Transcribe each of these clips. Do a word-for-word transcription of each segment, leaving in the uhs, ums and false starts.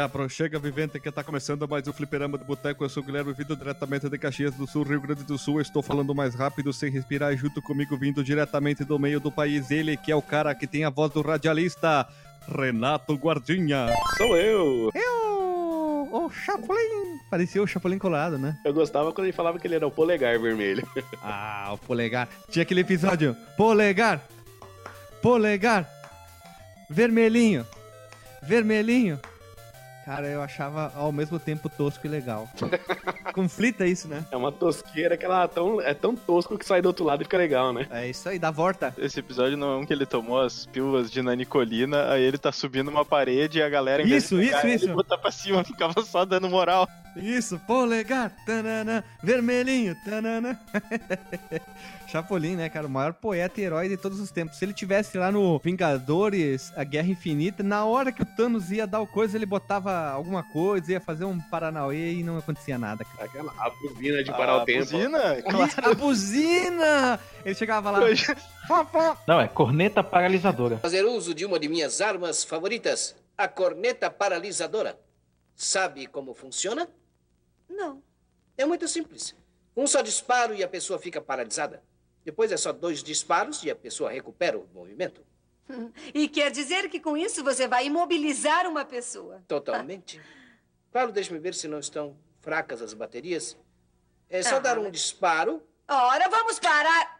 Chega, vivente, que tá começando mais um Fliperama do Boteco. Eu sou o Guilherme, vindo diretamente de Caxias do Sul, Rio Grande do Sul. Eu estou falando mais rápido, sem respirar, junto comigo, vindo diretamente do meio do país. Ele que é o cara que tem a voz do radialista, Renato Guardinha. Sou eu! Eu, o Chapolin. Parecia o Chapolin Colorado, né? Eu gostava quando ele falava que ele era o polegar vermelho. Ah, o polegar. Tinha aquele episódio, polegar, polegar, vermelhinho, vermelhinho. Cara, eu achava ao mesmo tempo tosco e legal. Conflita isso, né? É uma tosqueira que ela é tão, é tão tosco que sai do outro lado e fica legal, né? É isso aí, dá volta. Esse episódio não é um que ele tomou as pílulas de nanicolina, aí ele tá subindo uma parede e a galera, em Isso, vez de pegar, isso, isso. ele botar pra cima, ficava só dando moral. Isso, polegar, tanana, vermelhinho, tanana. Chapolin, né, cara, o maior poeta e herói de todos os tempos. Se ele tivesse lá no Vingadores, a Guerra Infinita, na hora que o Thanos ia dar o coisa, ele botava alguma coisa, ia fazer um paranauê e não acontecia nada, cara. Aquela a buzina de parar a o tempo. buzina? Claro. A buzina! Ele chegava lá... Não, é corneta paralisadora. Fazer uso de uma de minhas armas favoritas, a corneta paralisadora. Sabe como funciona? Não. É muito simples. Um só disparo e a pessoa fica paralisada. Depois é só dois disparos e a pessoa recupera o movimento. E quer dizer que com isso você vai imobilizar uma pessoa? Totalmente. Claro, deixe-me ver se não estão fracas as baterias. É só Ah, dar um mas- disparo. Ora, vamos parar!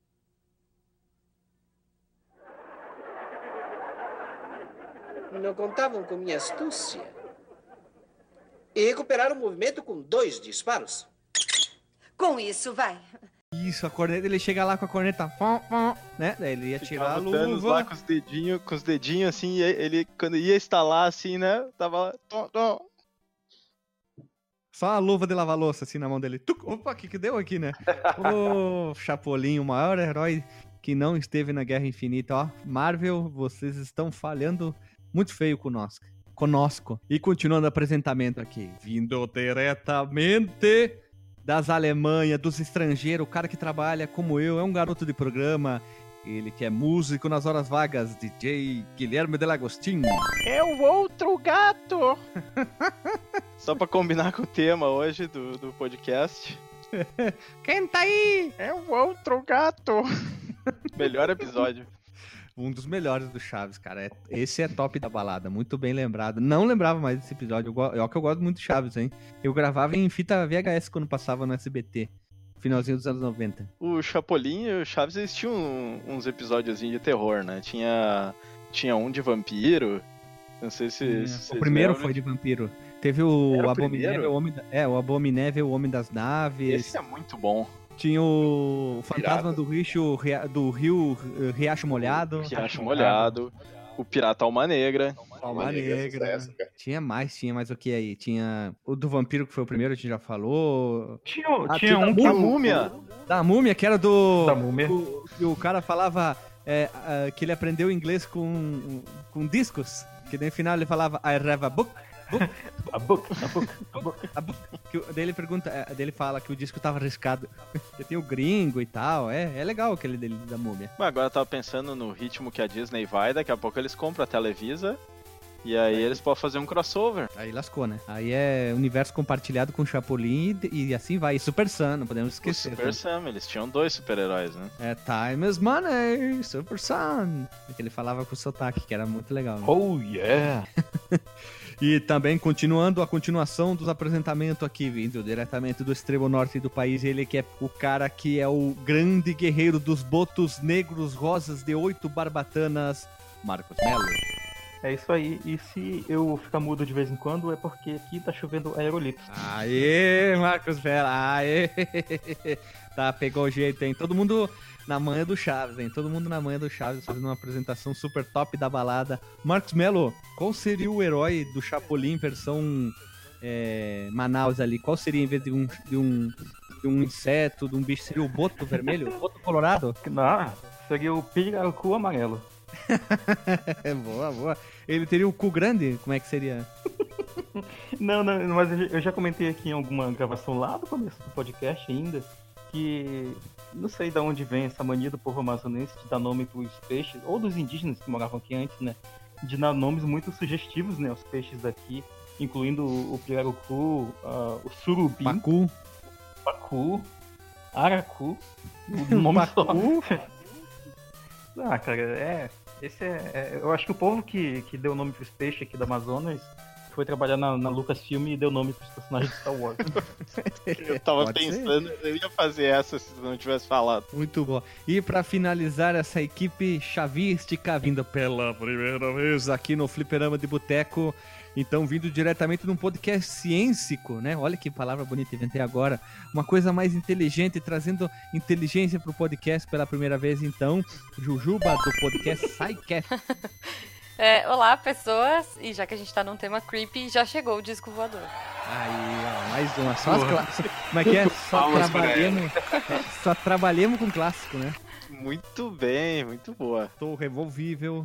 Não contavam com minha astúcia. E recuperar o movimento com dois disparos. Com isso, vai. Isso, a corneta, ele chega lá com a corneta, fom, fom, né? Daí ele ia tirar a Ficava o Thanos luva. lá com os dedinhos, com os dedinhos assim, e ele, quando ia instalar assim, né, tava lá, tom, tom. Só a luva de lavar louça assim na mão dele. Tuc, opa, o que que deu aqui, né? Ô, Chapolin, o maior herói que não esteve na Guerra Infinita. Ó, Marvel, vocês estão falhando muito feio conosco. Conosco. E continuando o apresentamento aqui. Vindo diretamente das Alemanha, dos estrangeiros, o cara que trabalha como eu, é um garoto de programa. Ele que é músico nas horas vagas, D J Guilherme Delagostin. É o outro gato! Só pra combinar com o tema hoje do, do podcast. Quem tá aí? É o outro gato! Melhor episódio. Um dos melhores do Chaves, cara. É- esse é top da balada, muito bem lembrado. Não lembrava mais desse episódio. Eu, go- eu que eu gosto muito de Chaves, hein? Eu gravava em fita V H S quando passava no S B T. Finalzinho dos anos noventa. O Chapolin e o Chaves, eles tinham um- uns episódios de terror, né? Tinha, tinha um de vampiro. Não sei se. se o vocês primeiro lembram. foi de vampiro. Teve o, Era o Abominével, primeiro? o Homem da, é, o Abominével, o Homem das Naves. Esse é muito bom. Tinha o Fantasma Pirata. do Rio, do Rio eh, Riacho Molhado. Riacho Molhado. O Pirata Alma Negra. Alma Alma Negra é Negra. sucesso, cara. Tinha mais, tinha mais o que aí? Tinha o do vampiro, que foi o primeiro, a gente já falou. Tinha, Ah, tinha tinha um da que A o- múmia. Da múmia, que era do. Da múmia. o- que o cara falava é, ah, que ele aprendeu inglês com, com discos. Que daí no final ele falava I have a book. book, A boca, a boca, a boca. a book. Que, o- daí ele pergunta, é, daí ele fala que o disco tava arriscado. Que tem o gringo e tal. É, é legal aquele dele da múmia. Mas agora eu tava pensando no ritmo que a Disney vai, daqui a pouco eles compram a Televisa e aí eles podem fazer um crossover. Aí lascou, né? Aí é universo compartilhado com Chapolin e, e assim vai. E Super Sun, não podemos O esquecer. Super né? Sam, eles tinham dois super-heróis, né? É Time is Money, Super Sun. É que ele falava com sotaque, que era muito legal. Né? Oh, yeah. E também continuando a continuação dos apresentamentos aqui, vindo diretamente do extremo norte do país, ele que é o cara que é o grande guerreiro dos botos negros rosas de oito barbatanas, Marcos Mello. É isso aí. E se eu ficar mudo de vez em quando, é porque aqui tá chovendo aerolitos. Aê, Marcos Mello, aê. Tá, pegou o jeito, hein? Todo mundo na manha do Chaves, hein? Todo mundo na manha do Chaves, fazendo uma apresentação super top da balada. Marcos Mello, qual seria o herói do Chapolin versão é, Manaus ali? Qual seria, em vez de um, de um, de um inseto, de um bicho, seria o boto vermelho? Boto colorado? Ah, seria o pirarucu amarelo. É boa, boa. Ele teria o cu grande? Como é que seria? Não, não, mas eu já- eu já comentei aqui em alguma gravação lá do começo do podcast ainda, que não sei de onde vem essa mania do povo amazonense de dar nome pros peixes, ou dos indígenas que moravam aqui antes, né? De dar nomes muito sugestivos, né, aos peixes daqui. incluindo o Pirarucu, uh, o Surubim, Pacu. Pacu, Aracu, o nome só. Ah, cara, é. Esse é, é. Eu acho que o povo que, que deu nome pros peixes aqui do Amazonas foi trabalhar na, na Lucasfilm e deu nome pros personagens de Star Wars. Eu tava Pode pensando, ser. eu ia fazer essa se não tivesse falado. Muito bom. E pra finalizar, essa equipe chavística vindo pela primeira vez aqui no Fliperama de Boteco. Então, vindo diretamente de um podcast ciêncico, né? Olha que palavra bonita, inventei agora. Uma coisa mais inteligente, trazendo inteligência pro podcast pela primeira vez. Então, Jujuba, do podcast SciCast. É, olá, pessoas. E já que a gente tá num tema creepy, já chegou o disco voador. Aí, ó, mais uma. Só as clássicas. Como é que é? Só trabalhamos, é, só trabalhamos com clássico, né? Muito bem, muito boa. Faltou o revolvível,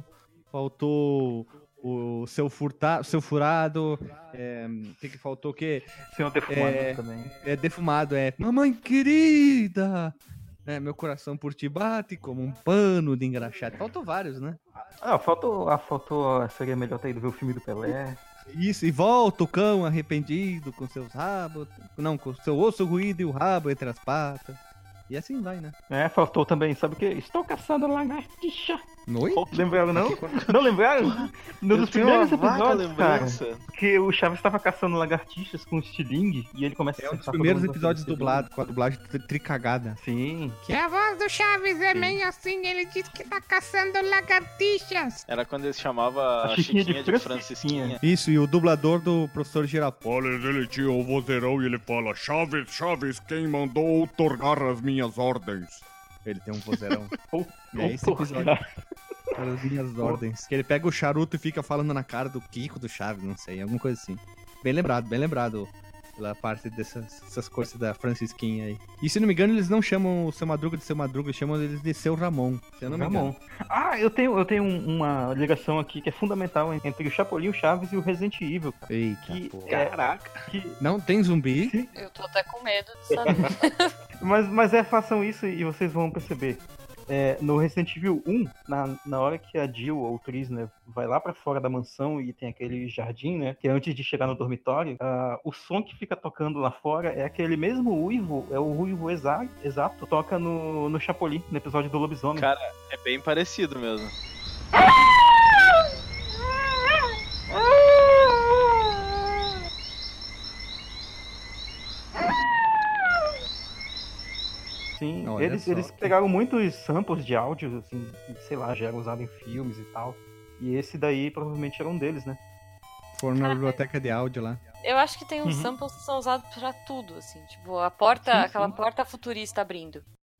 faltou o seu, furta, seu furado, é, o que que faltou o quê? Senhor defumado é, também. É defumado, é mamãe querida, é, meu coração por ti bate como um pano de engraxate. Faltou vários, né? Ah, faltou, ah, faltou, seria melhor ter ido ver o filme do Pelé. Isso, e volta o cão arrependido com seus rabos, não, com seu osso ruído e o rabo entre as patas. E assim vai, né? É, faltou também, sabe o que? Estou caçando lagartixa. Oi? Lembraram, não? Não lembraram? No dos primeiros episódios, cara, que o Chaves estava caçando lagartixas com estilingue e ele começa É a um dos primeiros episódios dublados, com a dublagem tricagada. Sim. Que a voz do Chaves é meio assim, ele diz que tá caçando lagartixas. Era quando ele chamava A a Chiquinha Chiquinha de de Francisquinha. Francisquinha. Isso, e o dublador do professor Girafales. Olha, ele tinha o vozeirão e ele fala: Chaves, Chaves, quem mandou outorgar as minhas ordens? Ele tem um vozeirão. Ou- É esse episódio. As minhas ordens. Que ele pega o charuto e fica falando na cara do Kiko, do Chaves, não sei, alguma coisa assim. Bem lembrado, bem lembrado. Pela parte dessas, dessas coisas da Francisquinha aí. E se não me engano, eles não chamam o Seu Madruga de Seu Madruga, eles chamam eles de Seu Ramon. Se eu não me Ramon. engano. Ah, eu tenho, eu tenho um- uma ligação aqui que é fundamental entre o Chapolin, o Chaves e o Resident Evil, cara. Eita, Que, porra. é, Caraca. que, Não tem zumbi? Eu tô até com medo de saber. mas, mas é, façam isso e vocês vão perceber. É, no Resident Evil um, na, na hora que a Jill ou o Tris, né, vai lá pra fora da mansão e tem aquele jardim, né, que é antes de chegar no dormitório, ah, o som que fica tocando lá fora é aquele mesmo uivo, é o uivo exa exato, toca no, no Chapolin, no episódio do lobisomem. Cara, é bem parecido mesmo. Sim, Olha eles, só, eles que- pegaram muitos samples de áudio, assim, que, sei lá, já eram usados em filmes e tal. E esse daí provavelmente era um deles, né? Foram na biblioteca de áudio lá. Eu acho que tem uns Uhum. samples que são usados pra tudo, assim. Tipo, a porta, Sim, aquela sim. porta futurista abrindo.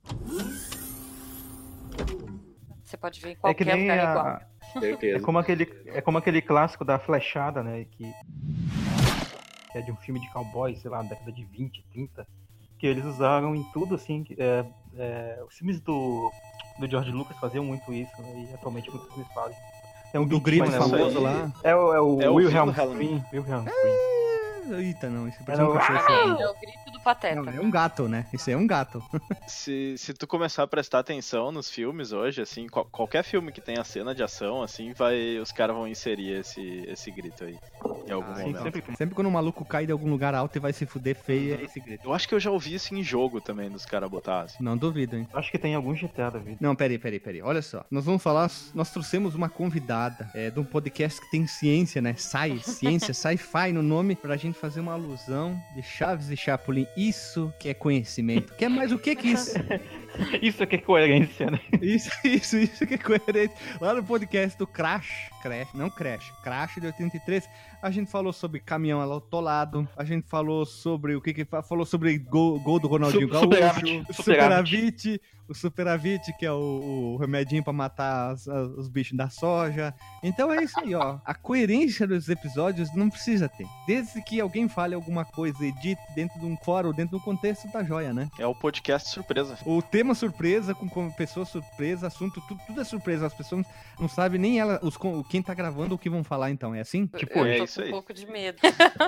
Você pode ver em É que qualquer nem lugar igual. a, é Certeza. como aquele é como aquele clássico da flechada, né? Que, que é de um filme de cowboy, sei lá, na década de vinte, trinta. Que eles usaram em tudo, assim. que- É, é, os filmes do, do George Lucas faziam muito isso, né? E atualmente muitos filmes fazem. É um Do beat, grito né? famoso aí- lá. É o, é o É o Wilhelm Wilhelm. Scream. Wilhelm Scream. Eita, não, isso Era é um o- cachorro. É o grito do Pateta. Não, é um gato, né? Isso aí é um gato. Se, se tu começar a prestar atenção nos filmes hoje, assim, qual- qualquer filme que tenha cena de ação, assim, vai, os caras vão inserir esse, esse grito aí. Em algum Ah, Sim, momento. sempre tem. Sempre quando um maluco cai de algum lugar alto e vai se fuder feio, é esse grito. Eu acho que eu já ouvi isso em jogo também, dos caras botar assim. Não duvido, hein? Acho que tem algum G T A da vida. Não, peraí, peraí, peraí. Olha só. Nós vamos falar. Nós trouxemos uma convidada é, de um podcast que tem ciência, né? Sci, ciência, sci-fi no nome, pra gente fazer uma alusão de Chaves e Chapolin. Isso que é conhecimento. Que é mais o que que isso? Isso aqui é coerência, né? Isso, isso, isso que é coerente. Lá no podcast do Crash, Crash, não Crash, Crash de oitenta e três, a gente falou sobre caminhão atolado, a gente falou sobre o que que fa- falou sobre gol, gol do Ronaldinho Su- Gaúcho, superávit, superávit, o superávit, que é o, o remedinho pra matar as- as- os bichos da soja. Então é isso aí, ó. A coerência dos episódios não precisa ter. Desde que alguém fale alguma coisa, edite dentro de um fórum, dentro do contexto, tá joia, né? É o podcast surpresa. O tema surpresa, com, com pessoa surpresa, assunto, tudo, tudo é surpresa. As pessoas não sabem nem ela, os, con- quem tá gravando o que vão falar, então. É assim? Tipo, Eu é tô isso com aí. um pouco de medo.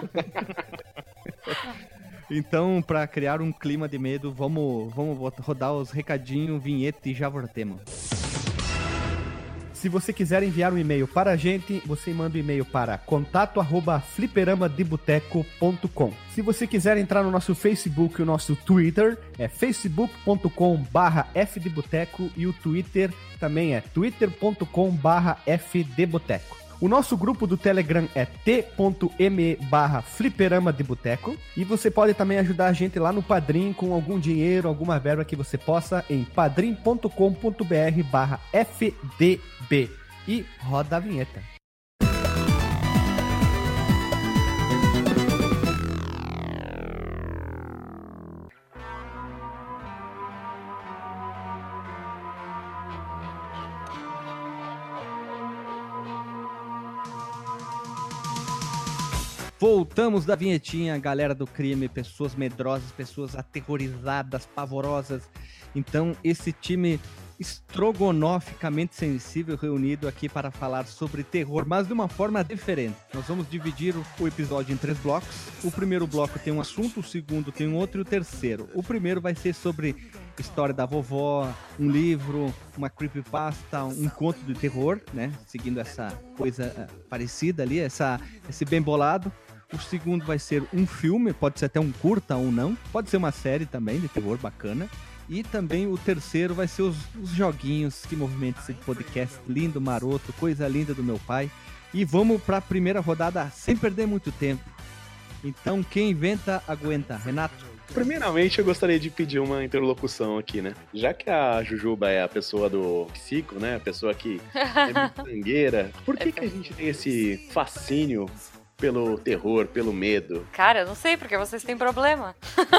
Então, pra criar um clima de medo, vamos, vamos botar- rodar os recadinhos, vinheta e já voltemos. Se você quiser enviar um e-mail para a gente, você manda um e-mail para contato arroba fliperamadeboteco ponto com. Se você quiser entrar no nosso Facebook e o nosso Twitter, é facebook ponto com barra fdboteco e o Twitter também é twitter ponto com barra fdboteco. O nosso grupo do Telegram é t.me barra fliperama de boteco. E você pode também ajudar a gente lá no Padrim com algum dinheiro, alguma verba que você possa em padrim ponto com ponto br barra fdb. E roda a vinheta. Voltamos da vinhetinha, galera do crime, pessoas medrosas, pessoas aterrorizadas, pavorosas. Então, esse time estrogonoficamente sensível reunido aqui para falar sobre terror, mas de uma forma diferente. Nós vamos dividir o episódio em três blocos. O primeiro bloco tem um assunto, o segundo tem um outro e o terceiro. O primeiro vai ser sobre história da vovó, um livro, uma creepypasta, um conto de terror, né? Seguindo essa coisa uh, parecida ali, essa, esse bem bolado. O segundo vai ser um filme, pode ser até um curta ou não. Pode ser uma série também de terror bacana. E também o terceiro vai ser os, os joguinhos que movimentam esse podcast lindo, maroto, coisa linda do meu pai. E vamos para a primeira rodada sem perder muito tempo. Então, quem inventa, aguenta. Renato? Primeiramente, eu gostaria de pedir uma interlocução aqui, né? Já que a Jujuba é a pessoa do psico, né? A pessoa que é miçangueira, por que, que a gente tem esse fascínio pelo terror, pelo medo? Cara, eu não sei, porque vocês têm problema.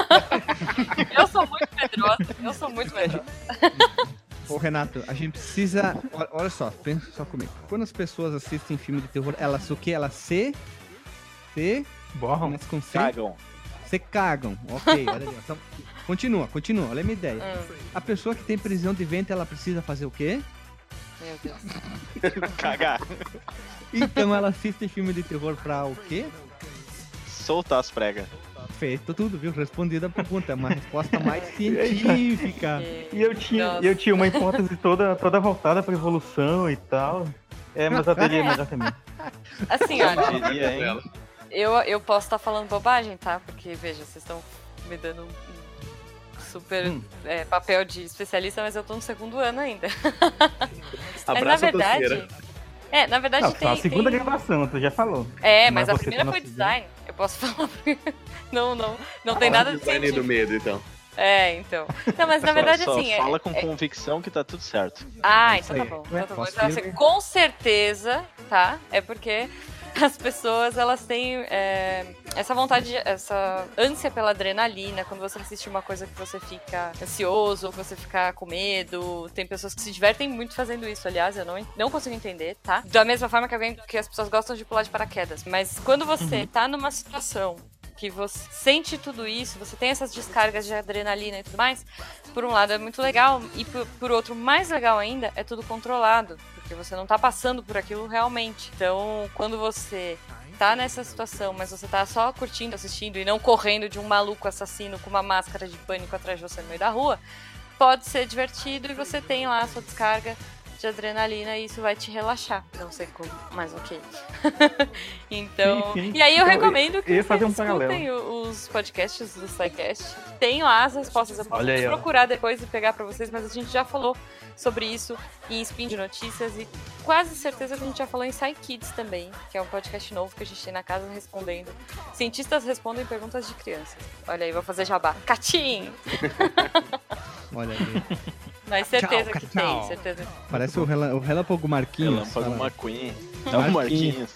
Eu sou muito medrosa, eu sou muito medrosa. Ô, Renato, a gente precisa... Olha só, pensa só comigo. Quando as pessoas assistem filme de terror, elas o quê? Elas se... Se... Borram. Com se... Cagam. Se cagam. Ok, olha ali. Então, continua, continua. Olha a minha ideia. Hum. A pessoa que tem prisão de ventre, ela precisa fazer o quê? Meu Deus. Cagar. Então ela assiste filme de terror pra o quê? Soltar as pregas. Feito tudo, viu? Respondida a pergunta. É uma resposta mais científica. E eu tinha, Nossa. eu tinha uma hipótese toda, toda voltada pra evolução e tal. É, mas a dele é melhor também. Assim, olha, Diria, hein? eu, eu posso estar falando bobagem, tá? Porque, veja, vocês estão me dando um super Hum. é, papel de especialista, mas eu tô no segundo ano ainda. Mas, na Abraço a verdade... doceira. É, na verdade Não, tem... só a segunda tem... gravação, tu já falou. É, mas, Mas a você primeira tá na foi segunda. design. Eu posso falar porque não, não, não tem nada de Design científico. do medo, então. É, então. Não, mas na verdade, só, assim... só fala é, com é... convicção que tá tudo certo. Ah, então tá aí. bom. Ué, Então tá bom. posso Então, assim, ir? com certeza, tá? É porque as pessoas, elas têm é, essa vontade, essa ânsia pela adrenalina, quando você assiste uma coisa que você fica ansioso, ou que você fica com medo. Tem pessoas que se divertem muito fazendo isso, aliás, eu não, não consigo entender, tá? Da mesma forma que alguém que as pessoas gostam de pular de paraquedas. Mas quando você tá numa situação que você sente tudo isso, você tem essas descargas de adrenalina e tudo mais, por um lado é muito legal, e por, por outro, mais legal ainda, é tudo controlado, porque você não tá passando por aquilo realmente. Então, quando você tá nessa situação, mas você tá só curtindo, assistindo, e não correndo de um maluco assassino com uma máscara de pânico atrás de você no meio da rua, pode ser divertido e você tem lá a sua descarga de adrenalina e isso vai te relaxar. Não sei como, mas ok. Então, Sim, sim. e aí eu Então, recomendo eu que ia vocês fazer um escutem paralelo. o- os podcasts do SciCast. Tem lá as respostas, eu posso Olha aí, ó. procurar depois e pegar pra vocês, mas a gente já falou sobre isso em Spin de Notícias e quase certeza que a gente já falou em SciKids também, que é um podcast novo que a gente tem na casa respondendo. Cientistas respondem perguntas de crianças. Olha aí, vou fazer jabá. Catim! Olha aí. Mas certeza Tchau, que tchau. tem, certeza. Parece o, rela, o Relâmpago Marquinhos. Relâmpago Fala. McQueen. É o Marquinhos.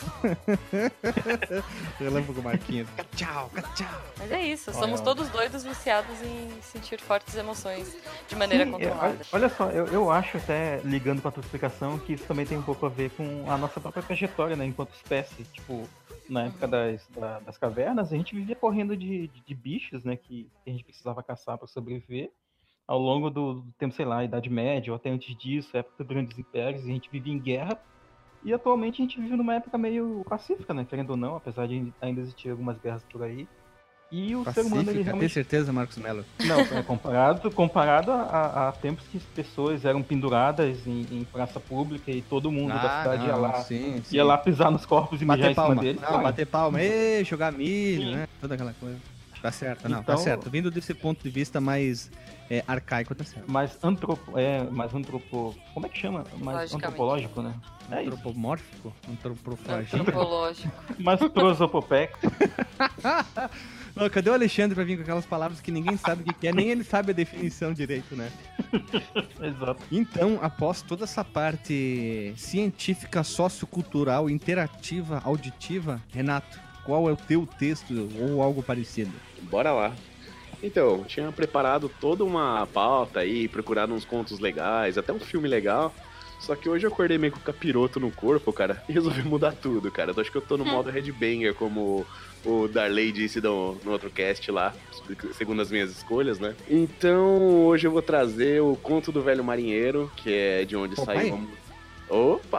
Relâmpago Marquinhos. Tchau, tchau. Mas é isso, Olha, somos olha. todos doidos viciados em sentir fortes emoções de maneira Sim, é, controlada. olha, olha só, eu, eu acho até, ligando com a tua explicação, que isso também tem um pouco a ver com a nossa própria trajetória, né, enquanto espécie. Tipo, na época das, da- das cavernas, a gente vivia correndo de, de, de bichos, né, que a gente precisava caçar para sobreviver. Ao longo do, do tempo, sei lá, Idade Média, ou até antes disso, época dos grandes impérios, a gente vivia em guerra. E atualmente a gente vive numa época meio pacífica, né, querendo ou não, apesar de ainda existir algumas guerras por aí. E o Pacífica, ser humano, ele tem realmente... certeza, Marcos Mello? Não, é comparado, comparado a, a, a tempos que as pessoas eram penduradas em, em praça pública e todo mundo Ah, da cidade não, ia lá, sim, sim. ia lá pisar nos corpos e mijar Bater em cima palma. deles. Não, claro. bater palma. Ei, jogar milho, Sim. né? Toda aquela coisa. Tá certo, não, tá Então- certo. Vindo desse ponto de vista mais é, arcaico, tá certo. Mais antropo... É, mais antropo... Como é que chama? Mais Logicamente. antropológico, né? É isso. Antropomórfico? Antropofagista? Antropológico. Mais prosopopéxico. Não, cadê o Alexandre pra vir com aquelas palavras que ninguém sabe o que que é, nem ele sabe a definição direito, né? Exato. Então, após toda essa parte científica, sociocultural, interativa, auditiva, Renato, qual é o teu texto ou algo parecido? Bora lá. Então, tinha preparado toda uma pauta aí, procurado uns contos legais, até um filme legal. Só que hoje eu acordei meio com o capiroto no corpo, cara, e resolvi mudar tudo, cara. Eu acho que eu tô no modo headbanger, como o Darley disse no, no outro cast lá, segundo as minhas escolhas, né? Então, hoje eu vou trazer o Conto do Velho Marinheiro, que é de onde Popeye? saiu... Opa!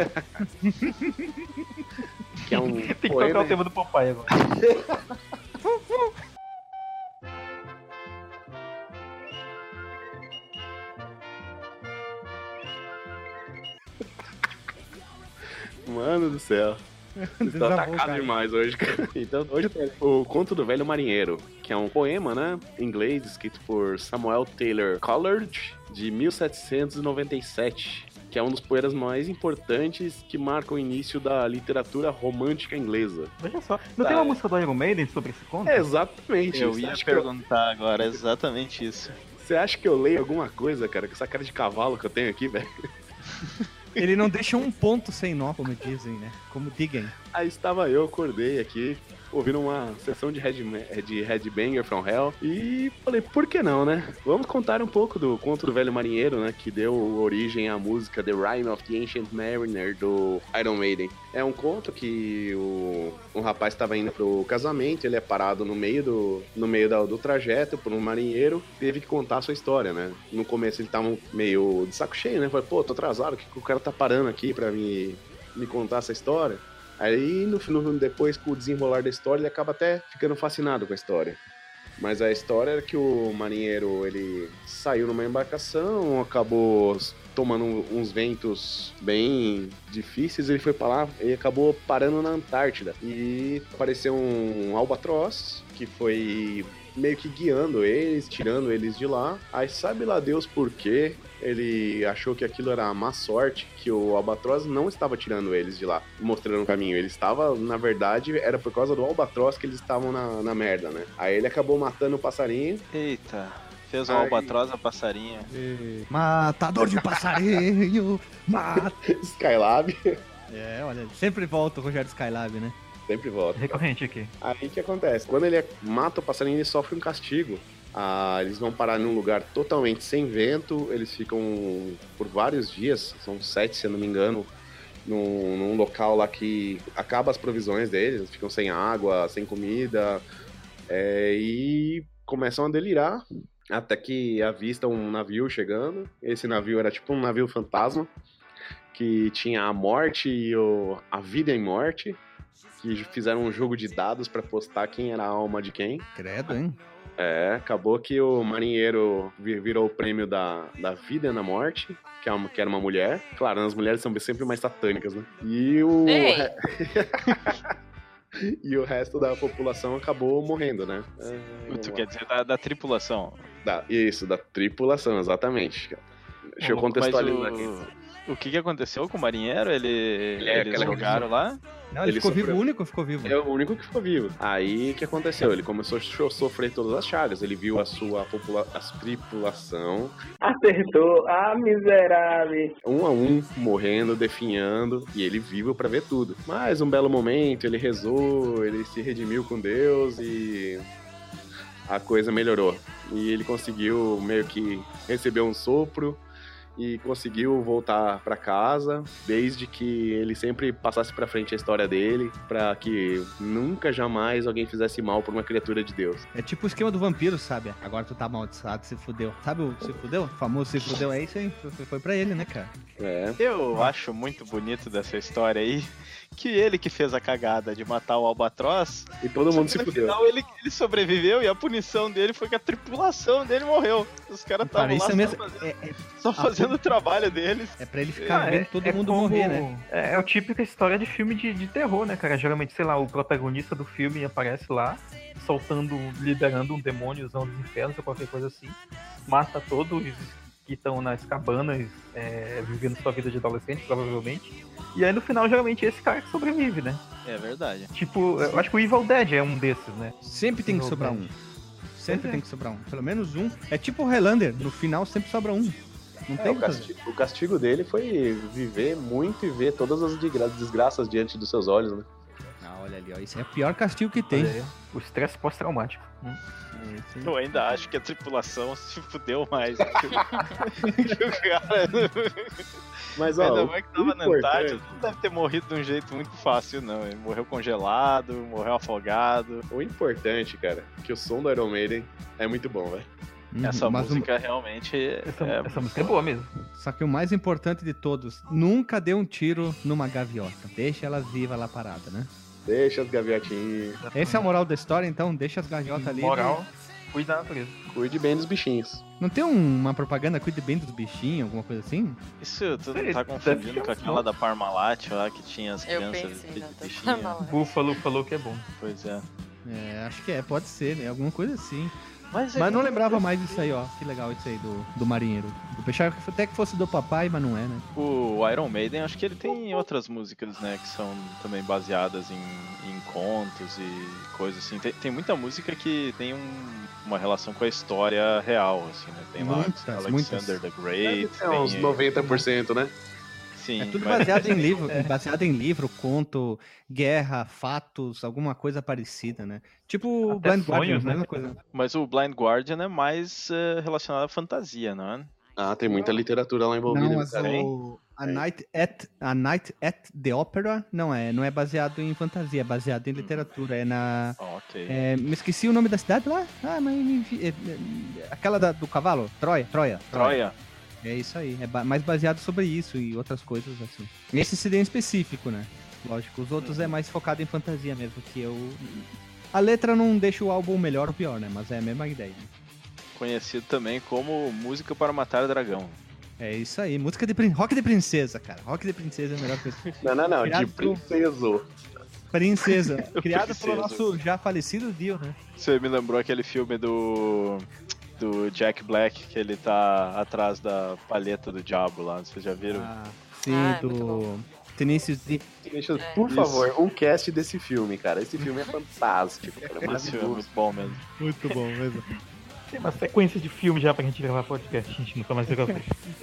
Que é um Tem que poema... tocar o tema do Popeye agora. Mano do céu. Você tá Desabou, atacado cara. demais hoje, cara. Então, hoje eu tenho o Conto do Velho Marinheiro, que é um poema, né, em inglês, escrito por Samuel Taylor Coleridge, de mil setecentos e noventa e sete, que é um dos poemas mais importantes que marcam o início da literatura romântica inglesa. Veja só. Não Tá. tem uma música do Iron Maiden sobre esse conto? É exatamente. Eu Você ia acha que eu- perguntar agora exatamente isso. Você acha que eu leio alguma coisa, cara, com essa cara de cavalo que eu tenho aqui, velho? Ele não deixa um ponto sem nó, como dizem, né? Como digam. Aí estava eu, acordei aqui, ouvindo uma sessão de, head, de Headbanger from Hell e falei, por que não, né? Vamos contar um pouco do Conto do Velho Marinheiro, né? Que deu origem à música The Rime of the Ancient Mariner do Iron Maiden. É um conto que o, um rapaz estava indo pro casamento, ele é parado no meio do, no meio da- do trajeto por um marinheiro, teve que contar a sua história, né? No começo ele tava meio de saco cheio, né? Falei, pô, tô atrasado, o que, que o cara tá parando aqui pra me, me contar essa história? Aí, no, no, depois, com o desenrolar da história, ele acaba até ficando fascinado com a história. Mas a história era que o marinheiro, ele saiu numa embarcação, acabou tomando uns ventos bem difíceis, ele foi pra lá e acabou parando na Antártida. E apareceu um albatroz, que foi meio que guiando eles, tirando eles de lá. Aí sabe lá Deus por quê, ele achou que aquilo era má sorte, que o albatroz não estava tirando eles de lá, mostrando o caminho. Ele estava, na verdade, era por causa do albatroz que eles estavam na, na merda, né? Aí ele acabou matando o passarinho. Eita, fez um Ai. albatroz a passarinho. Matador de passarinho, mata... Skylab, É, olha, sempre volta o Rogério Skylab, né? sempre volta. Recorrente aqui. Aí o que acontece? Quando ele mata o passarinho, ele sofre um castigo. Ah, eles vão parar num lugar totalmente sem vento, eles ficam por vários dias, são sete se eu não me engano, num, num local lá que acaba as provisões deles, eles ficam sem água, sem comida, é, e começam a delirar, até que avistam um navio chegando. Esse navio era tipo um navio fantasma, que tinha a morte e o, a vida e morte, que fizeram um jogo de dados pra postar quem era a alma de quem. Credo, hein? É, acabou que o marinheiro vi- virou o prêmio da, da vida na morte, que, é uma, que era uma mulher. Claro, as mulheres são sempre mais satânicas, né? E o, Ei! re- e o resto da população acabou morrendo, né? É, Tu quer dizer da, da tripulação. da- isso, da tripulação, exatamente. Deixa eu Mas contextualizar o, aqui. o que que aconteceu com o marinheiro? Ele, É, eles aquela jogaram lá? Não, ele, Ele ficou sofreu. vivo, o único ficou vivo. É o único que ficou vivo. Aí o que aconteceu? Ele começou a so- sofrer todas as chagas. Ele viu a sua popula a tripulação Acertou. Ah, miserável. um a um, morrendo, definhando, e ele vivo pra ver tudo. Mas um belo momento, ele rezou, ele se redimiu com Deus e a coisa melhorou. E ele conseguiu meio que receber um sopro e conseguiu voltar pra casa, desde que ele sempre passasse pra frente a história dele, pra que nunca, jamais alguém fizesse mal por uma criatura de Deus. É tipo o esquema do vampiro, sabe? Agora tu tá amaldiçoado, se fudeu. Sabe o se fudeu? O famoso se fudeu, é isso aí. Foi, foi pra ele, né, cara? É. Eu acho muito bonito dessa história aí, que ele que fez a cagada de matar o Albatroz, e todo mundo se no fudeu. final ele, ele sobreviveu e a punição dele foi que a tripulação dele morreu. Os caras estavam lá isso só mesmo, fazendo, é, é, só fazendo o trabalho deles. É pra ele ficar Ah, vendo é- todo é mundo como- morrer, né? É, é a típica história de filme de, de terror, né, cara? Geralmente, sei lá, o protagonista do filme aparece lá, soltando, liberando um demôniozão dos infernos ou qualquer coisa assim, mata todos que estão nas cabanas, é, vivendo sua vida de adolescente, provavelmente. E aí no final, geralmente, é esse cara que sobrevive, né? É verdade. Tipo, eu acho que o Evil Dead é um desses, né? Sempre tem que Evil sobrar Dead. um. Sempre Pois é. tem que sobrar um. Pelo menos um. É tipo o Highlander, no final sempre sobra um. Não É, tem o, o que fazer. castigo, o castigo dele foi viver muito e ver todas as degra- desgraças diante dos seus olhos, né? Ah, olha ali, ó. Isso é o pior castigo que tem. Olha aí, o estresse pós-traumático. Hum. É isso aí. Eu ainda acho que a tripulação se fudeu mais. que o- que o cara. Mas, ó, Ainda o- mais que o tava na importante- Antártida, não deve ter morrido de um jeito muito fácil, não. Ele morreu congelado, morreu afogado. O importante, cara, é que o som do Iron Maiden é muito bom, velho. Uhum, Essa mas o- música realmente Essa, é. essa música é boa mesmo. Só que o mais importante de todos, nunca dê um tiro numa gaviota. Deixa ela viva lá parada, né? Deixa as gaviotinhas. Essa é a moral da história, então. Deixa as gaviotas ali. Moral, cuida da natureza. Cuide bem dos bichinhos. Não tem um- uma propaganda cuide bem dos bichinhos, alguma coisa assim? Isso tu não Sei, tá deve confundindo ter com um aquela da Parmalat lá que tinha as Eu crianças pensei de na bichinho. Parmalat. Búfalo falou que é bom. Pois é. É, acho que é, pode ser, né? Alguma coisa assim. Mas, Mas não lembrava mais disso aí, ó. Que legal isso aí do, do marinheiro. Eu pensava que até que fosse do papai, mas não é, né? O Iron Maiden, acho que ele tem outras músicas, né, que são também baseadas em, em contos e coisas assim. Tem, tem muita música que tem um- uma relação com a história real, assim, né? Tem lá Muitas, Alexander muitas. the Great. É uns tem- noventa por cento, né? Sim, É tudo mas- baseado em livro, baseado em livro, conto, guerra, fatos, alguma coisa parecida, né? Tipo Até Blind Guardian, sonhos, né? mesma coisa. Mas o Blind Guardian é mais eh, relacionado à fantasia, não é? Ah, tem muita literatura lá envolvida. Não, mas cara. o a Night at a Night at the Opera não é, não é baseado em fantasia, é baseado em literatura, é na Ok. é, me esqueci o nome da cidade lá. Ah, mas enfim, é- é- aquela da- do cavalo, Troia, Troia. Troia. É isso aí, é ba- mais baseado sobre isso e outras coisas assim. Esse seria em específico, né? Lógico, os outros é mais focado em fantasia mesmo, que eu... A letra não deixa o álbum melhor ou pior, né? Mas é a mesma ideia. Conhecido também como Música para Matar o Dragão. É isso aí, música de... prin- Rock de princesa, cara. Rock de princesa é a melhor coisa. Não, não, não, de Criado por- princeso. Princesa, criado pelo Princesa. nosso já falecido Dio, né? Você me lembrou aquele filme do do Jack Black, que ele tá atrás da palheta do diabo lá, vocês já viram? Ah, sim, Ah, é muito do... bom. Tenícius D. Deixa, por Isso. favor, um cast desse filme, cara. Esse filme é fantástico, cara. É Esse filme é maravilhoso. muito bom mesmo. Muito bom mesmo. Tem uma sequência de filmes já pra gente gravar podcast, a gente nunca mais gravou.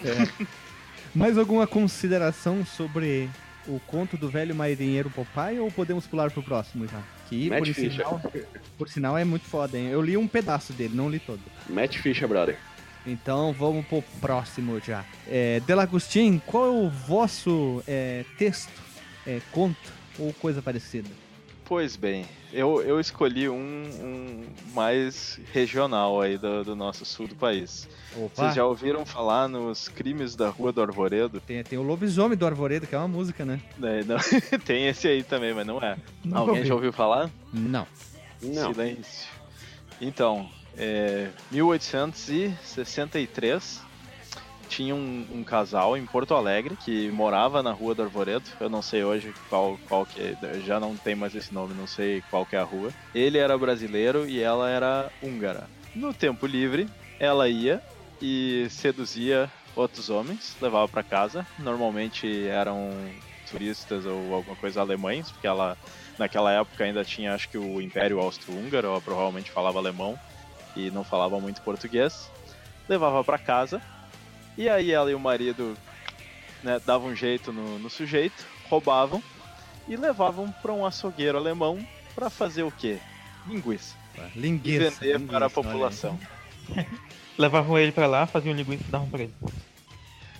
Mais alguma consideração sobre o conto do velho marinheiro Popeye ou podemos pular pro próximo já? Que Matt por Fisher. sinal, por sinal é muito foda, hein? Eu li um pedaço dele, não li todo. Matt Fisher, brother. Então vamos pro próximo já. É, Delagostin, qual é o vosso é, texto, é, conto ou coisa parecida? Pois bem, eu, eu escolhi um, um mais regional aí do, do nosso sul do país. Opa, Vocês já ouviram falar nos crimes da Rua do Arvoredo? tem, tem o Lobisomem do Arvoredo, que é uma música, né? É, não- tem esse aí também, mas não é. Nunca Alguém ouvi. já ouviu falar? Não. Não. Silêncio. Então, é, mil oitocentos e sessenta e três tinha um, um casal em Porto Alegre que morava na Rua do Arvoredo. Eu não sei hoje qual, qual que é, já não tem mais esse nome, não sei qual que é a rua. Ele era brasileiro e ela era húngara. No tempo livre, ela ia e seduzia outros homens, levava para casa. Normalmente eram turistas ou alguma coisa alemães, porque ela naquela época ainda tinha, acho que o Império Austro-Húngaro, ela provavelmente falava alemão e não falava muito português. Levava para casa e aí ela e o marido, né, davam um jeito no, no sujeito, roubavam e levavam para um açougueiro alemão para fazer o quê? Linguiça. E Linguiça. vender para a linguiça, olha aí. população. Levavam ele pra lá, faziam linguiça e davam pra ele.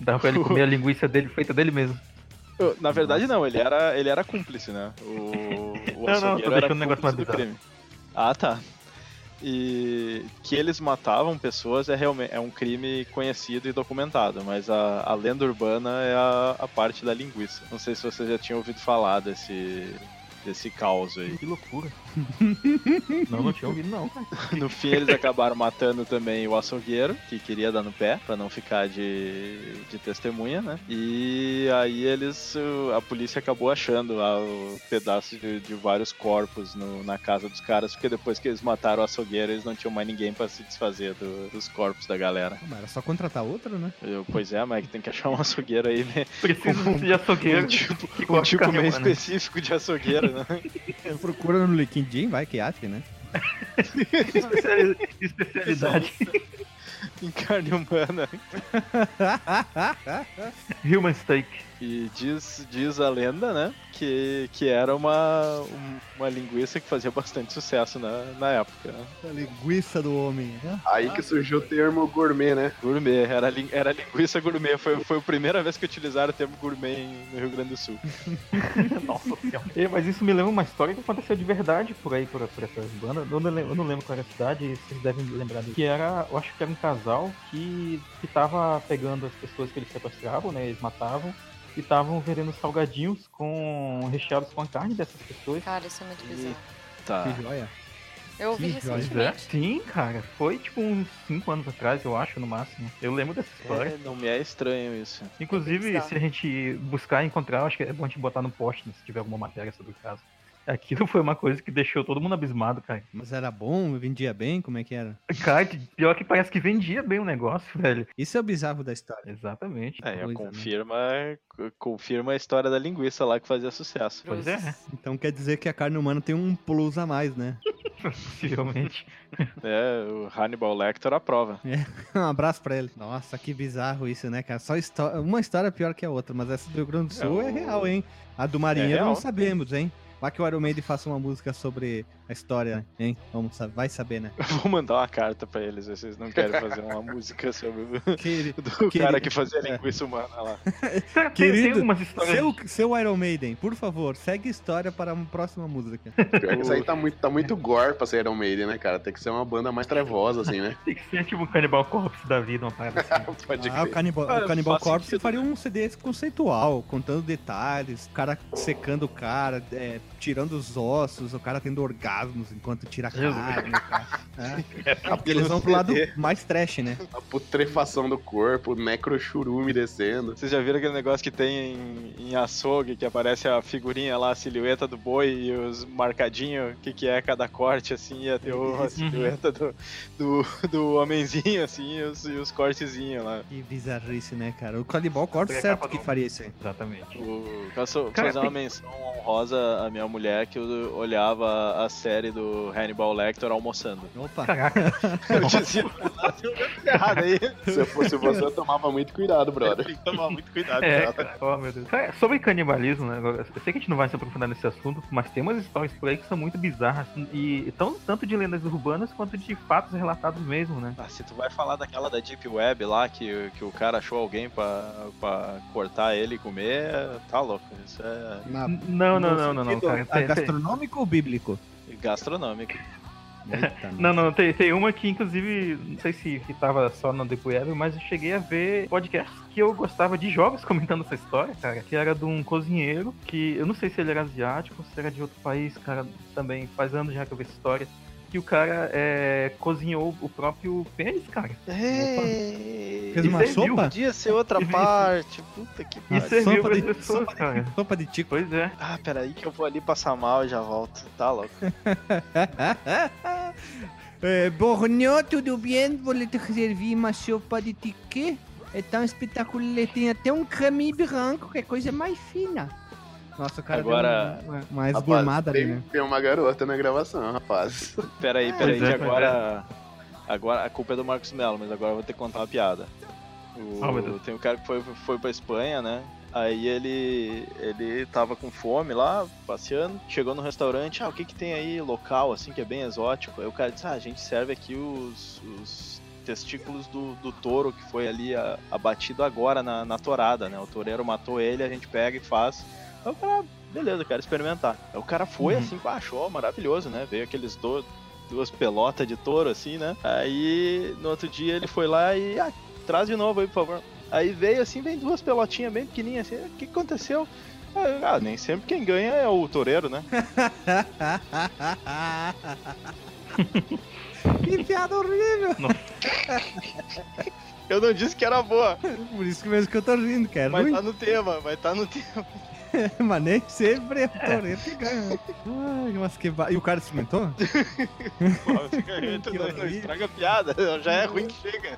Dava pra ele comer a linguiça dele, feita dele mesmo. Na verdade, não, ele era, ele era cúmplice, né? O, o Não, não, tô açougueiro era deixando o negócio mais cúmplice do bizarro. crime. Ah, tá. E que eles matavam pessoas é realmente é um crime conhecido e documentado, mas a, a lenda urbana é a, a parte da linguiça. Não sei se você já tinha ouvido falar desse, desse caos aí. Que loucura. Não, não tinha ouvido não, cara. No fim eles acabaram matando também o açougueiro, que queria dar no pé, pra não ficar de, de testemunha, né? E aí eles, a polícia acabou achando lá o pedaço de, de vários corpos no, na casa dos caras, porque depois que eles mataram o açougueiro, eles não tinham mais ninguém pra se desfazer do- dos corpos da galera. Mas era só contratar outro, né? Eu, pois é, mas tem que achar um açougueiro aí, né? Precisa de açougueiro. Um tipo, que um gosta de tipo carne meio humana. específico de açougueiro, né? Procura no LinkedIn, vai que acha, né? Especiali- Especialidade. Em carne humana. Human steak. E diz, diz a lenda, né, que, que era uma, um- uma linguiça que fazia bastante sucesso na, na época. Né? A linguiça do homem. né? Aí que surgiu o termo gourmet, né? Gourmet, era, lin- era linguiça gourmet. Foi, foi a primeira vez que utilizaram o termo gourmet em- no Rio Grande do Sul. Nossa senhora. É, mas isso me lembra uma história que aconteceu de verdade por aí, por, por essas bandas. Eu não, lembro, eu não lembro qual era a cidade, vocês devem lembrar disso. Que era, eu acho que era um casal que, que tava pegando as pessoas que eles sequestravam, né? Eles matavam. E estavam vendendo salgadinhos com recheados com a carne dessas pessoas. Cara, isso é muito bizarro. Tá. Que joia. Eu ouvi Que joia. recentemente. Sim, cara. Foi tipo uns cinco anos atrás, eu acho, no máximo. Eu lembro dessa história. É, não me é estranho isso. Inclusive, bizarro. se a gente buscar e encontrar, eu acho que é bom a gente botar no post, né, se tiver alguma matéria sobre o caso. Aquilo foi uma coisa que deixou todo mundo abismado, cara. Mas era bom, vendia bem, como é que era? Cara, pior que parece que vendia bem o negócio, velho. Isso é o bizarro da história. Exatamente. É, Coisa, confirma, confirma a história da linguiça lá que fazia sucesso. Pois é, Então quer dizer que a carne humana tem um plus a mais, né? possivelmente. É, o Hannibal Lecter aprova. Um abraço pra ele. Nossa, que bizarro isso, né, cara? Só histó- uma história pior que a outra, mas essa do Rio Grande do Sul é, É, o- real, hein? A do marinheiro real. não sabemos, hein? Vai que o Iron Maiden faça uma música sobre a história, hein? Vamos, sa- vai saber, né? Eu vou mandar uma carta pra eles, se vocês não querem fazer uma música sobre o Queri- do queri- cara que fazia é. linguiça humana lá. Cara, tem, Querido, tem algumas histórias. Seu, seu Iron Maiden, por favor, segue a história para uma próxima música. Pior que isso aí tá muito, tá muito gore pra ser Iron Maiden, né, cara? Tem que ser uma banda mais trevosa, assim, né? Tem que ser tipo um Cannibal Corpse da vida, uma parada assim. Pode Ah, o crer. Cannibal, Ah, o Cannibal faz Corpse sentido. faria um C D conceitual, contando detalhes, o cara secando o cara, é, tirando os ossos, o cara tendo orgasmos enquanto tira a carne. Cara. É. Porque eles vão pro lado mais trash, né? A putrefação do corpo, o necrochurume descendo. Vocês já viram aquele negócio que tem em, em açougue, que aparece a figurinha lá, a silhueta do boi e os marcadinhos, o que, que é cada corte, assim, ia ter o- a silhueta do, do, do homenzinho, assim, e os, e os cortezinhos lá. Que bizarrice, né, cara? O Cannibal Corpse Foi a certo capa que do- faria isso aí. Exatamente. O, posso Cara, fazer uma tem- menção honrosa à minha mulher, que eu olhava a série do Hannibal Lecter almoçando. Opa! Caraca. Eu dizia, "Ah, tem alguma coisa errada aí. Se eu fosse você, eu tomava muito cuidado, brother. Tem que tomar muito cuidado É, com ela. cara. Oh, meu Deus. Cara, sobre canibalismo, né? agora, Eu sei que a gente não vai se aprofundar nesse assunto, mas tem umas histórias por aí que são muito bizarras. E tão, tanto de lendas urbanas quanto de fatos relatados mesmo, né? Ah, se tu vai falar daquela da Deep Web lá, que, que o cara achou alguém pra, pra cortar ele e comer, tá louco. Isso é Na- Não, não, não, não, não, sentido, cara. ah, Tem- tem- gastronômico ou bíblico? gastronômico. Eita, Não, não, tem, tem uma que inclusive, não sei se, se tava só no Deep Web, mas eu cheguei a ver podcast que eu gostava de jogos comentando essa história, cara, que era de um cozinheiro que, eu não sei se ele era asiático ou se era de outro país, cara, também faz anos já que eu vi essa história, que o cara é, cozinhou o próprio pênis, cara. Fez uma E serviu. sopa? Podia ser outra Isso. parte, puta que E pariu. serviu sopa para de- as pessoas, sopa de- cara. Sopa de tico. Pois é. Ah, peraí que eu vou ali passar mal e já volto. Tá louco. É, Bornô, tudo bem? Vou lhe servir uma sopa de tiquê. É tão espetacular, tem até um creme branco, que é coisa mais fina. Nossa, o cara Agora- deu uma, uma, uma Rapaz, esgurmada ali, tem, né? tem uma garota na gravação, rapaz. Peraí, peraí, Pois é, que pois agora. Agora a culpa é do Marcos Mello, mas agora eu vou ter que contar uma piada. O- Oh, meu Deus. tem um cara que foi, foi pra Espanha, né? Aí ele ele tava com fome lá, passeando, chegou no restaurante, ah, o que que tem aí local, assim, que é bem exótico? Aí o cara disse, ah, a gente serve aqui os, os testículos do, do touro que foi ali a, abatido agora na, na torada, né? O toureiro matou ele, a gente pega e faz. Aí o cara, beleza, quero experimentar. Aí o cara foi, uhum. assim, achou maravilhoso, né? Veio aqueles do, duas pelotas de touro, assim, né? Aí, no outro dia, ele foi lá e, ah, traz de novo aí, por favor. Aí veio, assim, vem duas pelotinhas bem pequenininhas, assim, o que aconteceu? Ah, nem sempre quem ganha é o toureiro, né? Que piada horrível! Eu não disse que era boa. Por isso que mesmo que eu tô rindo, cara. Vai estar tá no tema, vai estar tá no tema. Mas nem sempre é o toureiro que ganha. Ai, mas que ba... E o cara experimentou? Pô, fica não estraga a piada, já é ruim que chega.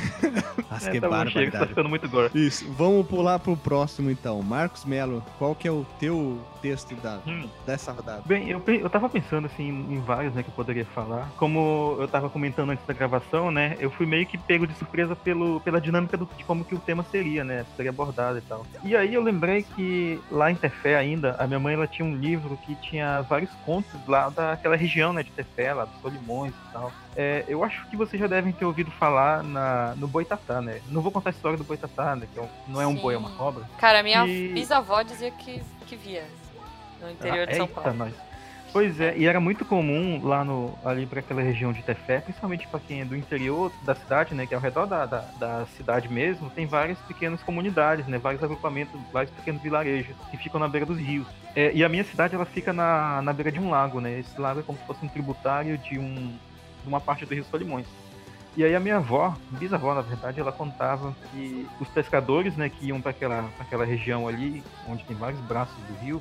Mas é, que tá barbaridade. Chega, tá ficando muito gore. Isso, vamos pular pro próximo então. Marcos Melo, qual que é o teu texto da, hum. dessa rodada? Bem, eu, eu tava pensando assim em vários, né, que eu poderia falar. Como eu tava comentando antes da gravação, né, eu fui meio que pego de surpresa pelo, pela dinâmica do, de como que o tema seria, né, seria abordado e tal. E aí eu lembrei que lá em Tefé ainda, a minha mãe ela tinha um livro que tinha vários contos lá daquela região, né, de Tefé, lá dos Solimões e tal. É, eu acho que vocês já devem ter ouvido falar na, no Boitatá, né? Não vou contar a história do Boitatá, né, que é um, não é um Sim. boi, é uma cobra. Cara, minha e... bisavó dizia que, que via no interior ah, de São eita, Paulo. Nós. Pois é, e era muito comum lá no, ali para aquela região de Tefé, principalmente para quem é do interior da cidade, né, que é ao redor da, da, da cidade mesmo, tem várias pequenas comunidades, né, vários agrupamentos, vários pequenos vilarejos que ficam na beira dos rios. É, e a minha cidade, ela fica na, na beira de um lago, né, esse lago é como se fosse um tributário de, um, de uma parte do Rio Solimões. E aí a minha avó, bisavó na verdade, ela contava que os pescadores, né, que iam para aquela, pra aquela região ali, onde tem vários braços do rio,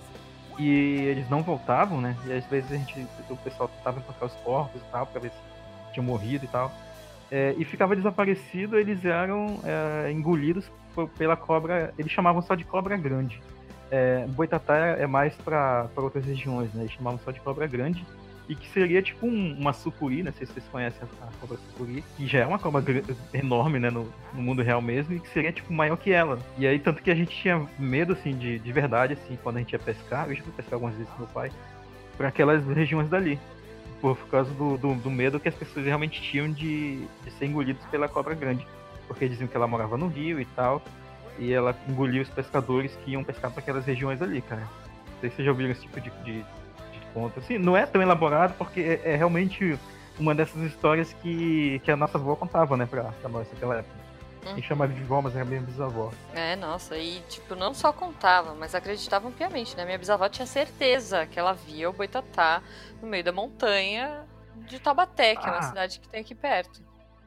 e eles não voltavam, né? E às vezes a gente, o pessoal tentava encontrar os corpos e tal, pra ver se tinham morrido e tal. É, e ficava desaparecido, eles eram é, engolidos por, pela cobra, eles chamavam só de cobra grande. É, Boitatá é mais para outras regiões, né? Eles chamavam só de cobra grande. E que seria tipo um, uma sucuri, né? Não sei se vocês conhecem a, a cobra sucuri, que já é uma cobra enorme, né? No, no mundo real mesmo, e que seria tipo maior que ela. E aí, tanto que a gente tinha medo, assim, de, de verdade, assim, quando a gente ia pescar, eu já fui pescar algumas vezes com meu pai, para aquelas regiões dali. Por causa do, do, do medo que as pessoas realmente tinham de, de ser engolidas pela cobra grande. Porque diziam que ela morava no rio e tal, e ela engolia os pescadores que iam pescar para aquelas regiões ali, cara. Não sei se vocês já ouviram esse tipo de... de Assim, não é tão elaborado porque é, é realmente uma dessas histórias que, que a nossa avó contava, né, pra, pra nós naquela época. Uhum. A gente chamava de vó, mas era mesmo bisavó. É, nossa, e tipo, não só contava, mas acreditavam piamente, né? Minha bisavó tinha certeza que ela via o Boitatá no meio da montanha de Taubaté, que ah. é uma cidade que tem aqui perto.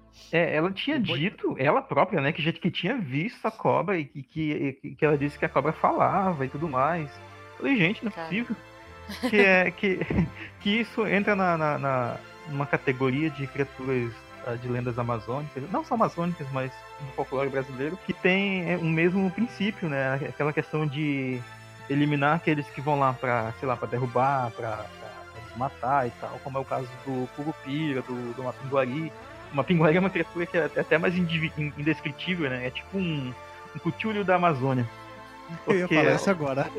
É, ela tinha dito, ela própria, né, que já que tinha visto a cobra e que, que, que ela disse que a cobra falava e tudo mais. Eu falei, gente, não é possível. Que, é, que, que isso entra na, na, na, numa categoria de criaturas de lendas amazônicas, não só amazônicas, mas no folclore brasileiro, que tem o mesmo princípio, né? Aquela questão de eliminar aqueles que vão lá pra, sei lá, pra derrubar, pra, pra, pra desmatar e tal, como é o caso do Curupira, do, do Mapinguari. O Mapinguari é uma criatura que é até mais indescritível, né? É tipo um, um cutúlio da Amazônia. Porque... Eu ia falar isso agora.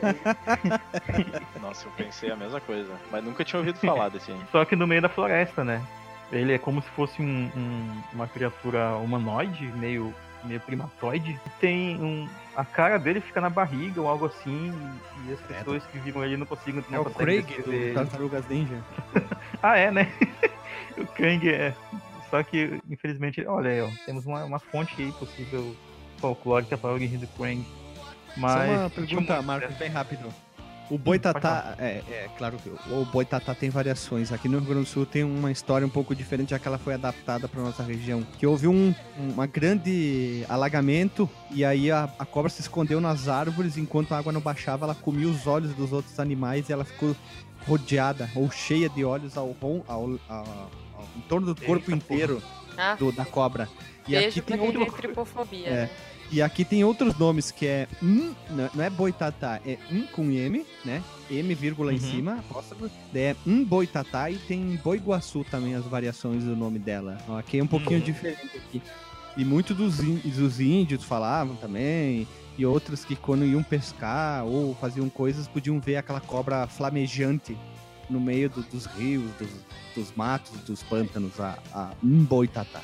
Nossa, eu pensei a mesma coisa, mas nunca tinha ouvido falar desse aí. Só que no meio da floresta, né? Ele é como se fosse um, um, uma criatura humanoide, meio, meio primatoide. Tem um... A cara dele fica na barriga ou algo assim, e as pessoas que viram ele não conseguem... Não é o Craig do Tartarugas Ninja. Ah, é, né? O Krang é... Só que, infelizmente, olha aí, ó, temos uma, uma fonte aí possível folclórica para a origem do Krang. Mas... Só uma pergunta, Marcos, bem rápido. O Boitatá, é, é claro que o Boitatá tem variações. Aqui no Rio Grande do Sul tem uma história um pouco diferente, já que ela foi adaptada para nossa região. Que houve um uma grande alagamento e aí a, a cobra se escondeu nas árvores, enquanto a água não baixava, ela comia os olhos dos outros animais e ela ficou rodeada ou cheia de olhos ao, ao, ao, ao, ao em torno do corpo Eita, inteiro ah, do, da cobra. E beijo aqui tem quem outro... tem tripofobia. É. Né? E aqui tem outros nomes que é um, não é Boitatá, é um com M, né? M vírgula uhum. em cima, apóstrofo. É um Boitatá e tem Boiguaçu também, as variações do nome dela. Então, aqui é um pouquinho uhum. diferente aqui. E muitos dos, dos índios falavam também, e outros que quando iam pescar ou faziam coisas, podiam ver aquela cobra flamejante no meio do, dos rios, dos, dos matos, dos pântanos, a, a um Boitatá.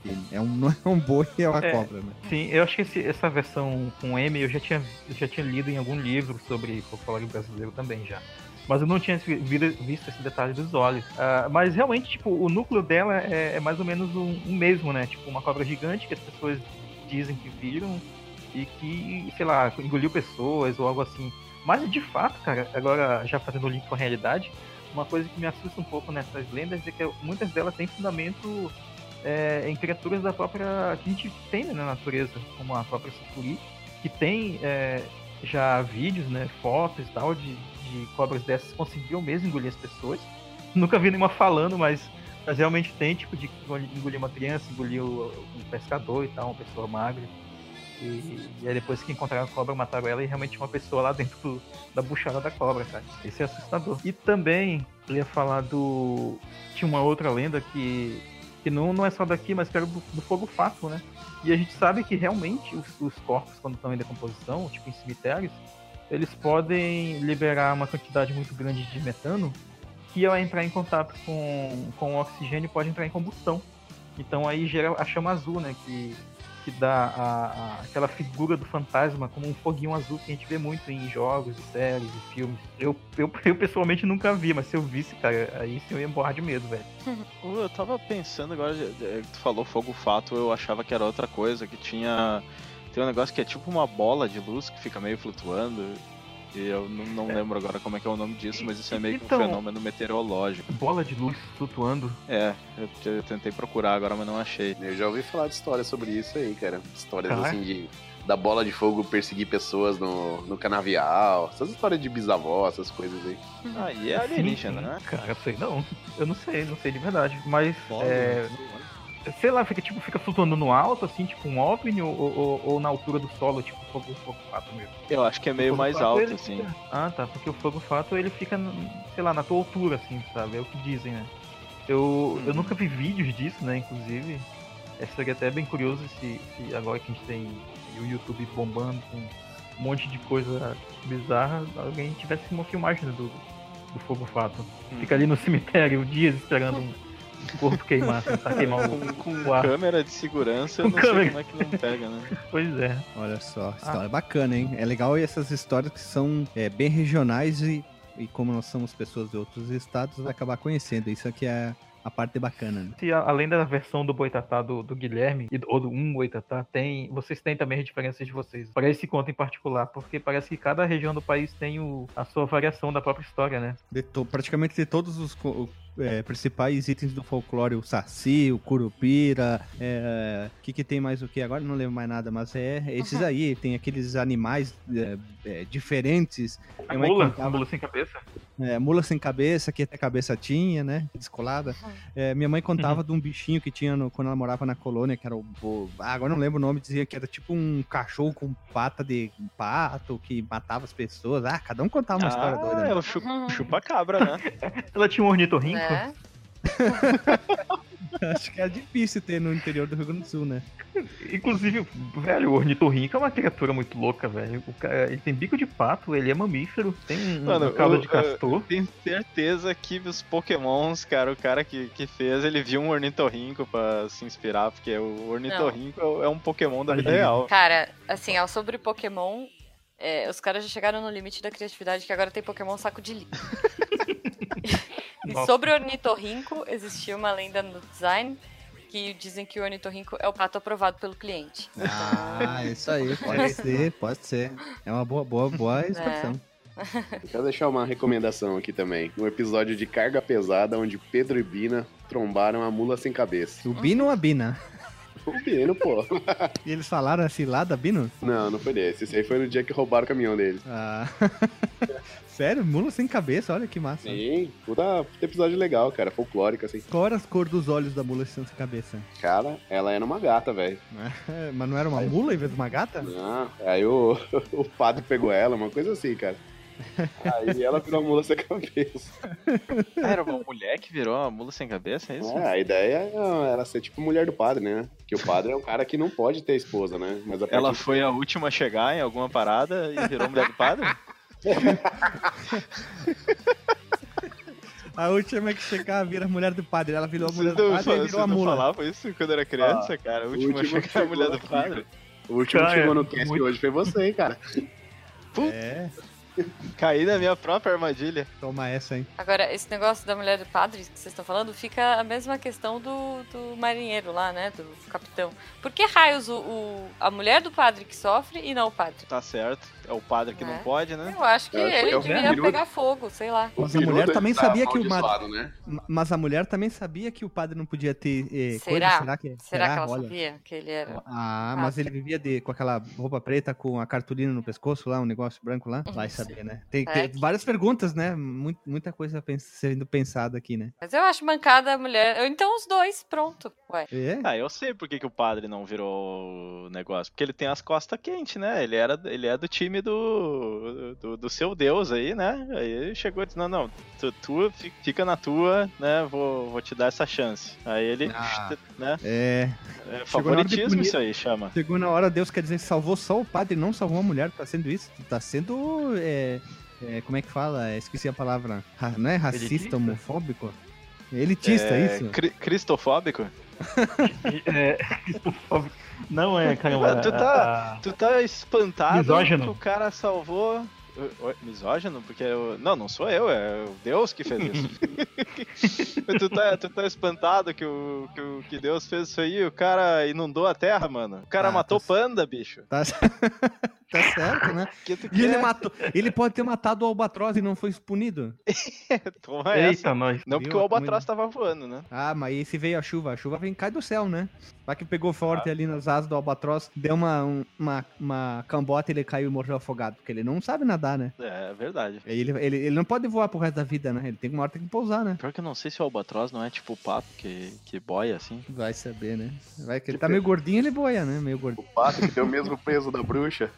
que é um, não é um boi, é uma É, cobra, né? Sim, eu acho que esse- essa versão com M eu já tinha, eu já tinha lido em algum livro sobre folclore brasileiro também já. Mas eu não tinha vi- visto esse detalhe dos olhos. Ah, mas realmente, tipo, o núcleo dela é, é mais ou menos o um, um mesmo, né? Tipo, uma cobra gigante que as pessoas dizem que viram e que, sei lá, engoliu pessoas ou algo assim. Mas de fato, cara, agora já fazendo o link com a realidade, uma coisa que me assusta um pouco nessas lendas é que muitas delas têm fundamento é, em criaturas da própria que a gente tem, né, na natureza, como a própria sucuri, que tem é, já vídeos, né, fotos e tal de, de cobras dessas que conseguiam mesmo engolir as pessoas. Nunca vi nenhuma falando, mas, mas realmente tem, tipo, de engolir uma criança, engolir o- um pescador e tal, uma pessoa magra. E, e aí depois que encontraram a cobra, mataram ela e realmente tinha uma pessoa lá dentro do- da buchada da cobra, cara. Isso é assustador. E também, eu ia falar do... Tinha uma outra lenda que, que não, não é só daqui, mas que era do, do fogo fato, né? E a gente sabe que realmente os, os corpos, quando estão em decomposição, tipo em cemitérios, eles podem liberar uma quantidade muito grande de metano que ao entrar em contato com, com o oxigênio pode entrar em combustão. Então aí gera a chama azul, né? Que, que dá a, a- aquela figura do fantasma como um foguinho azul que a gente vê muito em jogos, séries e filmes. Eu, eu, eu pessoalmente nunca vi, mas se eu visse, cara, aí sim eu ia morrer de medo, velho. Eu tava pensando agora, eh, tu falou fogo fato, eu achava que era outra coisa, que tinha. Tem um negócio que é tipo uma bola de luz que fica meio flutuando. E eu não, não lembro agora como é que é o nome disso, mas isso é meio que um Então- fenômeno meteorológico. Bola de luz flutuando. É, eu, eu tentei procurar agora, mas não achei. Eu já ouvi falar de histórias sobre isso aí, cara. Histórias Caraca. assim de da bola de fogo perseguir pessoas no, no canavial. Essas histórias de bisavó, essas coisas aí. Aí é alienígena, né? Cara, sei não. Eu não sei, não sei de verdade. Mas, Bola, é, né? sei lá, fica tipo, fica flutuando no alto, assim, tipo um OVNI, ou, ou, ou na altura do solo, tipo fogo, fogo fato mesmo. Eu acho que é meio O fogo mais fato, alto, ele assim. fica- Ah, tá, porque o fogo fato, ele fica, sei lá, na tua altura, assim, sabe? É o que dizem, né? Eu, eu nunca vi vídeos disso, né, inclusive. É, seria até bem curioso se, se agora que a gente tem o YouTube bombando com um monte de coisa bizarra, alguém tivesse uma filmagem do, do fogo fato. Fica ali no cemitério dias esperando um corpo queimar, tentar queimar o, Com, com o ar. câmera de segurança, Com eu não câmera. sei como é que não pega, né? Pois é. Olha só, história bacana, hein? É legal essas histórias que são é, bem regionais e, e como nós somos pessoas de outros estados, vai acabar conhecendo. Isso aqui é a parte bacana, né? Se a- além da versão do Boitatá do, do Guilherme, e do- ou do um Boitatá, tem, vocês têm também as diferenças de vocês. Para esse conto em particular, porque parece que cada região do país tem o, a sua variação da própria história, né? De to- praticamente de todos os co- é, principais itens do folclore, o saci, o curupira, é, o que, que tem mais o que? Agora não lembro mais nada, mas é esses aí, tem aqueles animais é, é, diferentes. A Minha mãe mula, contava- a mula sem cabeça. É, mula sem cabeça, que até cabeça tinha, né? Descolada. É, minha mãe contava de um bichinho que tinha no- quando ela morava na colônia, que era o. o- ah, agora não lembro o nome, dizia que era tipo um cachorro com pata de pato que matava as pessoas. Ah, cada um contava uma história doida. Ah, Né? é o chu- chupa-cabra, né? Ela tinha um ornitorrinco. Né? Acho que é difícil ter no interior do Rio Grande do Sul, né? Inclusive, velho, o ornitorrinco é uma criatura muito louca, velho. O cara, ele tem bico de pato, ele é mamífero, tem um, Mano, um cauda eu- de castor. Eu tenho certeza que os pokémons, cara, o cara que, que fez, ele viu um ornitorrinco pra se inspirar, porque o ornitorrinco é- é um pokémon da vida real. Cara, assim, ó, sobre Pokémon, é, os caras já chegaram no limite da criatividade que agora tem Pokémon saco de lixo. E Nossa. sobre o ornitorrinco, existia uma lenda no design que dizem que o ornitorrinco é o pato aprovado pelo cliente. Ah, isso aí, pode ser, pode ser. É uma boa, boa, boa expressão. Eu quero deixar uma recomendação aqui também. Um episódio de Carga Pesada, onde Pedro e Bina trombaram a mula sem cabeça. O Bino ou a Bina? O Bino, pô. E eles falaram assim lá da Bino? Não, não foi desse. Esse aí foi no dia que roubaram o caminhão dele. Ah. Sério? Mula sem cabeça? Olha que massa. Sim, puta, puta episódio legal, cara. Folclórico, assim. Qual era as cores dos olhos da mula sem cabeça? Cara, ela era uma gata, velho. É, mas não era uma mula em vez de uma gata? Não, aí o, o padre pegou ela, uma coisa assim, cara. Aí ela virou uma mula sem cabeça. Ah, era uma mulher que virou uma mula sem cabeça, é isso? É, a ideia era ser tipo mulher do padre, né? Que o padre é um cara que não pode ter esposa, né? Mas a Ela partir- foi a última a chegar em alguma parada e virou mulher do padre? A última que chegar vira a mulher do padre. Ela virou a mulher Vocês do não, padre e virou vocês a não mula. falavam isso quando era criança, Ah, cara? A o última a último chegar a que mulher chegou do aqui, padre. O último que Cara, chegou no cast muito- hoje foi você, hein, cara. É, Caí na minha própria armadilha. toma essa, hein. Agora, esse negócio da mulher do padre que vocês estão falando, fica a mesma questão do, do marinheiro lá, né? Do capitão. Por que raios o, o- a mulher do padre que sofre e não o padre? Tá certo. É o padre que É. não pode, né? Eu acho que Eu acho que ele é o devia Virudo. pegar fogo, sei lá. O Mas a mulher Virudo, também ele tá sabia que o Mad- amaldiçoado, né? Ma- Mas a mulher também sabia que o padre não podia ter eh, Será? coisa. Será que Será que ela Olha. sabia que ele era... Ah, mas ele vivia de, com aquela roupa preta, com a cartolina no pescoço lá, um negócio branco lá. Vai saber, né? Tem, tem É. várias perguntas, né? Muito- muita coisa pens- sendo pensada aqui, né? Mas eu acho mancada a mulher... Ou então os dois, pronto. Ué. É? Ah, eu sei por que, que o padre não virou o negócio. Porque ele tem as costas quentes, né? Ele, era, ele é do time do, do, do seu Deus aí, né? Aí ele chegou e disse, não, não, tu, tu fi- fica na tua, né? Vou, vou te dar essa chance. Aí ele, Ah. né? É. É Chegou na hora de favoritismo punir. isso aí, chama. Chegou na hora, Deus quer dizer, salvou só o padre, não salvou a mulher. Tá sendo isso? Tá sendo. É, é, como é que fala? É, Esqueci a palavra. Ra- Não é racista, Elitista? homofóbico? Elitista, É, isso? cri- cristofóbico? É, não é, caramba. Ah, tu tá- a- Tu tá espantado Misógino. que o cara salvou... Oi, misógino? Porque eu... Não, não sou eu, é o Deus que fez isso. tu, tá, tu tá espantado que, o, que, o, que Deus fez isso aí, o cara inundou a terra, mano. O cara Ah, matou tá- panda, bicho. Tá, tá certo, né? Que tu E ele quer? matou. Ele pode ter matado o albatroz e não foi punido. Toma essa. Eita, nós. Não porque Viu? o albatroz tava voando, né? Ah, mas e se veio a chuva? A chuva vem cai do céu, né? Vai que pegou Ah. forte ali nas asas do albatroz, deu uma, um- uma, uma cambota e ele caiu e morreu afogado. Porque ele não sabe nadar, né? É, verdade. Ele, ele, ele não pode voar pro resto da vida, né? Ele tem uma hora tem que pousar, né? Pior que eu não sei se o albatroz não é tipo o pato que, que boia assim. Vai saber, né? Vai que ele tá meio gordinho, ele boia, né? Meio O gordinho. pato que tem o mesmo peso da bruxa.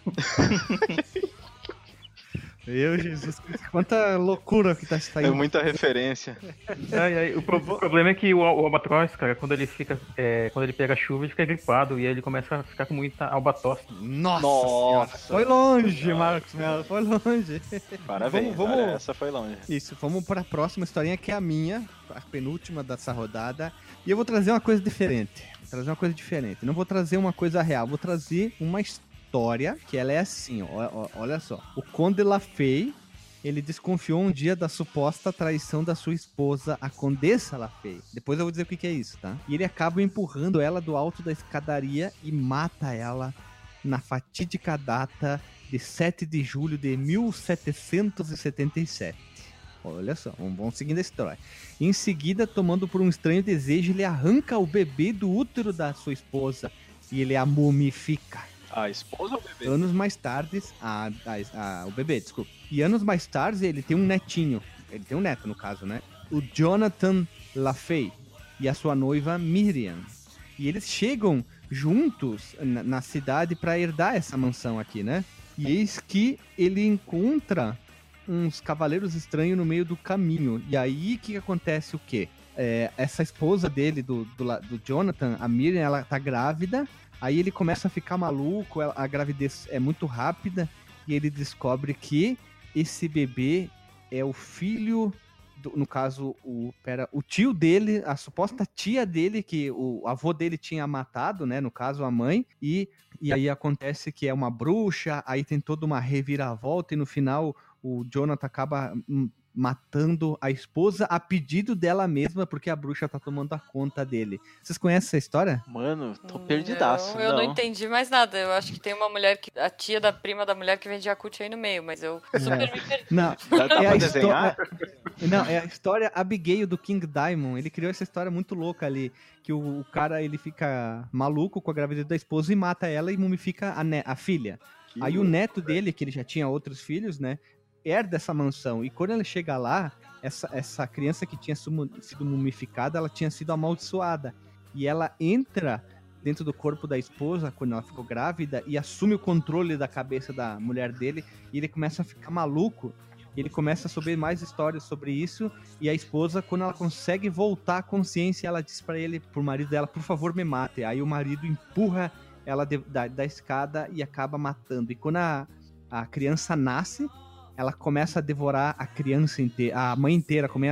Meu Jesus Cristo, quanta loucura que tá É saindo. muita referência. Ai, ai, o, pro- o problema é que o, o albatroz, cara, quando ele fica. é, quando ele pega chuva, ele fica gripado e aí ele começa a ficar com muita albatroz. Nossa, Nossa. Senhora. Foi longe, Marcos Mello, foi longe. Parabéns, Vamos- vamos- olha, essa foi longe. Isso, vamos para a próxima historinha, que é a minha, a penúltima dessa rodada. E eu vou trazer uma coisa diferente. Vou trazer uma coisa diferente. Não vou trazer uma coisa real, vou trazer uma história que ela é assim, ó, ó, olha só. O Conde Lafay, ele desconfiou um dia da suposta traição da sua esposa, a Condessa Lafay. Depois eu vou dizer o que que é isso, tá? E ele acaba empurrando ela do alto da escadaria e mata ela na fatídica data de sete de julho de mil setecentos e setenta e sete. Olha só, vamos, vamos seguindo a história. Em seguida, tomando por um estranho desejo, ele arranca o bebê do útero da sua esposa e ele a mumifica. A esposa ou o bebê? Anos mais tarde, a, a- a- o bebê, desculpa. E anos mais tarde, ele tem um netinho. Ele tem um neto, no caso, né? O Jonathan Lafay e a sua noiva Miriam. E eles chegam juntos na, na cidade para herdar essa mansão aqui, né? E eis que ele encontra uns cavaleiros estranhos no meio do caminho. E aí, o que, que acontece o quê? É, essa esposa dele, do, do, la- do Jonathan, a Miriam, ela tá grávida. Aí ele começa a ficar maluco, ela- a gravidez é muito rápida. E ele descobre que esse bebê é o filho, do- no caso, o, pera, o tio dele, a suposta tia dele, que o avô dele tinha matado, né? No caso, a mãe. E, e aí acontece que é uma bruxa, aí tem toda uma reviravolta e no final o Jonathan acaba hum, matando a esposa a pedido dela mesma, porque a bruxa tá tomando a conta dele. Vocês conhecem essa história? Mano, tô perdidaço. Não, eu não. entendi mais nada. Eu acho que tem uma mulher que. A tia da prima da mulher que vende Yakult aí no meio, mas eu super me perdi. Não, Dá, dá é pra a desenhar? história. Não, é a história Abigail do King Diamond. Ele criou essa história muito louca ali, que o, o cara ele fica maluco com a gravidez da esposa e mata ela e mumifica a, ne- a filha. Que Aí o louco, neto dele, que ele já tinha outros filhos, né, herda essa mansão. E quando ele chega lá, essa, essa criança que tinha sumu- sido mumificada, ela tinha sido amaldiçoada. E ela entra dentro do corpo da esposa, quando ela ficou grávida, e assume o controle da cabeça da mulher dele, e ele começa a ficar maluco. Ele começa a saber mais histórias sobre isso, e a esposa, quando ela consegue voltar à consciência, ela diz pra ele, pro marido dela, por favor, me mate. Aí o marido empurra ela de- da, da escada e acaba matando. E quando a, a criança nasce, ela começa a devorar a criança inteira, a mãe inteira, comer as, as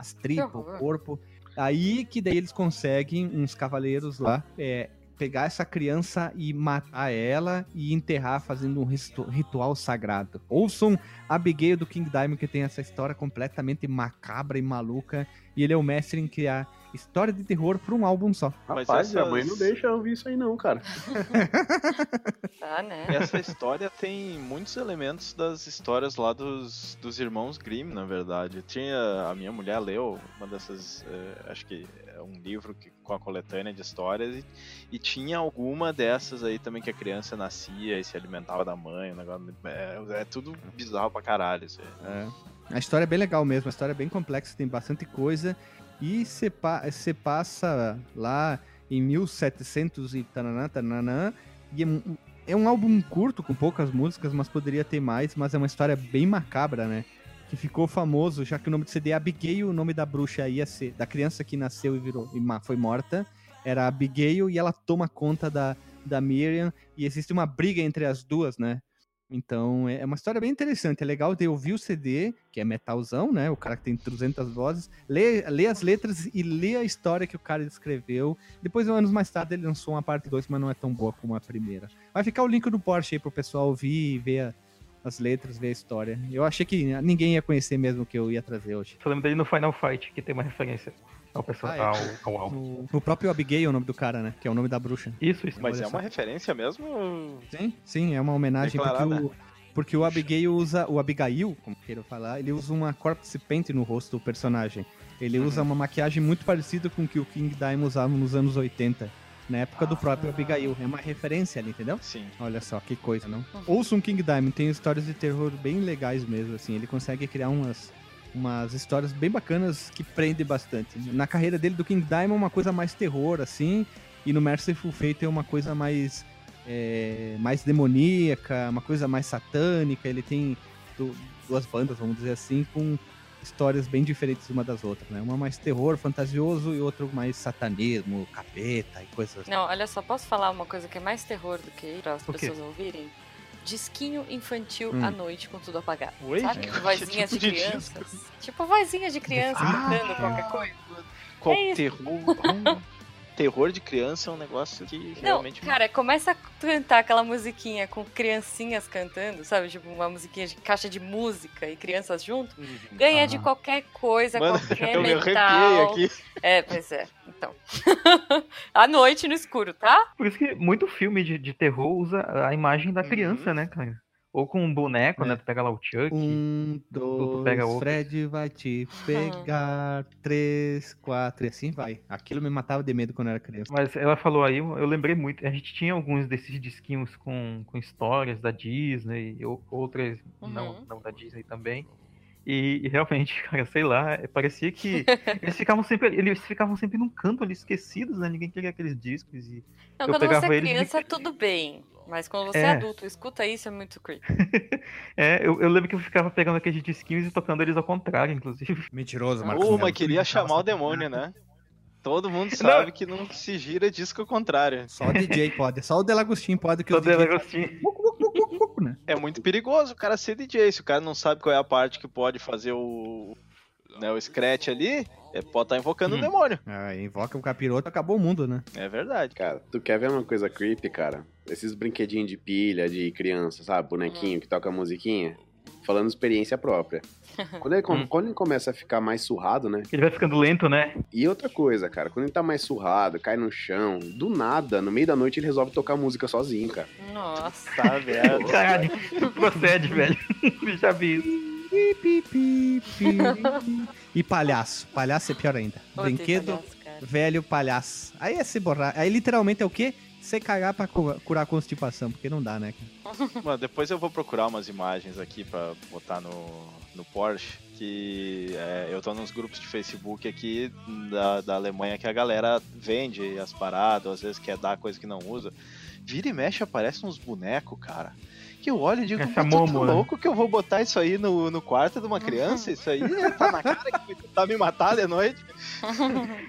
as tripas, o corpo. Aí que daí eles conseguem, uns cavaleiros lá, é, pegar essa criança e matar ela e enterrar fazendo um ritu- ritual sagrado. Ouçam Abigail do King Diamond, que tem essa história completamente macabra e maluca, e ele é o mestre em criar história de terror pra um álbum só. Rapaz, essas... a mãe não deixa eu ouvir isso aí não, cara. Tá, né? Essa história tem muitos elementos das histórias lá dos, dos irmãos Grimm, na verdade. Tinha, a minha mulher leu uma dessas, é, acho que é um livro que, com a coletânea de histórias, e, e tinha alguma dessas aí também que a criança nascia e se alimentava da mãe, um negócio, é, é tudo bizarro pra caralho. Isso aí. É. A história é bem legal mesmo, a história é bem complexa, tem bastante coisa. E você pa- passa lá em mil e setecentos e tananã, tananã, e é um, é um álbum curto, com poucas músicas, mas poderia ter mais, mas é uma história bem macabra, né? Que ficou famoso, já que o nome do C D é Abigail, o nome da bruxa ia ser, da criança que nasceu e virou e foi morta, era Abigail, e ela toma conta da, da Miriam, e existe uma briga entre as duas, né? Então, é uma história bem interessante. É legal de ouvir o C D, que é metalzão, né? O cara que tem trezentas vozes. Lê, lê as letras e lê a história que o cara escreveu. Depois, anos mais tarde, ele lançou uma parte dois, mas não é tão boa como a primeira. Vai ficar o link do Porsche aí pro pessoal ouvir e ver a, as letras, ver a história. Eu achei que ninguém ia conhecer mesmo que eu ia trazer hoje. Só lembro dele no Final Fight, que tem uma referência ao personagem, Ah, é. ao, ao álbum. O, o próprio Abigail é o nome do cara, né? Que é o nome da bruxa. Isso, isso. Mas Olha é só. uma referência mesmo? Sim, sim, é uma homenagem porque Declarada. o, porque o Abigail usa, o Abigail, como queiram falar, ele usa uma corpse paint no rosto do personagem. Ele usa uma maquiagem muito parecida com o que o King Diamond usava nos anos oitenta, na época do próprio Abigail. É uma referência ali, entendeu? Sim. Olha só, que coisa, não? Ouça um King Diamond, tem histórias de terror bem legais mesmo, assim, ele consegue criar umas, umas histórias bem bacanas que prendem bastante. Na carreira dele do King Diamond, uma coisa mais terror, assim, e no Merciful Fate é uma coisa mais... É, mais demoníaca, uma coisa mais satânica. Ele tem du- duas bandas, vamos dizer assim, com histórias bem diferentes uma das outras, né? Uma mais terror, fantasioso, e outro mais satanismo, capeta e coisas assim. Não, olha só, posso falar uma coisa que é mais terror do que para as O quê? pessoas ouvirem? Disquinho infantil Hum. à noite com tudo apagado. Oi? Sabe? É. Vozinhas Que de tipo de crianças. Tipo vozinhas de criança Ah, cantando qualquer coisa. Qual É isso. terror? Terror de criança é um negócio que Não, realmente... cara, começa a cantar aquela musiquinha com criancinhas cantando, sabe? Tipo uma musiquinha de caixa de música e crianças junto. Ganha de qualquer coisa, Mano, qualquer eu me metal. arrepiei aqui. É, pois é. Então. À noite no escuro, tá? Por isso que muito filme de, de terror usa a imagem da criança, né, cara? Ou com um boneco, É. né? Tu pega lá o Chuck. Um, dois, pega outro. Fred vai te pegar, três, quatro, e assim vai. Aquilo me matava de medo quando eu era criança. Mas ela falou aí, eu lembrei muito. A gente tinha alguns desses disquinhos com, com histórias da Disney, e ou- outras não, Uhum. não da Disney também. E, e realmente, cara, sei lá, parecia que eles ficavam sempre, eles ficavam sempre num canto ali esquecidos, né? Ninguém queria aqueles discos. E Não, eu quando você pegava é eles e criança, tudo bem. Mas quando você é, É. adulto, escuta isso, é muito creepy. É, eu, eu lembro que eu ficava pegando aqueles disquinhos e tocando eles ao contrário, inclusive. Mentiroso, Pô, mas queria chamar o demônio, né? Todo mundo sabe que não se gira disco ao contrário. Só o D J pode, só o Delagostinho pode, que Só o D J Delagostinho. né? É muito perigoso o cara ser D J. Se o cara não sabe qual é a parte que pode fazer o, né, o scratch ali, é, pode estar invocando Hum. o demônio. Ah, invoca o capiroto, acabou o mundo, né? É verdade. Cara, tu quer ver uma coisa creepy, cara? Esses brinquedinhos de pilha, de criança, sabe? Bonequinho que toca musiquinha. Falando experiência própria. Quando ele, com- Hum. quando ele começa a ficar mais surrado, né? Ele vai ficando lento, né? E outra coisa, cara, quando ele tá mais surrado, cai no chão, do nada, no meio da noite ele resolve tocar música sozinho, cara. Nossa. Tá vendo? Caralho, procede, velho. Já vi isso. Pi, pi, pi, pi. E palhaço. Palhaço é pior ainda. Odeio Brinquedo, palhaço, cara. velho, palhaço. Aí é se borrar. Aí literalmente é o quê? Você cagar pra cu- curar a constipação, porque não dá, né, cara? Mano, depois eu vou procurar umas imagens aqui pra botar no, no Porsche, que é, eu tô nos grupos de Facebook aqui da, da Alemanha que a galera vende as paradas, às vezes quer dar coisa que não usa. Vira e mexe, aparece uns bonecos, cara. Que eu olho e digo, Essa "Pô, tu tá Momo, né? louco que eu vou botar isso aí no, no quarto de uma criança? Isso aí tá na cara que vai tentar me matar de noite."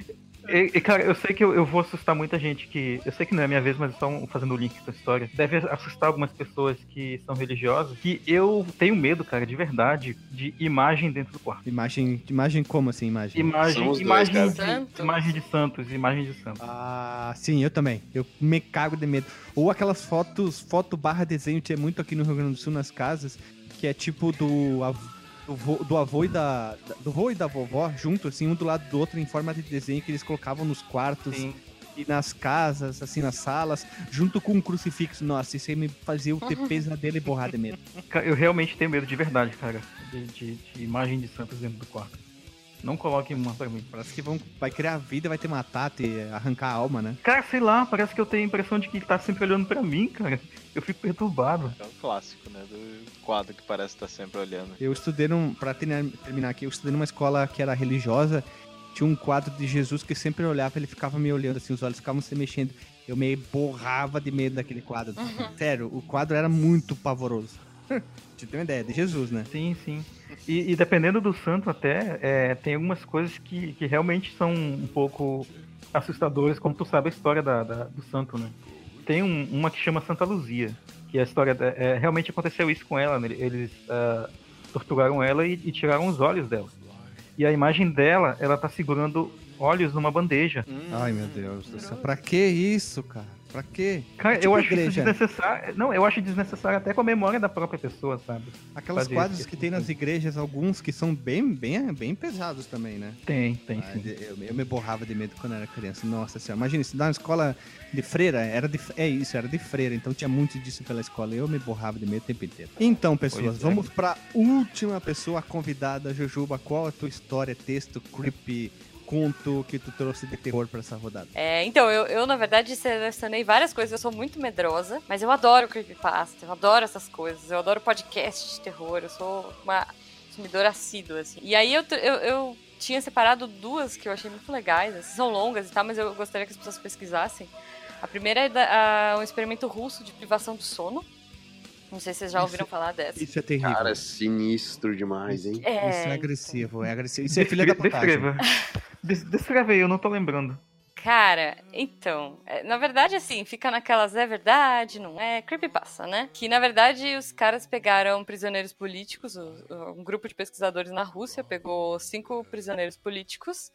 E, e, cara, eu sei que eu, eu vou assustar muita gente que... Eu sei que não é a minha vez, mas estão fazendo o link com a história. Deve assustar algumas pessoas que são religiosas. Que eu tenho medo, cara, de verdade, de imagem dentro do quarto. Imagem, imagem como assim, imagem? Imagem, dois, imagem, cara. de, imagem de santos, imagem de santos. Ah, sim, eu também. Eu me cago de medo. Ou aquelas fotos, foto barra desenho, tinha muito aqui no Rio Grande do Sul nas casas, que é tipo do... Do, vô, do avô e da, do vô e da vovó junto, assim, um do lado do outro em forma de desenho que eles colocavam nos quartos. Sim. E nas casas, assim, nas salas, junto com um crucifixo. Nossa, isso aí me fazia eu ter pesadelo e borrar de medo. Eu realmente tenho medo de verdade, cara, de, de, de imagem de santos dentro do quarto. Não coloque uma pra mim. Parece que vão, vai criar vida, vai te matar, te arrancar a alma, né? Cara, sei lá, parece que eu tenho a impressão de que ele tá sempre olhando pra mim, cara. Eu fico perturbado. É o clássico, né? Do quadro que parece estar sempre olhando. Eu estudei, num, pra terminar aqui, eu estudei numa escola que era religiosa. Tinha um quadro de Jesus que sempre olhava, ele ficava me olhando assim, os olhos ficavam se mexendo. Eu meio borrava de medo daquele quadro. Uhum. Sério, o quadro era muito pavoroso. Você tem uma ideia, de Jesus, né? Sim, sim. E, e dependendo do santo até, é, tem algumas coisas que, que realmente são um pouco assustadoras, como tu sabe a história da, da, do santo, né? Tem um, uma que chama Santa Luzia, que a história, é, realmente aconteceu isso com ela, né? Eles uh, torturaram ela e, e tiraram os olhos dela. E a imagem dela, ela tá segurando olhos numa bandeja. Hum. Ai, meu Deus do céu. Pra que isso, cara? Pra quê? Cara, tipo eu acho igreja. isso desnecessário. Não, eu acho desnecessário até com a memória da própria pessoa, sabe? Aquelas quadros que, que tem nas igrejas, alguns que são bem, bem, bem pesados também, né? Tem, tem ah, sim. Eu, eu me borrava de medo quando eu era criança. Nossa senhora, imagina, estudar na escola de freira, era de, é isso, era de freira, então tinha muito disso pela escola. Eu me borrava de medo o tempo inteiro. Então, pessoas, é. vamos pra última pessoa convidada, Jujuba. Qual a tua história, texto, creepy, conto que tu trouxe de terror pra essa rodada? É, então, eu, eu na verdade selecionei várias coisas, eu sou muito medrosa, mas eu adoro creepypasta, eu adoro essas coisas, eu adoro podcast de terror, eu sou uma consumidora assídua, assim. E aí eu, eu, eu tinha separado duas que eu achei muito legais, assim, são longas e tal, mas eu gostaria que as pessoas pesquisassem. A primeira é da, a, um experimento russo de privação do sono. Não sei se vocês já ouviram isso, falar dessa. Isso é terrível. Cara, é sinistro demais, hein? É, isso é agressivo, é agressivo. Isso é filha da putagem. Descreva. Des- descreve aí, eu não tô lembrando. Cara, então, na verdade, assim, fica naquelas, é verdade, não é, creepypasta, né? Que, na verdade, os caras pegaram prisioneiros políticos, um grupo de pesquisadores na Rússia pegou cinco prisioneiros políticos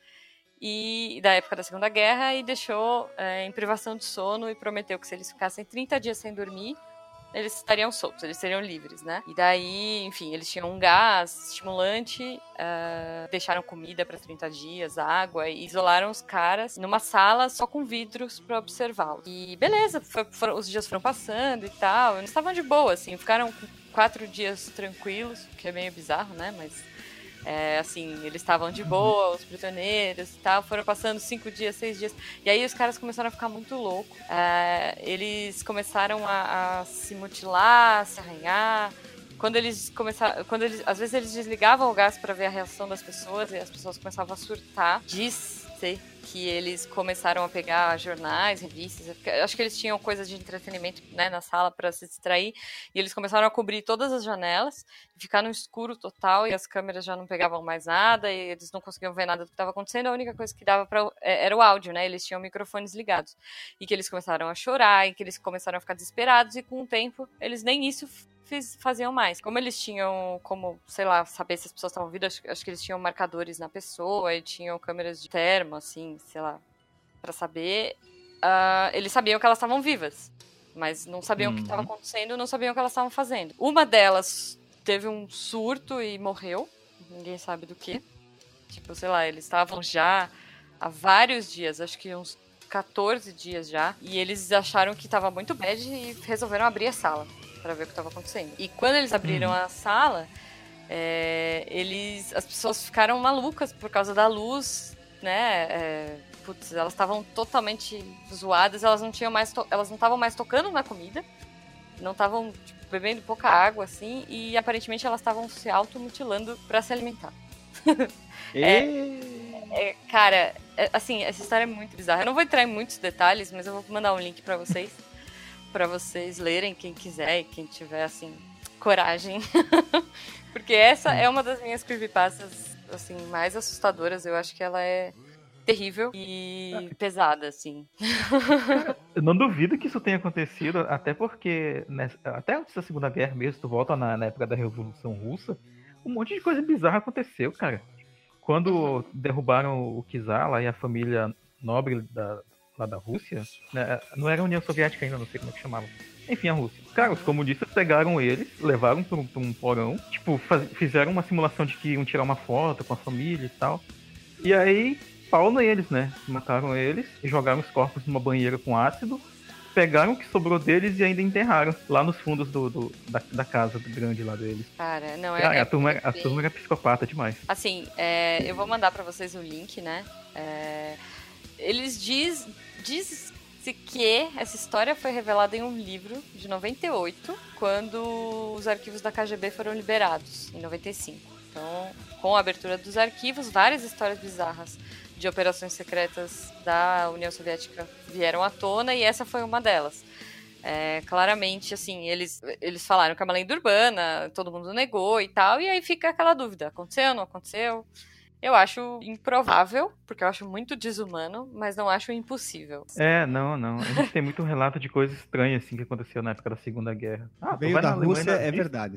e da época da Segunda Guerra e deixou é, em privação de sono e prometeu que se eles ficassem trinta dias sem dormir, eles estariam soltos, eles seriam livres, né? E daí, enfim, eles tinham um gás estimulante, uh, deixaram comida para trinta dias, água, e isolaram os caras numa sala só com vidros para observá-los. E beleza, foi, foram, os dias foram passando e tal, eles estavam de boa, assim, ficaram quatro dias tranquilos, que é meio bizarro, né? Mas... É, assim, eles estavam de boa, os prisioneiros e tal, foram passando cinco dias, seis dias, e aí os caras começaram a ficar muito loucos, é, eles começaram a, a se mutilar, a se arranhar, quando eles começaram, quando eles, às vezes eles desligavam o gás para ver a reação das pessoas, e as pessoas começavam a surtar. Diz-se que eles começaram a pegar jornais, revistas, acho que eles tinham coisas de entretenimento, né, na sala para se distrair, e eles começaram a cobrir todas as janelas, ficar no escuro total, e as câmeras já não pegavam mais nada, e eles não conseguiam ver nada do que estava acontecendo, a única coisa que dava para era o áudio, né, eles tinham microfones ligados, e que eles começaram a chorar, e que eles começaram a ficar desesperados, e com o tempo, eles nem isso fiz, faziam mais. Como eles tinham, como, sei lá, saber se as pessoas estavam vivas, acho, acho que eles tinham marcadores na pessoa, e tinham câmeras de termo, assim, sei lá, pra saber, uh, eles sabiam que elas estavam vivas, mas não sabiam uhum. o que estava acontecendo, não sabiam o que elas estavam fazendo. Uma delas teve um surto e morreu, ninguém sabe do que. Tipo, sei lá, eles estavam já há vários dias, acho que uns catorze dias já, e eles acharam que estava muito bad e resolveram abrir a sala para ver o que estava acontecendo. E quando eles abriram uhum. a sala, é, eles, as pessoas ficaram malucas por causa da luz, né? É, putz, elas estavam totalmente zoadas, elas não tinham mais, to- elas não estavam mais tocando na comida, não estavam tipo, bebendo pouca água, assim, e aparentemente elas estavam se automutilando para se alimentar. é, é, cara, é, assim, essa história é muito bizarra. Eu não vou entrar em muitos detalhes, mas eu vou mandar um link para vocês. Pra vocês lerem, quem quiser e quem tiver, assim, coragem. Porque essa é uma das minhas creepypastas, assim, mais assustadoras. Eu acho que ela é terrível e pesada, assim. Eu não duvido que isso tenha acontecido, até porque, nessa, até antes da Segunda Guerra mesmo, tu volta na, na época da Revolução Russa, um monte de coisa bizarra aconteceu, cara. Quando derrubaram o Czar lá e a família nobre da, lá da Rússia, né, não era a União Soviética ainda, não sei como é que chamava. Enfim, a Rússia. Cara, os comunistas pegaram eles, levaram para um, pra um porão, tipo, faz, fizeram uma simulação de que iam tirar uma foto com a família e tal. E aí, pau neles, né? Mataram eles e jogaram os corpos numa banheira com ácido, pegaram o que sobrou deles e ainda enterraram lá nos fundos do, do, da, da casa grande lá deles. Cara, não é... Cara, é a, turma, bem... a turma era psicopata demais. Assim, é, eu vou mandar pra vocês o link, né? É, eles diz, diz que essa história foi revelada em um livro de noventa e oito, quando os arquivos da K G B foram liberados, em noventa e cinco. Então, com a abertura dos arquivos, várias histórias bizarras de operações secretas da União Soviética vieram à tona, e essa foi uma delas. É, claramente, assim, eles, eles falaram que é uma lenda urbana, todo mundo negou e tal, e aí fica aquela dúvida, aconteceu, não aconteceu? Eu acho improvável, porque eu acho muito desumano, mas não acho impossível. É, não, não. A gente tem muito relato de coisas estranhas, assim, que aconteceu na época da Segunda Guerra. Ah, veio da Rússia, é verdade.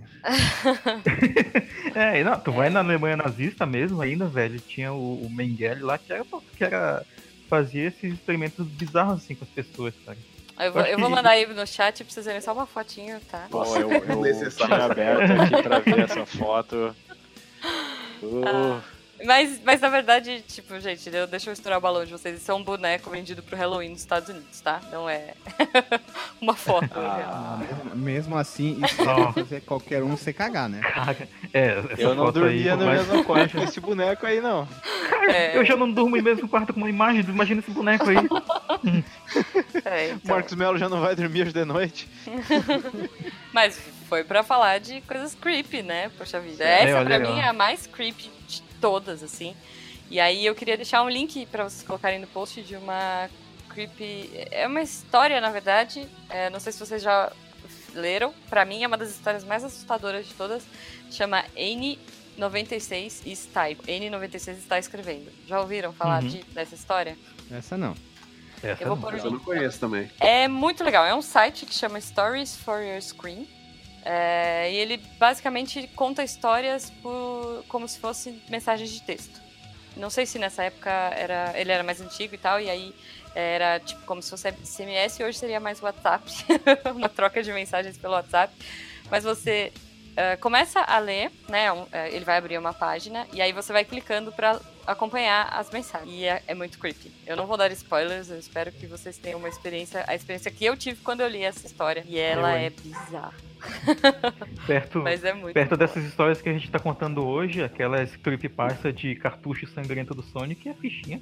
É, não, tu vai na Alemanha nazista mesmo ainda, velho, tinha o, o Mengele lá, que era, que era, fazia esses experimentos bizarros, assim, com as pessoas, sabe? Eu vou, eu vou mandar aí no chat pra vocês verem só uma fotinho, tá? Bom, eu, eu tinha aberto aqui pra ver essa foto. Uh. Ah. Mas, mas na verdade, tipo, gente, deixa eu estourar o balão de vocês. Isso é um boneco vendido pro Halloween nos Estados Unidos, tá? Não é uma foto. Ah, mesmo, mesmo assim, isso é fazer qualquer um se cagar, né? É, eu não dormia no mesmo quarto com esse boneco aí, não. É. Eu já não durmo no mesmo quarto com uma imagem, imagina esse boneco aí. É, então. Marcos Melo já não vai dormir hoje de noite. Mas foi pra falar de coisas creepy, né? Poxa vida. Essa, é, pra mim, é a mais creepy de todas, assim. E aí eu queria deixar um link pra vocês colocarem no post de uma creepy... É uma história, na verdade. É, não sei se vocês já leram. Pra mim, é uma das histórias mais assustadoras de todas. Chama N noventa e seis está... N noventa e seis está escrevendo. Já ouviram falar uhum. de, dessa história? Essa não. Essa eu, vou pôr eu não conheço também. É muito legal. É um site que chama Stories for Your Screen. É, e ele basicamente conta histórias por, como se fossem mensagens de texto. Não sei se nessa época era, ele era mais antigo e tal, e aí era tipo como se fosse S M S, e hoje seria mais WhatsApp, uma troca de mensagens pelo WhatsApp. Mas você uh, começa a ler, né? Um, uh, ele vai abrir uma página, e aí você vai clicando pra acompanhar as mensagens. E é, é muito creepy. Eu não vou dar spoilers, eu espero que vocês tenham uma experiência, a experiência que eu tive quando eu li essa história. E ela é bizarra. Perto, Mas é muito perto bom. dessas histórias que a gente tá contando hoje, aquelas creepypasta de cartucho sangrento do Sonic, é fichinha.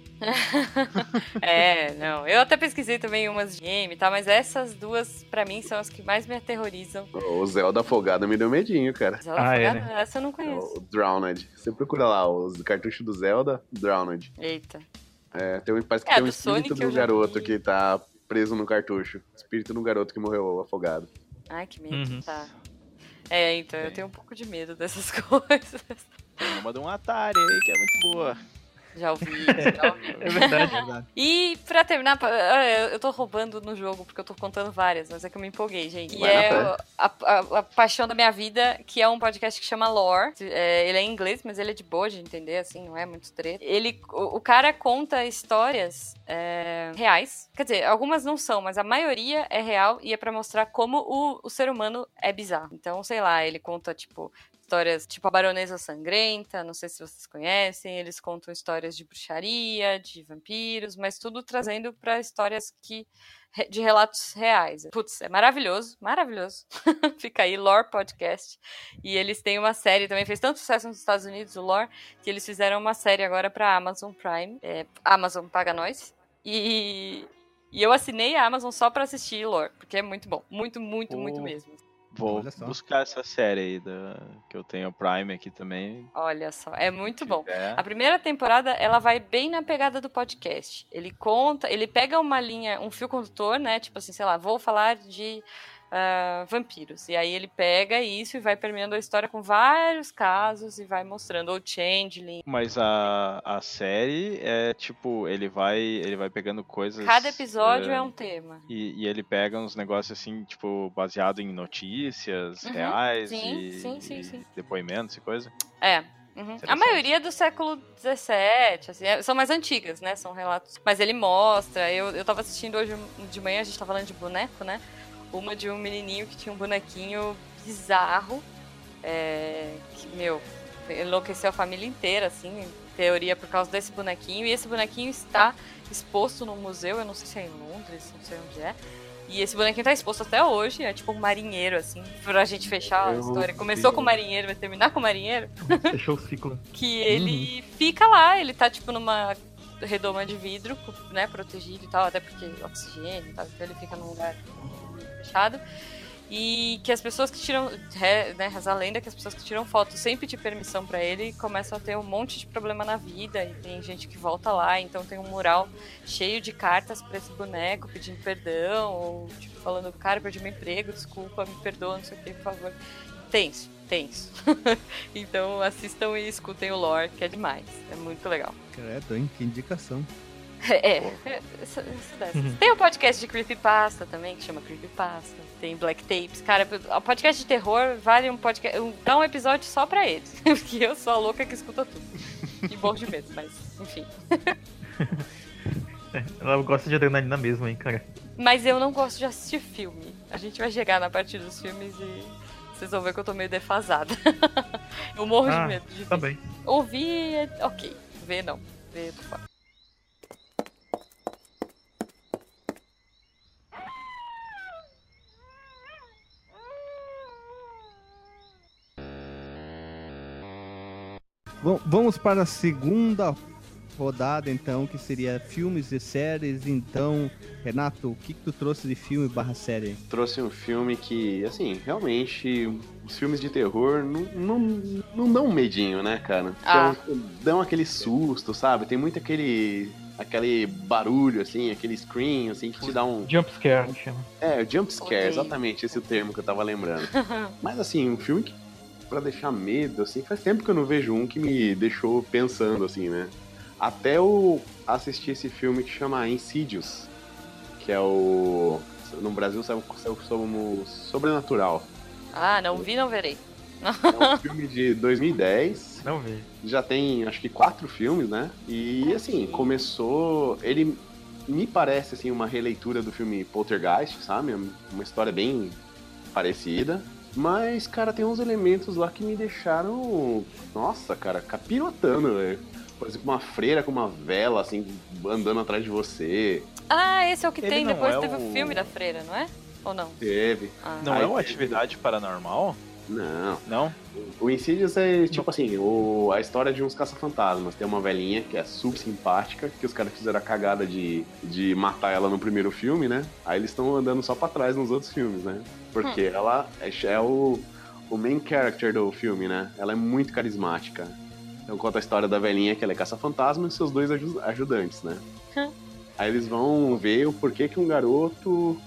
É, não. Eu até pesquisei também umas de game e tal, mas essas duas, pra mim, são as que mais me aterrorizam. O Zelda Afogado me deu medinho, cara. Zelda ah, Afogado? É, né? Essa eu não conheço. O Drowned. Você procura lá, os cartuchos do Zelda, Drowned. Eita. É, tem um, parece que É, tem um do espírito Sonic eu do já garoto vi. que tá preso no cartucho. Espírito do garoto que morreu afogado. Ai, que medo, Uhum. tá. É, então, eu tenho um pouco de medo dessas coisas. Tem uma de um Atari aí, que é muito boa. Já ouvi, já ouvi. É verdade, é verdade. E pra terminar, eu tô roubando no jogo, porque eu tô contando várias, mas é que eu me empolguei, gente. E Vai na é fé. a, a, a paixão da minha vida, que é um podcast que chama Lore. É, ele é em inglês, mas ele é de boa de entender, assim, não é muito treta. Ele, o, o cara conta histórias é, reais. Quer dizer, algumas não são, mas a maioria é real e é pra mostrar como o, o ser humano é bizarro. Então, sei lá, ele conta, tipo... histórias tipo a Baronesa Sangrenta, não sei se vocês conhecem, eles contam histórias de bruxaria, de vampiros, mas tudo trazendo para histórias que, de relatos reais. Putz, é maravilhoso, maravilhoso. Fica aí, Lore Podcast. E eles têm uma série, também fez tanto sucesso nos Estados Unidos, o Lore, que eles fizeram uma série agora para Amazon Prime. É, Amazon paga nós. E, e eu assinei a Amazon só para assistir Lore, porque é muito bom. Muito, muito, Oh. muito mesmo. Vou Olha só. buscar essa série aí, da, que eu tenho o Prime aqui também. Olha só, é muito bom. É. A primeira temporada, ela vai bem na pegada do podcast. Ele conta, ele pega uma linha, um fio condutor, né? Tipo assim, sei lá, vou falar de uh, vampiros. E aí ele pega isso e vai permeando a história com vários casos e vai mostrando. Ou Changeling. Mas a, a série é tipo, ele vai, ele vai pegando coisas... Cada episódio é, é um tema. E, e ele pega uns negócios assim, tipo, baseado em notícias Uhum, reais sim, e, sim, sim, e sim. depoimentos e coisa. É. Uhum. A maioria é do século dezessete, assim, é, são mais antigas, né? São relatos. Mas ele mostra. Eu, eu tava assistindo hoje de manhã, a gente tava falando de boneco, né? Uma de um menininho que tinha um bonequinho bizarro. É, que, meu, enlouqueceu a família inteira, assim, em teoria, por causa desse bonequinho. E esse bonequinho está exposto no museu, eu não sei se é em Londres, não sei onde é. E esse bonequinho tá exposto até hoje, é tipo um marinheiro, assim, pra gente fechar a história. Começou com o marinheiro, vai terminar com o marinheiro. Fechou o ciclo. Que ele uhum. fica lá, ele tá tipo numa redoma de vidro, né, protegido e tal, até porque oxigênio e tal, então ele fica num lugar fechado. E que as pessoas que tiram, né, reza a lenda que as pessoas que tiram fotos sem pedir permissão pra ele começam a ter um monte de problema na vida, e tem gente que volta lá, então tem um mural cheio de cartas pra esse boneco pedindo perdão, ou tipo falando, cara, perdi meu emprego, desculpa, me perdoa, não sei o que, por favor. Tenso, tenso. Então assistam e escutem o lore, que é demais, é muito legal. Credo, hein? Que indicação. É, é isso, isso dessas. Uhum. Tem o podcast de Creepypasta também, que chama Creepypasta. Tem Black Tapes. Cara, o podcast de terror vale um podcast. Um, dá um episódio só pra eles. Porque eu sou a louca que escuta tudo. E morro de medo, mas enfim. É, ela gosta de adrenalina mesmo, hein, cara. Mas eu não gosto de assistir filme. A gente vai chegar na parte dos filmes e vocês vão ver que eu tô meio defasada. Eu morro ah, de medo de ver. Tá bem. Ouvir é ok. Ver não. Ver tô fora. Bom, vamos para a segunda rodada, então, que seria filmes e séries. Então, Renato, o que, que tu trouxe de filme barra série? Trouxe um filme que, assim, realmente, os filmes de terror não, não, não dão um medinho, né, cara? Ah. Então, dão aquele susto, sabe? Tem muito aquele... aquele barulho, assim, aquele scream, assim, que te dá um... Jump scare, chama. É, o jump scare, Okay. exatamente esse é o termo que eu tava lembrando. Mas, assim, um filme que, pra deixar medo, assim, faz tempo que eu não vejo um que me deixou pensando, assim, né? Até eu assisti esse filme que chama Insidious, que é o... no Brasil saiu como Sobrenatural. Ah, não vi, não verei. É um filme de dois mil e dez. Não vi. Já tem, acho que, quatro filmes, né? E, assim, começou... Ele me parece, assim, uma releitura do filme Poltergeist, sabe? Uma história bem parecida. Mas, cara, tem uns elementos lá que me deixaram... Nossa, cara, capirotando, velho. Por exemplo, uma freira com uma vela, assim, andando atrás de você. Ah, esse é o que Ele tem, não depois é teve o... o filme da freira, não é? Ou não? Teve. Ah. Não Aí é uma teve- atividade paranormal? Não. Não? O Insidious é, tipo assim, o, a história de uns caça-fantasmas. Tem uma velhinha que é super simpática, que os caras fizeram a cagada de, de matar ela no primeiro filme, né? Aí eles estão andando só pra trás nos outros filmes, né? Porque ela é, é o, o main character do filme, né? Ela é muito carismática. Então conta a história da velhinha que ela é caça-fantasma e seus dois aju- ajudantes, né? Aí eles vão ver o porquê que um garoto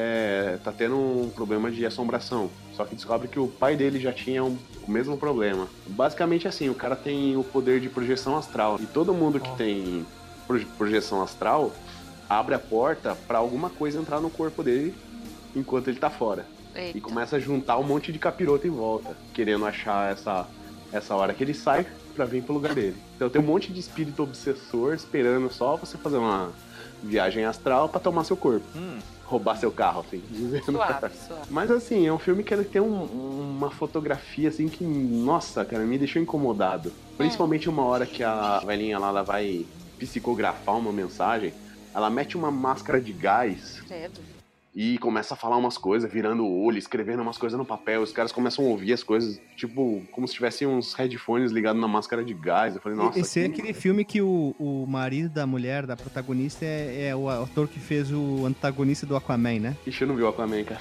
é, tá tendo um problema de assombração. Só que descobre que o pai dele já tinha um, o mesmo problema. Basicamente assim, o cara tem o poder de projeção astral. E todo mundo que Oh. tem proje- projeção astral abre a porta pra alguma coisa entrar no corpo dele enquanto ele tá fora. Eita. E começa a juntar um monte de capiroto em volta, querendo achar essa, essa hora que ele sai pra vir pro lugar dele. Então tem um monte de espírito obsessor esperando só você fazer uma viagem astral pra tomar seu corpo. Hum. Roubar seu carro, assim. dizendo. Suave, suave. Mas assim, é um filme que ele tem um- uma fotografia assim que, nossa, cara, me deixou incomodado. Principalmente uma hora que a velhinha lá ela vai psicografar uma mensagem, ela mete uma máscara de gás Credo. e começa a falar umas coisas, virando o olho, escrevendo umas coisas no papel. Os caras começam a ouvir as coisas, tipo, como se tivessem uns headphones ligados na máscara de gás. Eu falei, nossa. Esse é que- aquele filme que o, o marido da mulher, da protagonista, é, é o ator que fez o antagonista do Aquaman, né? Ixi, eu não vi o Aquaman, cara.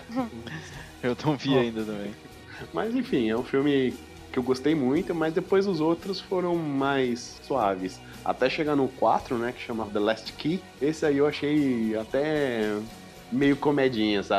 Eu não vi ainda também. Mas enfim, é um filme que eu gostei muito, mas depois os outros foram mais suaves. Até chegar no quatro, né, que chama The Last Key. Esse aí eu achei até meio comedinha, sabe?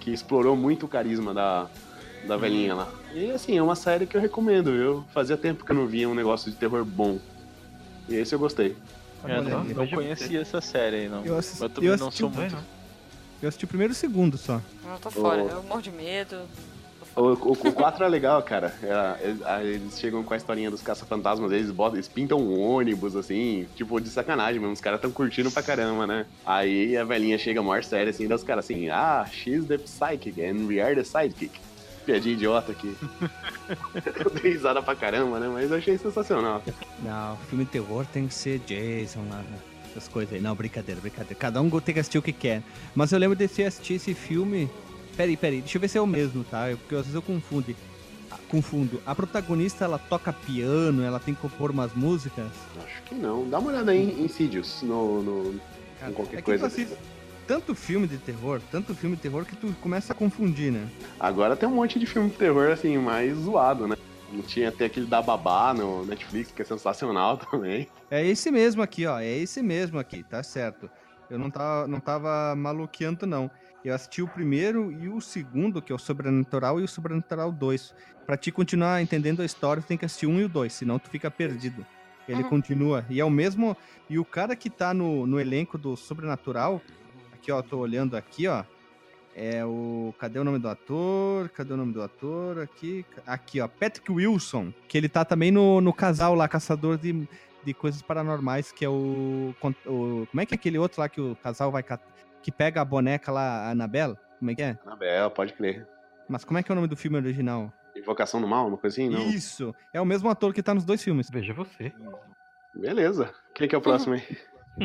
que explorou muito o carisma da, da velhinha lá. E assim, é uma série que eu recomendo, viu? Fazia tempo que eu não via um negócio de terror bom. E esse eu gostei. Eu não, não conhecia essa série aí, não. Eu assisti, eu também eu não assisti sou o- muito. Eu assisti o primeiro e o segundo só. Eu tô fora, Ô. eu morro de medo. O, o, o quatro é legal, cara. É, eles, aí eles chegam com a historinha dos caça-fantasmas, eles, botam, eles pintam um ônibus, assim, tipo, de sacanagem mesmo. Os caras tão curtindo pra caramba, né? Aí a velhinha chega maior séria, assim, daí os caras assim, ah, she's the psychic and we are the sidekick. Piadinha idiota aqui. Eu dei risada pra caramba, né? Mas eu achei sensacional. Não, filme de terror tem que ser Jason lá, né? Essas coisas aí. Não, brincadeira, brincadeira. Cada um tem que assistir o que quer. Mas eu lembro de você assistir esse filme... Peraí, peraí, deixa eu ver se é o mesmo, tá? Eu- Porque às vezes eu confundo. Ah, Confundo. A protagonista, ela toca piano, ela tem que compor umas músicas. Acho que não. Dá uma olhada aí em Insidious, no, no, em qualquer É que coisa. tu assiste tanto filme de terror, tanto filme de terror que tu começa a confundir, né? Agora tem um monte de filme de terror, assim, mais zoado, né? Não tinha até aquele da Babá no Netflix, que é sensacional também. É esse mesmo aqui, ó. É esse mesmo aqui, tá certo. Eu não tava, não tava maluqueando, não. Eu assisti o primeiro e o segundo, que é o Sobrenatural, e o Sobrenatural dois. Pra te continuar entendendo a história, tu tem que assistir um e o dois, senão tu fica perdido. Ele Uhum. continua. E é o mesmo... E o cara que tá no, no elenco do Sobrenatural, aqui, ó, tô olhando aqui, ó, é o... Cadê o nome do ator? Cadê o nome do ator? Aqui, aqui, ó, Patrick Wilson, que ele tá também no, no casal lá, Caçador de, de Coisas Paranormais, que é o, o... Como é que é aquele outro lá que o casal vai... cat- Que pega a boneca lá, a Annabelle? Como é que é? Anabela, pode crer. Mas como é que é o nome do filme original? Invocação do Mal, uma coisa assim? Não. Isso! É o mesmo ator que tá nos dois filmes. Veja você. Beleza. Quem que é o próximo aí?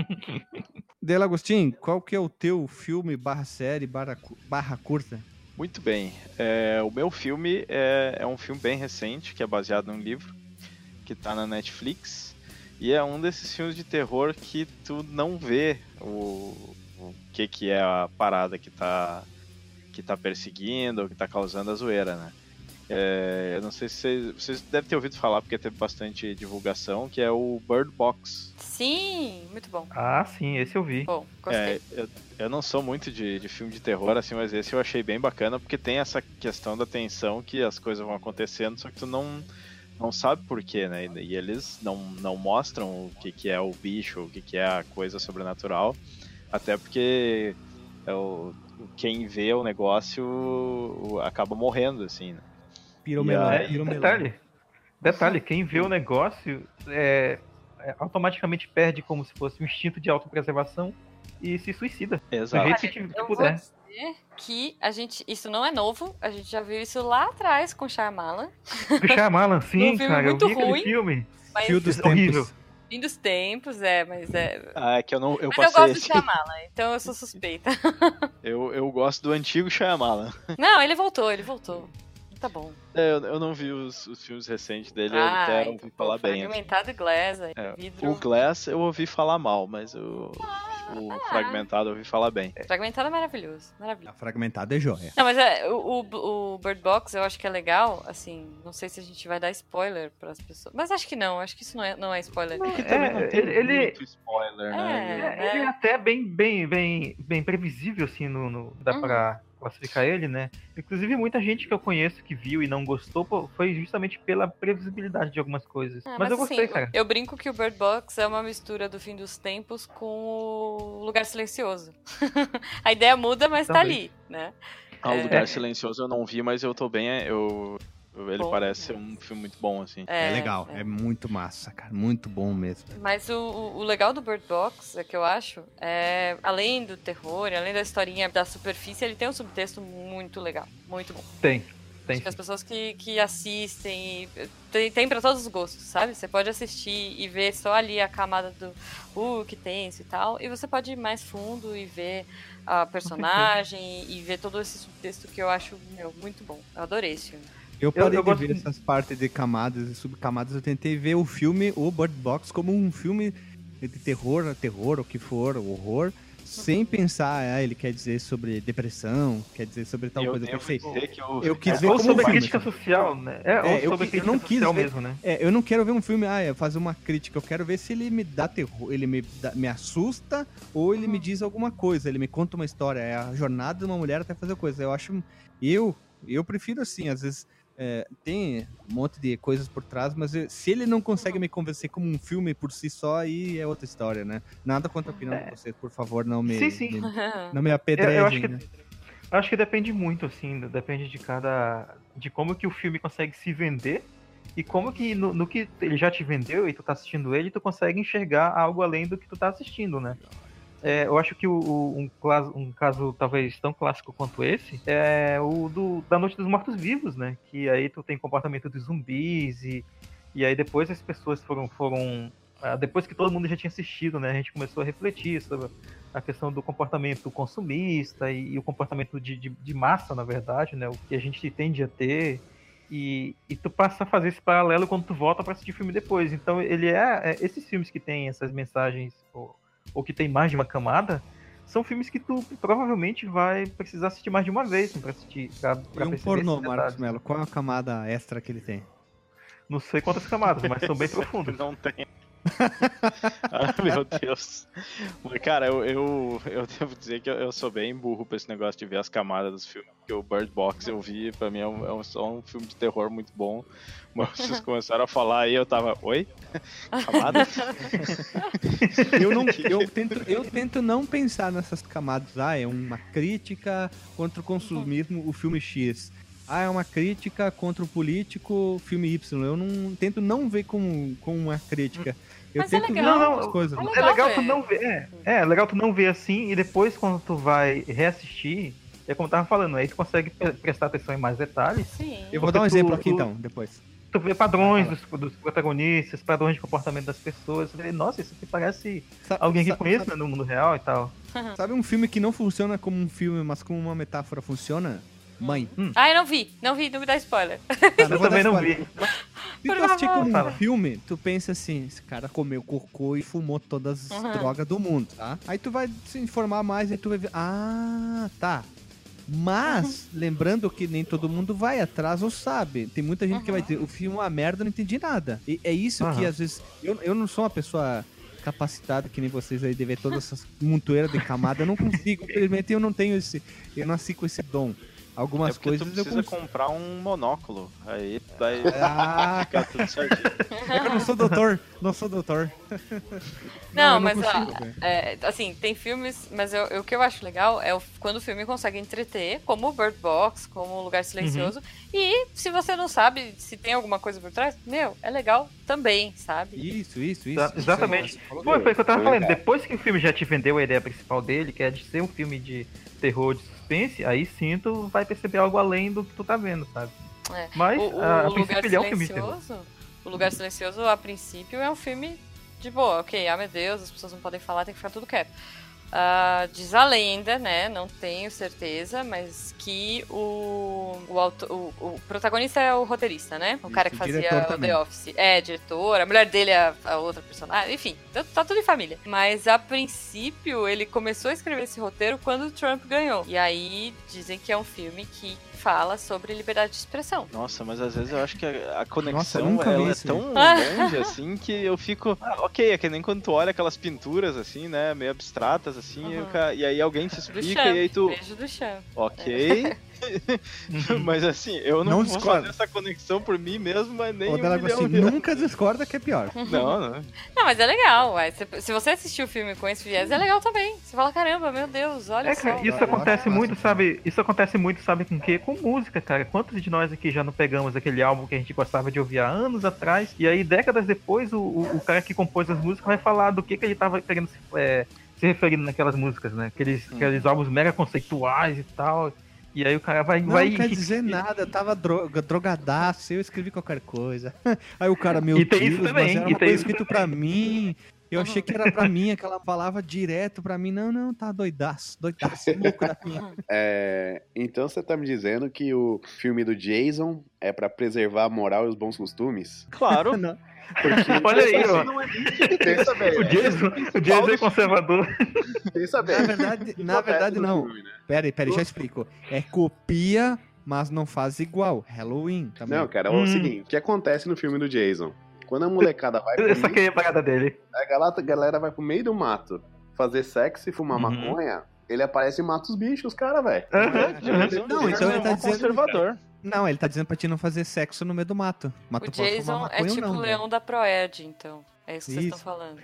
Dela Agostinho, qual que é o teu filme barra série barra, cu- barra curta? Muito bem. É, o meu filme é, é um filme bem recente, que é baseado num livro, que tá na Netflix. E é um desses filmes de terror que tu não vê o, o que, que é a parada que tá, que tá perseguindo ou que tá causando a zoeira, né? É, eu não sei se vocês, vocês devem ter ouvido falar, porque teve bastante divulgação, que é o Bird Box. Sim, muito bom. Ah, sim, esse eu vi. Bom, gostei. É, eu, eu não sou muito de, de filme de terror, assim, mas esse eu achei bem bacana, porque tem essa questão da tensão que as coisas vão acontecendo, só que tu não, não sabe por quê, né? E eles não, não mostram o que, que é o bicho, o que, que é a coisa sobrenatural, até porque é o, quem vê o negócio o- acaba morrendo, assim, né? Piromelão, E aí- É, piromelão. detalhe, detalhe, quem vê o negócio é, é, automaticamente perde como se fosse um instinto de autopreservação e se suicida. Do Exato. jeito que, Eu que vou puder. dizer que a gente. Isso não é novo, a gente já viu isso lá atrás com Shyamalan. O Shyamalan, sim, Um filme cara, eu muito vi aquele ruim. filme. Mas Fio dos horrível. tempos. fim dos tempos, é, mas é. Ah, é que eu não eu Mas eu passei gosto do esse. Shyamalan, então eu sou suspeita. Eu, eu gosto do antigo Shyamalan. Não, ele voltou, ele voltou. Tá bom. É, eu, eu não vi os, os filmes recentes dele, eu Ah, até então, ouvi pô, falar bem. assim. Fragmentado e Glass, aí, É, vidro. o Glass eu ouvi falar mal, mas o, o Ah. Fragmentado eu ouvi falar bem. Fragmentado é maravilhoso, maravilhoso. A fragmentada é joia. Não, mas é, o, o, o Bird Box eu acho que é legal, assim, não sei se a gente vai dar spoiler pras pessoas, mas acho que não, acho que isso não é, não é spoiler. Que também não É, tem ele- ele- muito spoiler, né? É. É, ele é até bem, bem, bem, bem previsível, assim, no, no- dá Uhum. pra classificar ele, né? Inclusive, muita gente que eu conheço que viu e não gostou pô, foi justamente pela previsibilidade de algumas coisas. Ah, mas, eu gostei, assim, cara. eu brinco que o Bird Box é uma mistura do Fim dos Tempos com o Lugar Silencioso. A ideia muda, mas tá Também. ali, né? Ah, o É. Lugar Silencioso eu não vi, mas eu tô bem. Eu, eu- ele Bom. parece ser um filme muito bom, assim. É, legal, é. muito massa, cara. Muito bom mesmo. Mas o, o- o legal do Bird Box, é que eu acho, é além do terror, além da historinha da superfície, ele tem um subtexto muito legal, muito bom. Tem, tem. Acho que as pessoas que, que assistem, e- tem, tem pra todos os gostos, sabe? Você pode assistir e ver só ali a camada do uh, que tenso e tal, e você pode ir mais fundo e ver a personagem e ver todo esse subtexto que eu acho, meu, muito bom. Eu adorei esse filme. Eu parei eu de gosto ver de- essas partes de camadas e subcamadas. Eu tentei ver o filme, o Bird Box, como um filme de terror, terror, o que for, horror, sem pensar, ah, ele quer dizer sobre depressão, quer dizer sobre tal eu coisa. Eu pensei, que eu... eu quis é, ver ou como sobre um filme, crítica sabe? social, né? É, É, ou eu, sobre eu crítica não quis social ver, mesmo, né? É, eu não quero ver um filme, ah, é fazer uma crítica, eu quero ver se ele me dá terror, ele me, dá, me assusta ou ele me diz alguma coisa, ele me conta uma história, é a jornada de uma mulher até fazer coisa. Eu acho, eu, eu prefiro assim, às vezes é, tem um monte de coisas por trás, mas eu, se ele não consegue me convencer como um filme por si só, aí é outra história, né? Nada contra a opinião É. de vocês, por favor, não me, Sim, sim. me não me Eu, apedrejem, eu acho que né? acho que depende muito, assim, depende de cada, de como que o filme consegue se vender e como que no, no que ele já te vendeu e tu tá assistindo ele, tu consegue enxergar algo além do que tu tá assistindo, né? É, eu acho que o, o- um, caso, um caso talvez tão clássico quanto esse é o do, da Noite dos Mortos-Vivos, né? Que aí tu tem comportamento de zumbis e, e aí depois as pessoas foram, foram ah, depois que todo mundo já tinha assistido, né? A gente começou a refletir sobre a questão do comportamento consumista e, e o comportamento de, de, de massa, na verdade, né? O que a gente tende a ter. E, e tu passa a fazer esse paralelo quando tu volta para assistir o filme depois. Então ele é, é esses filmes que tem essas mensagens ou, ou que tem mais de uma camada são filmes que tu provavelmente vai precisar assistir mais de uma vez para assistir pra, pra E um perceber pornô, esses Marcos detalhes. Mello, qual é a camada extra que ele tem? Não sei quantas camadas, mas são bem profundas. Não tem. Ah, meu Deus. Mas, cara, eu, eu, eu devo dizer que eu, eu sou bem burro pra esse negócio de ver as camadas dos filmes. Porque o Bird Box eu vi, pra mim é, um, é um- só um filme de terror muito bom. Mas vocês começaram a falar aí, eu tava. Oi? Camadas? Eu, não, eu, tento, eu tento não pensar nessas camadas. Ah, é uma crítica contra o consumismo, o filme X. Ah, é uma crítica contra o político, filme Y. Eu não tento não ver como, como uma crítica. Eu Mas é tento ver legal. Não, outras não, coisas. é né? É legal tu ver. não ver. É, é legal tu não ver assim e depois quando tu vai reassistir, é como eu tava falando, aí tu consegue pre- prestar atenção em mais detalhes. Sim. Eu vou Porque dar um tu- exemplo aqui tu- então, depois. Tu vê padrões dos, dos protagonistas, padrões de comportamento das pessoas. Tu vê, nossa, isso aqui parece Sa- alguém que sa- conheço sabe- né, no mundo real e tal. Sabe um filme que não funciona como um filme, mas como uma metáfora funciona? Mãe. Ah, eu não vi. Não vi, não me dá spoiler. Tá, Eu vou dar também não spoiler. vi. Se Por tu assistir favor. como um Fala. filme, tu pensa assim, esse cara comeu cocô e fumou todas as Uhum. drogas do mundo, tá? Aí tu vai se informar mais e tu vai ver, ah, tá. Mas, lembrando que nem todo mundo vai atrás ou sabe. Tem muita gente que vai dizer, o filme é uma merda, eu não entendi nada. E é isso que, Aham. às vezes, eu, eu não sou uma pessoa capacitada que nem vocês aí de ver todas essas montoeiras de camada, eu não consigo, infelizmente eu não tenho esse, eu nasci com esse dom. Algumas É porque coisas tu eu precisa consigo. comprar um monóculo. Aí vai Ah, ficar tudo certinho. eu não sou doutor, não sou doutor. Não, eu mas ó, consigo ver. é, assim, tem filmes, mas eu- eu- o que eu acho legal é o- quando o filme consegue entreter, como o Bird Box, como o Lugar Silencioso. E se você não sabe se tem alguma coisa por trás, meu, é legal também, sabe? Isso, isso, isso. Exa- Exatamente. Pô, foi o que eu tava falando. Depois que o filme já te vendeu a ideia principal dele, que é de ser um filme de terror, de suspense, aí sim tu vai perceber algo além do que tu tá vendo, sabe? É. Mas, o, o a, a Lugar princípio, ele é um filme de terror. Silencioso, o Lugar Silencioso, a princípio, é um filme de boa, ok, ah meu Deus, as pessoas não podem falar, tem que ficar tudo quieto. Ah, diz a lenda, né? Não tenho certeza, mas que o, o, auto- o, o protagonista é o roteirista, né? O cara que Isso, fazia diretor o também. The Office. É, diretor, a mulher dele é a, a outra personagem, enfim, tá, tá tudo em família. Mas a princípio ele começou a escrever esse roteiro quando o Trump ganhou. E aí dizem que é um filme que fala sobre liberdade de expressão. Nossa, mas às vezes eu acho que a, a Nossa, conexão eu nunca vi ela é isso. tão longe assim que eu fico. Ah, ok, é que nem quando tu olha aquelas pinturas assim, né? Meio abstratas assim, Uhum. e, o ca- e aí alguém te Do explica Champ, e aí tu. beijo do Champ. Ok. Mas assim, eu não, Não vou discordo. fazer essa conexão por mim mesmo, mas nem O um dela milhão assim, de- nunca discorda que é pior. Não, não. Não, mas é legal, ué. Se, se você assistir o filme com esse viés, é legal também. Você fala, caramba, meu Deus, olha É, só. cara, isso eu acontece acho muito, massa, sabe? Isso acontece muito, sabe com o quê? Com música, cara. Quantos de nós aqui já não pegamos aquele álbum que a gente gostava de ouvir há anos atrás, e aí, décadas depois, o, o, o cara que compôs as músicas vai falar do que, que ele tava querendo se, é, se referindo naquelas músicas, né? Aqueles, aqueles álbuns mega conceituais e tal. E aí o cara vai. Não vai quer dizer nada, eu tava droga, drogadaço, eu escrevi qualquer coisa. Aí o cara, meu E tem Deus, isso mas também, era e uma tem coisa isso escrito pra mim. Eu achei que era pra mim, aquela palavra direto pra mim. Não, não, tá doidaço, doidaço, louco da pinha. É, então você tá me dizendo que o filme do Jason é pra preservar a moral e os bons costumes? Claro. Não. Porque Olha aí, ó. Não é pensa, velho. O Jason, o Jason é conservador. Pensa bem. Na verdade, na verdade não. Filme, né? Pera aí, pera aí, já explico. É copia, mas não faz igual. Halloween também. Não, cara, é Hum. o seguinte, o que acontece no filme do Jason? Quando a molecada vai pro Eu meio, saquei a parada dele. a galera, a galera vai pro meio do mato fazer sexo e fumar Uhum. maconha, ele aparece e mata os bichos, cara, velho. Aham. Não, então ele tá é um dizendo- conservador. Não, ele tá dizendo pra ti não fazer sexo no meio do mato. Mas O tu pode fumar Jason é maconha ou tipo não, o velho. leão da Proerd, então. É isso que vocês estão Isso. falando.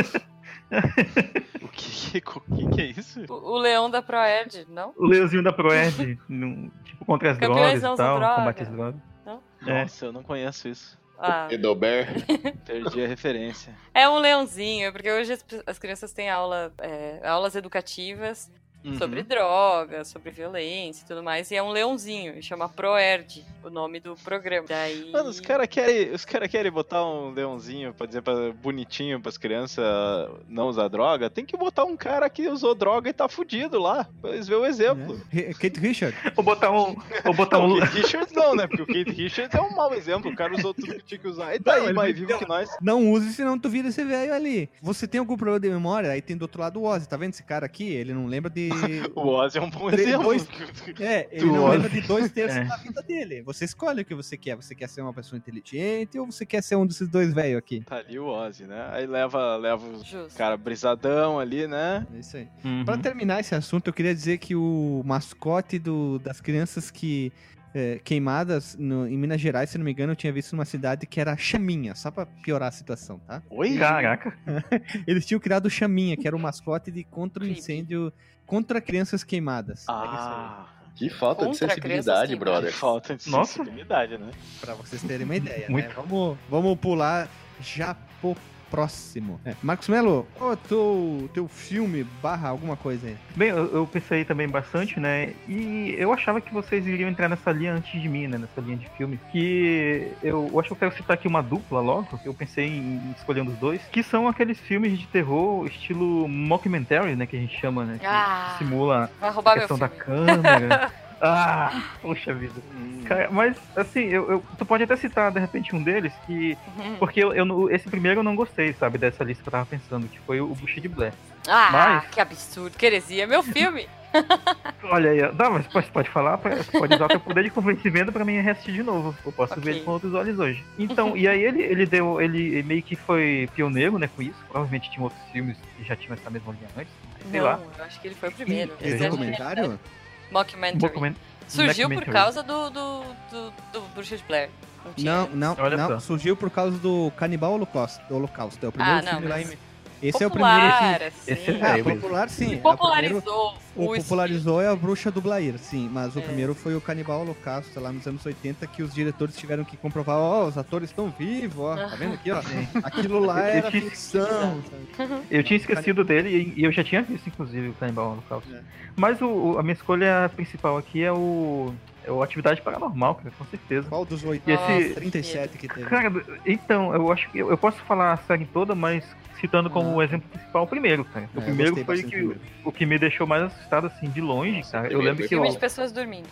O que, o que, que é isso? O, o leão da Proerd, não? O leãozinho da Proerd, num- tipo, contra as Campeões drogas não e usam tal, droga. combate às drogas. É. Nossa, eu não conheço isso. Ah, Edober. Perdi a referência. é um leãozinho, porque hoje as, as crianças têm aula, é, aulas educativas Uhum. sobre drogas, sobre violência e tudo mais, e é um leãozinho, e chama Proerd, o nome do programa. Daí... Mano, os caras querem os cara querem botar um leãozinho pra dizer pra, bonitinho pras crianças não usar droga. Tem que botar um cara que usou droga e tá fudido lá. Pra eles verem o exemplo. É. Kate Richard. Ou botar um. Ou botar Não, um. o Kate Richards não, né? Porque o Kate Richards é um mau exemplo. O cara usou tudo que tinha que usar. E tá Não, aí, ele mais me vivo que nós. Não use, senão tu vira esse velho ali. Você tem algum problema de memória? Aí tem do outro lado o Ozzy. Tá vendo esse cara aqui? Ele não lembra de... O Ozzy é um bom Três, exemplo. dois- É, ele Do não Ozzy. lembra de dois terços É. da vida dele. Você escolhe o que você quer. Você quer ser uma pessoa inteligente ou você quer ser um desses dois velhos aqui? Tá ali o Ozzy, né? Aí leva, leva o Justo. cara brisadão ali, né? É isso aí. Uhum. Pra terminar esse assunto, eu queria dizer que o mascote do, das crianças que é, queimadas no- em Minas Gerais, se não me engano, eu tinha visto numa cidade que era Chaminha, só pra piorar a situação, tá? Oi? Caraca. Eles tinham criado o Chaminha, que era o mascote de contra o Creepy. incêndio, contra crianças queimadas. É Ah, Que falta de Contra sensibilidade, crianças brother. falta de Nossa. sensibilidade, né? Pra vocês terem uma ideia, né? Muito. Vamos, vamos pular já pro próximo. É. Marcos Melo, qual é o teu, teu filme barra alguma coisa aí? Bem, eu, eu pensei também bastante, né? E eu achava que vocês iriam entrar nessa linha antes de mim, né? Nessa linha de filme. Que eu, eu acho que eu quero citar aqui uma dupla logo. Eu pensei em escolher um dos dois. Que são aqueles filmes de terror estilo mockumentary, né? Que a gente chama, né? Que Ah, simula vai a roubar meu questão da filme. câmera. Ah, poxa vida. Hum. Cara, mas, assim, eu, eu- tu pode até citar, de repente, um deles, que... Uhum. Porque eu, eu não- esse primeiro eu não gostei, sabe, dessa lista que eu tava pensando, que foi o Bush de Blair. Ah, Mas- que absurdo, que heresia. Meu filme. Olha aí, ó. Não, mas pode, pode falar, pra- pode usar o teu poder de convencimento pra mim assistir de novo. Eu posso Ok. ver ele com outros olhos hoje. Então, e aí ele, ele deu, ele meio que foi pioneiro, né, com isso. Provavelmente tinha outros filmes que já tinham essa mesma linha antes. Sei Não, lá. eu acho que ele foi o primeiro. É Esse é documentário? Mockumentary. Document- Surgiu por documentary. causa do, do, do, do Bruxa de Blair. Não, tinha Não, antes. não, Olha não. só. Surgiu por causa do Canibal Holocausto. Holocausto. É o primeiro Ah, não, filme lá mas em... Esse é o primeiro Popular, que... assim. esse é Ah, velho mesmo. popular sim. É o primeiro- Popularizou O o popularizou é a Bruxa do Blair, sim, mas o É. primeiro foi o Canibal Holocausto, lá nos anos oitenta, que os diretores tiveram que comprovar, ó, os atores estão vivos, ó, tá vendo aqui, ó? Aquilo lá Eu era tinha- ficção. sabe? Eu tinha esquecido dele e e eu já tinha visto, inclusive, o Canibal Holocausto. É. Mas o, o- a minha escolha principal aqui é o, é o Atividade Paranormal, cara, com certeza. Qual dos E oitenta? esse- trinta e sete que teve? Cara, então, eu acho que eu, eu posso falar a série toda, mas citando como Ah. exemplo principal o primeiro, cara. O É, eu primeiro gostei foi bastante que, do primeiro. o que me deixou mais assustado, assim, de longe, Nossa, cara. o Eu primeiro lembro que filme eu, de pessoas dormindo.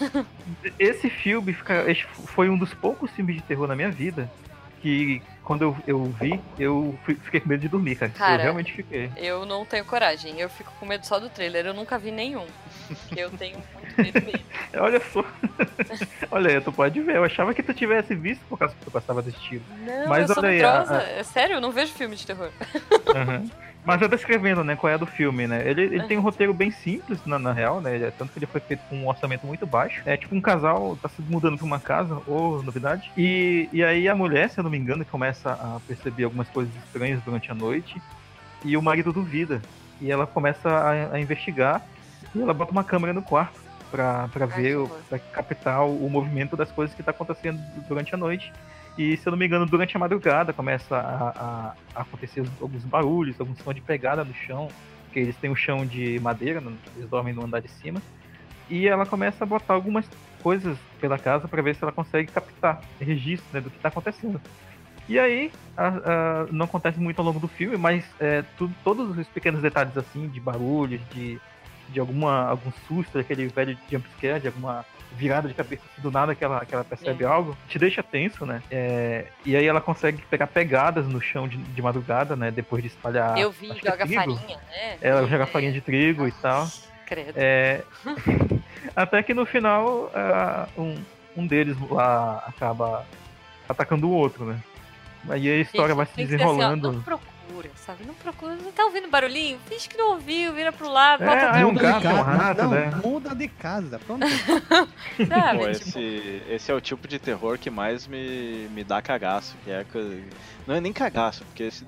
esse filme fica- esse foi um dos poucos filmes de terror na minha vida que, quando eu, eu vi, eu fui- fiquei com medo de dormir, cara. Cara, eu realmente fiquei. Eu não tenho coragem, eu fico com medo só do trailer, eu nunca vi nenhum. Eu tenho muito medo mesmo. Olha só. Olha aí, tu pode ver. Eu achava que tu tivesse visto por causa que tu gostava desse estilo. Não, Mas eu sou olha aí, a- medrosa. a- É sério, eu não vejo filme de terror. Aham. Mas eu tô escrevendo, né, qual é a do filme, né? Ele, ele tem um roteiro bem simples, na, na real, né? Ele- Tanto que ele foi feito com um orçamento muito baixo. É tipo um casal tá se mudando pra uma casa, ou novidade. E, e aí a mulher, se eu não me engano, começa a perceber algumas coisas estranhas durante a noite. E o marido duvida. E ela começa a, a investigar. E ela bota uma câmera no quarto pra, pra Ai, ver, que o- horror. pra captar o, o movimento das coisas que tá acontecendo durante a noite. E, se eu não me engano, durante a madrugada começa a, a- a acontecer os- alguns barulhos, alguns sons de pegada no chão, porque eles têm o chão de madeira, no- eles dormem no andar de cima. E ela começa a botar algumas coisas pela casa para ver se ela consegue captar registro, né, do que tá acontecendo. E aí, a, a, não acontece muito ao longo do filme, mas é, tu, todos os pequenos detalhes assim, de barulhos, de, de alguma, algum susto, aquele velho jumpscare, de alguma virada de cabeça assim, do nada que ela, que ela percebe é. algo, te deixa tenso, né? É, e aí ela consegue pegar pegadas no chão de, de madrugada, né? Depois de espalhar... Eu vi, joga é farinha, né? Ela joga é. farinha de trigo Nossa, e tal. Credo. É, até que no final, uh, um, um deles lá acaba atacando o outro, né? Aí a história Gente, vai se desenrolando. Assim, ó, não procura, sabe? Não procura. Não tá ouvindo barulhinho? Finge que não ouviu, vira pro lado. É, volta é um gato, um rato, não, né? Muda de casa, pronto. Sabe, Pô, tipo... esse, esse é o tipo de terror que mais me, me dá cagaço. Que é, não é nem cagaço, porque esse,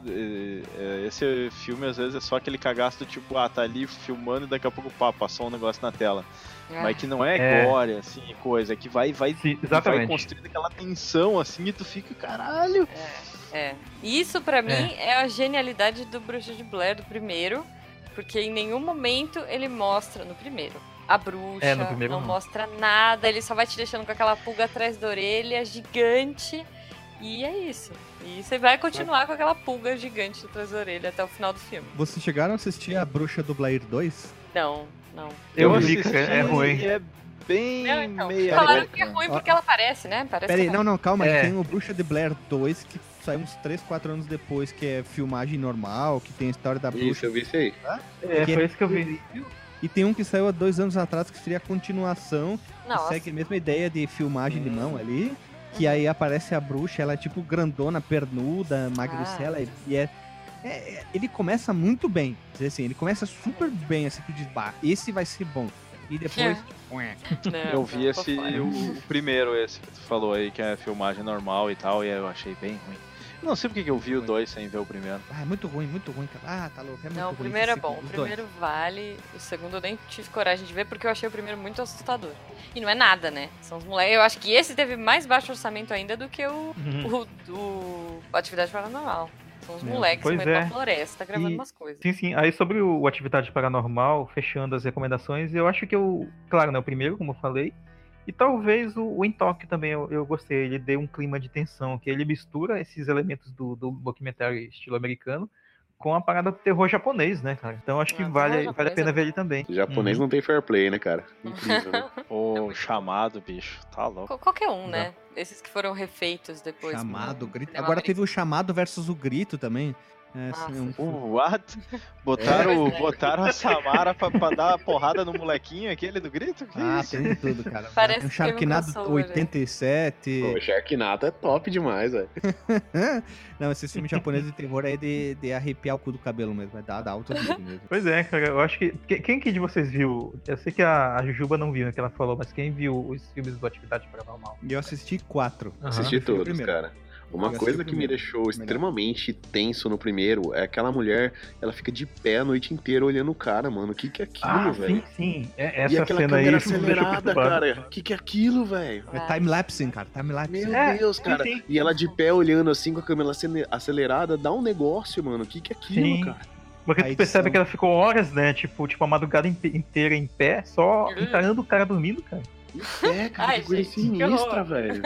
esse filme às vezes é só aquele cagaço do tipo, ah, tá ali filmando e daqui a pouco pá, passou um negócio na tela. É. Mas que não é, é. gore, assim, coisa, que vai, vai, Sim, vai construindo aquela tensão, assim, e tu fica, caralho. É, é. Isso pra mim é. é a genialidade do Bruxa de Blair, do primeiro, porque em nenhum momento ele mostra, no primeiro, a bruxa, é, no primeiro não, não mostra nada, ele só vai te deixando com aquela pulga atrás da orelha, gigante, e é isso. E você vai continuar com aquela pulga gigante atrás da orelha até o final do filme. Vocês chegaram a assistir a Bruxa do Blair dois? Não. Não. Eu, eu vi que é ruim. É bem não, então, meia. Falaram que é ruim porque ela aparece, né? Parece Peraí, que não, não, calma. É. Tem o Bruxa de Blair dois que saiu uns três, quatro anos depois, que é filmagem normal, que tem a história da bruxa. Isso, eu vi isso aí. Tá? É, que foi é isso que eu vi. E tem um que saiu há dois anos atrás, que seria a continuação, Nossa. que segue a mesma ideia de filmagem hum. de mão ali, que aí aparece a bruxa, ela é tipo grandona, pernuda, magricela, ah. e é... É, ele começa muito bem, dizer assim, ele começa super bem, assim, tu diz, bah, esse vai ser bom. E depois... Não, eu vi não, esse, o, o primeiro, esse que tu falou aí, que é filmagem normal e tal, e eu achei bem ruim. Eu não sei porque que eu vi o dois sem ver o primeiro. Ah, é muito ruim, muito ruim, cara. Ah, tá louco, é muito não, ruim. O primeiro esse, é bom, o primeiro dois. vale, o segundo eu nem tive coragem de ver, porque eu achei o primeiro muito assustador. E não é nada, né? São os moleques. Eu acho que esse teve mais baixo orçamento ainda do que o, uhum. o, o Atividade Paranormal. São os moleques que vão é. pra floresta gravando e, umas coisas. Sim, sim. Aí sobre o Atividade Paranormal, fechando as recomendações, eu acho que eu... Claro, né? O primeiro, como eu falei. E talvez o, o Em Tóquio também eu, eu gostei. Ele deu um clima de tensão, que ele mistura esses elementos do, do documentário estilo americano com a parada do terror japonês, né, cara? Então acho que ah, vale, vale a pena é ver ele também. O japonês uhum. não tem fair play, né, cara? Incrível, né? O Chamado, bicho, tá louco. Qualquer um, né? Esses que foram refeitos depois. Chamado, no... Grito. Agora teve o Chamado versus o Grito também. É, assim, um... uh, what? Botaram, é. botaram a Samara pra, pra dar uma porrada no molequinho aquele do Grito? Que ah, isso? tem tudo, cara. Parece tem um Sharknado oitenta e sete. Pô, o Sharknado é top demais, velho. Não, esses filmes japoneses de terror é de, de arrepiar o cu do cabelo mesmo, é da, da alta nível mesmo. Pois é, cara, eu acho que... Quem que de vocês viu? Eu sei que a, a Jujuba não viu, né, que ela falou, mas quem viu os filmes do Atividade Paranormal? Eu assisti quatro. Uhum. Assisti todos, cara. Uma coisa que me deixou extremamente tenso no primeiro é aquela mulher, ela fica de pé a noite inteira olhando o cara, mano. O que que é aquilo, ah, velho? Sim, sim. É, essa e aquela cena câmera aí acelerada, cara. O que que é aquilo, velho? É time-lapse, cara. Time-lapse. Meu é, Deus, cara. Sim, sim. E ela de pé olhando assim com a câmera acelerada, dá um negócio, mano. O que que é aquilo, sim. cara? Porque tu percebe que ela ficou horas, né? Tipo, tipo a madrugada inteira em pé, só encarando o cara dormindo, cara. É, cara, Ai, que coisa gente, sinistra, que velho.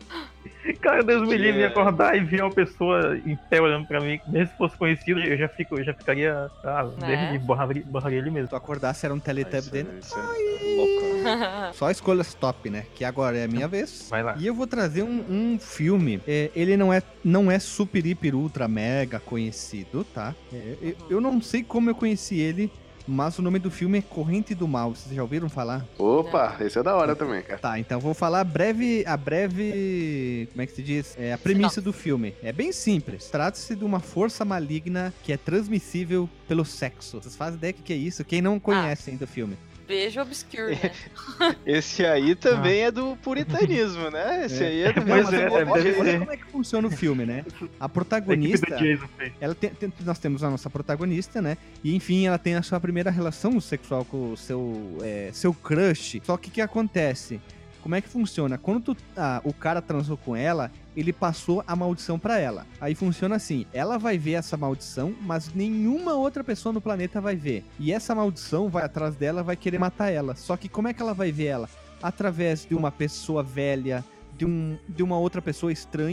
Cara, Deus me livre de acordar e ver uma pessoa em pé olhando pra mim. Mesmo se fosse conhecido, eu já, fico, eu já ficaria. Ah, é? de borraria, borraria ele mesmo. Se tu acordasse, era um Teletubby dentro. Isso é louco. Só escolhas top, né? Que agora é a minha vez. Vai lá. E eu vou trazer um, um filme. É, ele não é, não é super, hiper, ultra, mega conhecido, tá? É, eu, eu não sei como eu conheci ele. Mas o nome do filme é Corrente do Mal. Vocês já ouviram falar? Opa, esse é da hora também, cara. Tá, então vou falar a breve, a breve, como é que se diz? É a premissa do filme. É bem simples. Trata-se de uma força maligna que é transmissível pelo sexo. Vocês fazem ideia do que é isso? Quem não conhece ah. ainda o filme? Beijo obscure, né? Esse aí também ah. é do puritanismo, né? Esse é. aí é do... Não, mas é, olha, olha, olha como é que funciona o filme, né? A protagonista... ela tem, tem, nós temos a nossa protagonista, né? E, enfim, ela tem a sua primeira relação sexual com o seu, é, seu crush. Só que o que acontece? Como é que funciona? Quando tu, ah, o cara transou com ela, ele passou a maldição pra ela. Aí funciona assim, ela vai ver essa maldição, mas nenhuma outra pessoa no planeta vai ver. E essa maldição vai atrás dela, vai querer matar ela. Só que como é que ela vai ver ela? Através de uma pessoa velha, de, um, de uma outra pessoa estranha.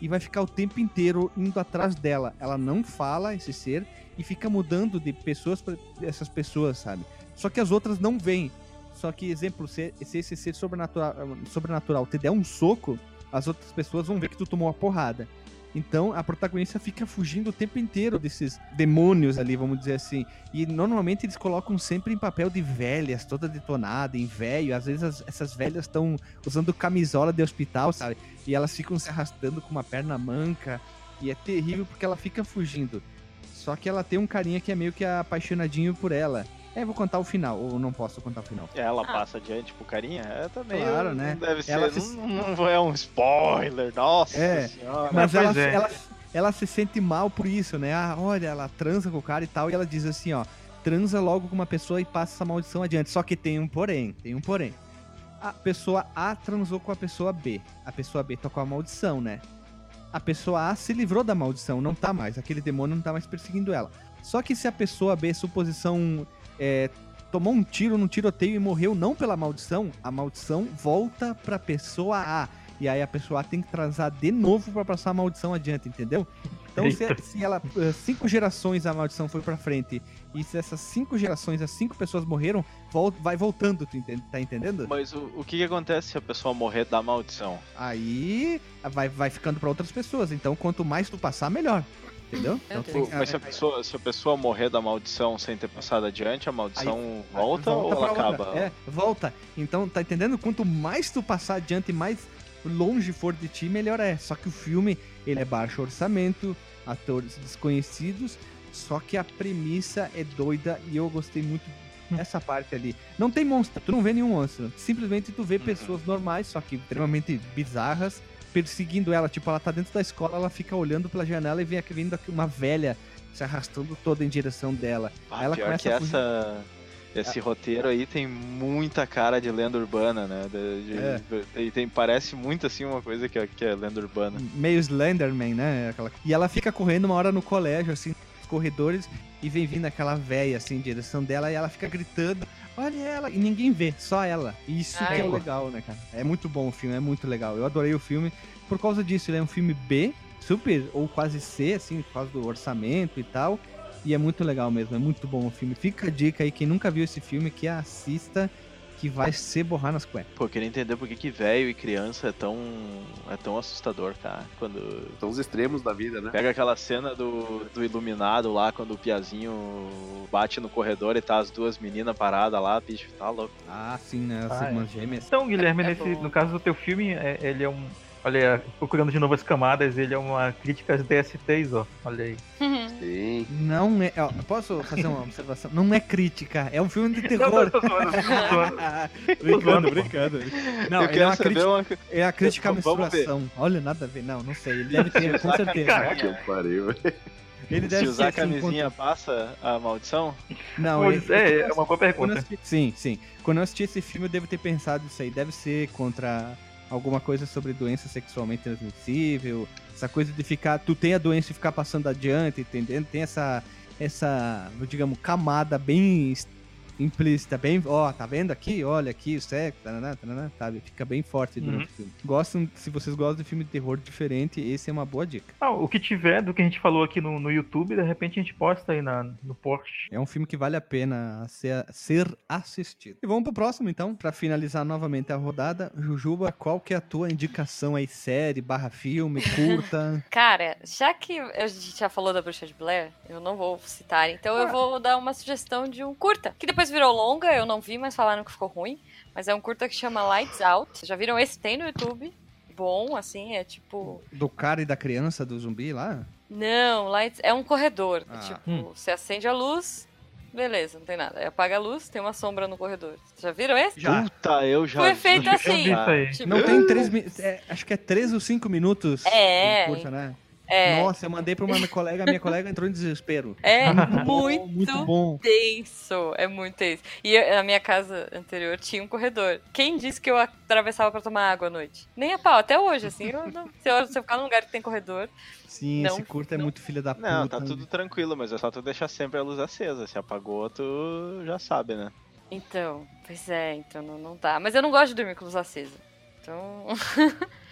e vai ficar o tempo inteiro indo atrás dela. Ela não fala, esse ser, e fica mudando de pessoas pra essas pessoas, sabe? Só que as outras não veem. Só que, exemplo, se, se esse ser sobrenatural, sobrenatural te der um soco, as outras pessoas vão ver que tu tomou uma porrada. Então, a protagonista fica fugindo o tempo inteiro desses demônios ali, vamos dizer assim. E, normalmente, eles colocam sempre em papel de velhas, toda detonada, em velho. Às vezes, as, essas velhas estão usando camisola de hospital, sabe? E elas ficam se arrastando com uma perna manca. E é terrível porque ela fica fugindo. Só que ela tem um carinha que é meio que apaixonadinho por ela. É, vou contar o final, ou não posso contar o final. Ela ah. passa adiante pro carinha? É também. Claro, eu, né? Não deve ser. Ela não, se... não é um spoiler, nossa é, senhora. Mas ela, é. ela, ela se sente mal por isso, né? Ah, olha, ela transa com o cara e tal, e ela diz assim, ó, transa logo com uma pessoa e passa essa maldição adiante. Só que tem um porém, tem um porém. A pessoa A transou com a pessoa B. A pessoa B tá com a maldição, né? A pessoa A se livrou da maldição, não tá mais. Aquele demônio não tá mais perseguindo ela. Só que se a pessoa B, suposição, é, tomou um tiro num tiroteio e morreu não pela maldição, a maldição volta pra pessoa A. E aí a pessoa A tem que transar de novo pra passar a maldição adiante, entendeu? Então se, se ela, cinco gerações a maldição foi pra frente, e se essas cinco gerações, as cinco pessoas morreram, volta, vai voltando, tu entende, tá entendendo? Mas o, o que, que acontece se a pessoa morrer da maldição? Aí vai, vai ficando pra outras pessoas, então quanto mais tu passar, melhor. Entendeu? Então, tem, mas se a, pessoa, se a pessoa morrer da maldição sem ter passado adiante, a maldição aí, volta, volta ou ela acaba? É, volta. Então, tá entendendo? Quanto mais tu passar adiante, mais longe for de ti, melhor é. Só que o filme, ele é baixo orçamento, atores desconhecidos, só que a premissa é doida e eu gostei muito dessa parte ali. Não tem monstro, tu não vê nenhum monstro. Simplesmente tu vê pessoas normais, só que extremamente bizarras, perseguindo ela, tipo, ela tá dentro da escola, ela fica olhando pela janela e vem aqui vindo aqui uma velha se arrastando toda em direção dela. Ah, ela pior que essa, esse ah. roteiro aí tem muita cara de lenda urbana, né? De, de, é. E tem, parece muito assim uma coisa que é, que é lenda urbana. Meio Slenderman, né? Aquela... E ela fica correndo uma hora no colégio, assim, nos corredores, e vem vindo aquela velha, assim, em direção dela, e ela fica gritando, olha ela, e ninguém vê, só ela. E isso Ai, que é legal, né, cara? É muito bom o filme, é muito legal. Eu adorei o filme por causa disso. Ele é um filme B, super, ou quase C, assim, por causa do orçamento e tal. E é muito legal mesmo, é muito bom o filme. Fica a dica aí, quem nunca viu esse filme, que assista, que vai se borrar nas cuecas. Pô, eu queria entender por que que velho e criança é tão, é tão assustador, cara. Quando... São os extremos da vida, né? Pega aquela cena do, do Iluminado lá, quando o Piazinho bate no corredor e tá as duas meninas paradas lá, bicho, tá louco. Ah, sim, né? As ah, irmãs é. gêmeas. Então, Guilherme, é, é nesse, no caso do teu filme, é, ele é um... Olha aí, procurando de novo as camadas, ele é uma crítica às D S Ts, ó. Olha aí. Sim. Não é... Ó, posso fazer uma observação? Não é crítica, é um filme de terror. Não, não, tô zoando, tô zoando. Brincando, brincando. Não, eu ele é uma crítica, uma... é a crítica à menstruação. Olha, nada a ver. Não, não sei. Ele deve ter, com certeza. Caraca, que pariu. Ele deve Se usar ser, a camisinha assim, passa a maldição? Não, pois ele, é, é uma boa pergunta. Assisti, sim, sim. Quando eu assisti esse filme, eu devo ter pensado isso aí. Deve ser contra... alguma coisa sobre doença sexualmente transmissível, essa coisa de ficar, tu tem a doença e ficar passando adiante, entendendo? Tem essa, essa, digamos, camada bem implícita, bem, ó, tá vendo aqui? Olha aqui, o sexo, taraná, taraná, sabe? Fica bem forte durante uhum. o filme. Gostam, se vocês gostam de filme de terror diferente, esse é uma boa dica. Ah, o que tiver do que a gente falou aqui no, no YouTube, de repente a gente posta aí na, no Porsche. É um filme que vale a pena ser, ser assistido. E vamos pro próximo, então, pra finalizar novamente a rodada. Jujuba, qual que é a tua indicação aí? Série, barra filme, curta? Cara, já que a gente já falou da Bruxa de Blair, eu não vou citar, então ah. eu vou dar uma sugestão de um curta, que depois virou longa, eu não vi, mas falaram que ficou ruim. Mas é um curta que chama Lights Out. Já viram esse? Tem no YouTube. Bom, assim, é tipo... Do cara e da criança do zumbi lá? Não, Lights... é um corredor. Ah. É tipo, hum. você acende a luz, beleza, não tem nada. Aí apaga a luz, tem uma sombra no corredor. Já viram esse? Já. Puta, eu já Foi feito vi. assim. Já. Tipo... Não tem três minutos. É, acho que é três ou cinco minutos. É. Curta, né? É. Nossa, eu mandei pra uma minha colega, a minha colega entrou em desespero. É muito, muito, muito bom. tenso, é muito tenso. E eu, na minha casa anterior tinha um corredor. Quem disse que eu atravessava pra tomar água à noite? Nem a pau, até hoje, assim. Eu não, se, eu, se eu ficar num lugar que tem corredor... Sim, não, esse curto é não. muito filho da puta. Não, tá tudo tranquilo, mas é só tu deixar sempre a luz acesa. Se apagou, tu já sabe, né? Então, pois é, então não, não dá. Mas eu não gosto de dormir com luz acesa. Então...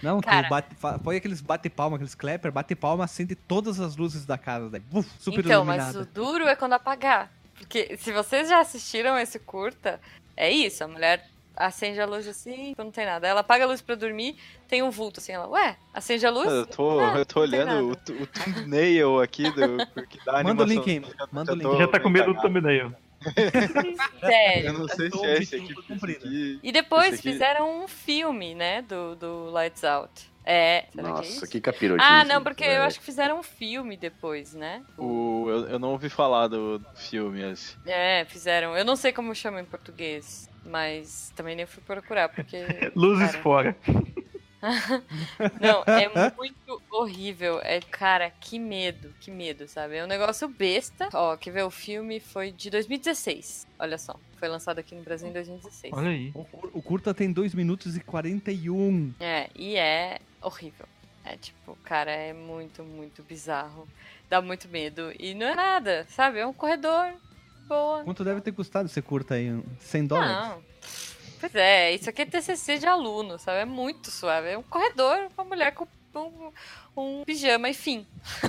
Não, Cara. tu bate, fa- põe aqueles bate-palma, aqueles clapper, bate-palma, acende todas as luzes da casa, daí, buf, super Então, mas iluminada. o duro é quando apagar. Porque se vocês já assistiram esse curta, é isso, a mulher acende a luz assim, então não tem nada. Ela apaga a luz pra dormir, tem um vulto assim, ela, ué, acende a luz? Eu tô, Ah, eu tô não tem olhando o, nada. tu- o thumbnail aqui do que dá a Manda o animação. link aí, mano. Manda o Eu link. tô Já tá com medo do cagado. thumbnail. Sério. Eu não sei se é esse aqui. Esse aqui E depois esse aqui- fizeram um filme, né, do, do Lights Out. É, será que é Nossa, isso? que capirotice. Ah, não, porque eu acho que fizeram um filme depois, né? O, eu, eu não ouvi falar do filme esse. É, fizeram. Eu não sei como chama em português, mas também nem fui procurar, porque... Luzes cara, fora. Não, é muito horrível. É, cara, que medo, que medo, sabe? É um negócio besta. Ó, quer ver? O filme foi de dois mil e dezesseis. Olha só. Foi lançado aqui no Brasil em dois mil e dezesseis. Olha aí. O, cur- o curta tem dois minutos e quarenta e um. É, e é horrível. É tipo, cara, é muito, muito bizarro. Dá muito medo. E não é nada, sabe? É um corredor. Boa. Quanto deve ter custado esse curta aí? cem dólares? Não. Pois é, isso aqui é T C C de aluno, sabe? É muito suave. É um corredor, uma mulher com um, um pijama e fim.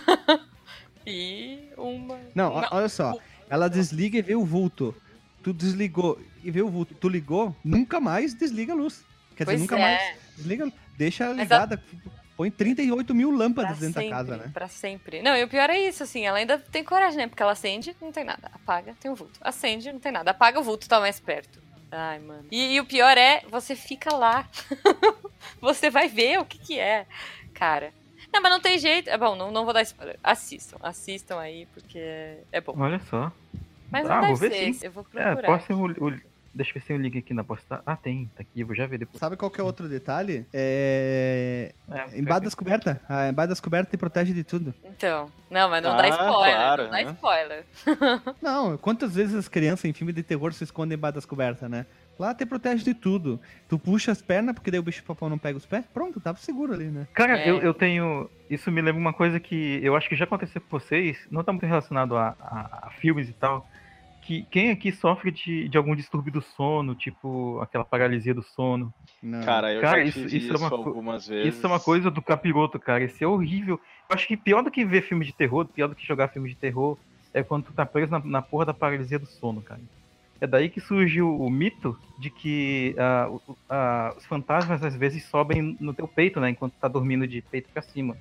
E uma... Não, uma- o- olha só. Ela desliga e vê o vulto. Tu desligou e vê o vulto. Tu ligou, nunca mais desliga a luz. Quer Pois dizer, nunca é. mais desliga a luz. Deixa ela Mas ligada. Põe trinta e oito mil lâmpadas Pra dentro sempre, da casa, né? pra sempre. Não, e o pior é isso, assim, ela ainda tem coragem, né? Porque ela acende, não tem nada. Apaga, tem um vulto. Acende, não tem nada. Apaga, o vulto tá mais perto. Ai, mano. E, e o pior é, você fica lá. Você vai ver o que que é. Cara. Não, mas não tem jeito. É bom, não, não vou dar spoiler. Assistam. Assistam aí, porque é bom. Olha só. Mas Ah, não vou deve ver ser. sim. Eu vou É, procurar. posta o, o, deixa eu ver se tem o link aqui na postagem. Ah, tem. Tá aqui, eu vou já ver depois. Sabe qual que é outro detalhe? É... É, Embaixo das cobertas. A embaixo das cobertas te protege de tudo. Então. Não, mas não Ah, dá spoiler. claro, não dá né? spoiler. Não, quantas vezes as crianças em filme de terror se escondem embaixo das cobertas, né? Lá te protege de tudo. Tu puxa as pernas, porque daí o bicho papão não pega os pés. Pronto, tava seguro ali, né? Cara, É. eu, eu tenho. Isso me lembra uma coisa que eu acho que já aconteceu com vocês, não tá muito relacionado a, a- a filmes e tal. Que quem aqui sofre de, de algum distúrbio do sono, tipo aquela paralisia do sono? Não. Cara, eu Cara, já isso- tive isso isso, é uma co- algumas vezes. Isso é uma coisa do capiroto, cara. Isso é horrível. Eu acho que pior do que ver filme de terror, pior do que jogar filme de terror, é quando tu tá preso na, na porra da paralisia do sono, cara. É daí que surgiu o mito de que ah, o- ah, os fantasmas às vezes sobem no teu peito, né? Enquanto tu tá dormindo de peito pra cima.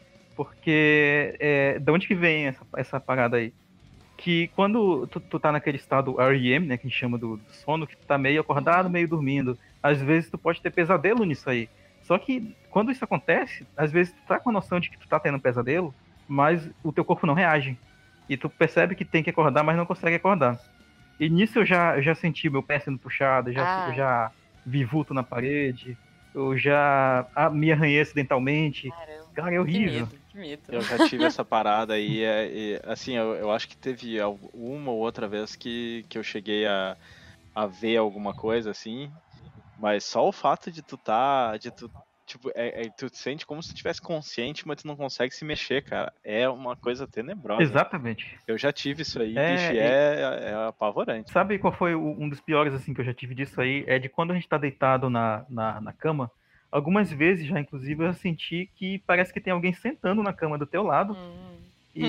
Porque é, de onde que vem essa, essa parada aí? Que quando tu, tu tá naquele estado R E M, né? Que a gente chama do, do sono, que tu tá meio acordado, meio dormindo. Às vezes tu pode ter pesadelo nisso aí. Só que quando isso acontece, às vezes tu tá com a noção de que tu tá tendo um pesadelo, mas o teu corpo não reage. E tu percebe que tem que acordar, mas não consegue acordar. E nisso eu já, eu já senti meu pé sendo puxado, eu já, Ah. eu já vi vulto na parede, eu já ah, me arranhei acidentalmente. Caramba. Cara, é Que horrível. medo, que medo. Eu já tive essa parada aí, é, e, assim, eu, eu acho que teve al- uma ou outra vez que, que eu cheguei a, a ver alguma coisa assim, mas só o fato de tu tá, de tu, tipo, é, é- tu te sente como se tu tivesse consciente, mas tu não consegue se mexer, cara, é uma coisa tenebrosa. Exatamente. Eu já tive isso aí, É, bicho, e e- é, é apavorante. Sabe qual foi o- um dos piores assim que eu já tive disso aí? É de quando a gente tá deitado na, na, na cama. Algumas vezes já, inclusive, eu senti que parece que tem alguém sentando na cama do teu lado. Hum. E,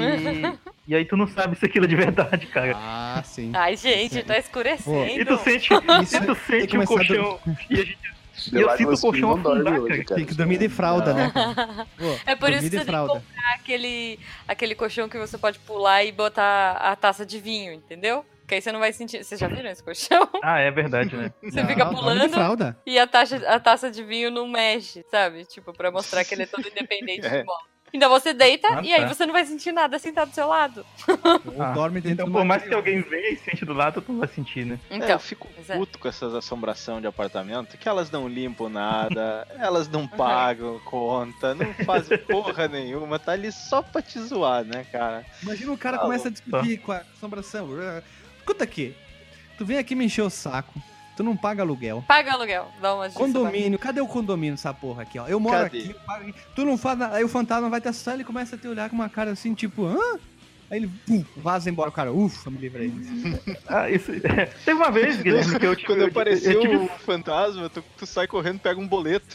e aí tu não sabe se aquilo é de verdade, cara. Ah, sim. Ai, gente, tá escurecendo. E tu sente, Isso e tu tem sente que o começar a colchão. E a gente, e Pelo eu lado sinto o do colchão não dorme afundar, hoje, cara. cara. Tem que dormir de fralda, né? cara? Pô, É por dormir isso que de você tem que fralda. comprar aquele, aquele colchão que você pode pular e botar a taça de vinho, entendeu? Que aí você não vai sentir. Vocês já viram esse colchão? Ah, é verdade, né? Você Não, fica dorme de pulando fralda. e a, taxa, a taça de vinho não mexe, sabe? Tipo, pra mostrar que ele é todo independente É. de modo. Então você deita Ah, e aí tá. você não vai sentir nada sentado do seu lado. Ou Ah, dorme dentro Então, de por uma mais que cama. alguém venha e sente do lado, tu não vai sentir, né? É, Então, eu fico pois é. puto com essas assombração de apartamento, que elas não limpam nada, elas não pagam conta, não fazem porra nenhuma, tá ali só pra te zoar, né, cara? Imagina o cara Ah, começa a discutir com a assombração. Escuta aqui. Tu vem aqui me encher o saco. Tu não paga aluguel. Paga aluguel, dá uma dica. Condomínio, cadê o condomínio dessa porra aqui, ó? Eu moro Cadê? aqui, eu pago aqui. Tu não faz nada. Aí o fantasma vai te assustar, ele começa a te olhar com uma cara assim, tipo, hã? Aí ele, pum, vaza embora o cara. Ufa, me livrei. Ah, isso. Teve uma vez, Guilherme, que eu tive. Quando eu- apareceu eu tive- o fantasma, tu, tu sai correndo, pega um boleto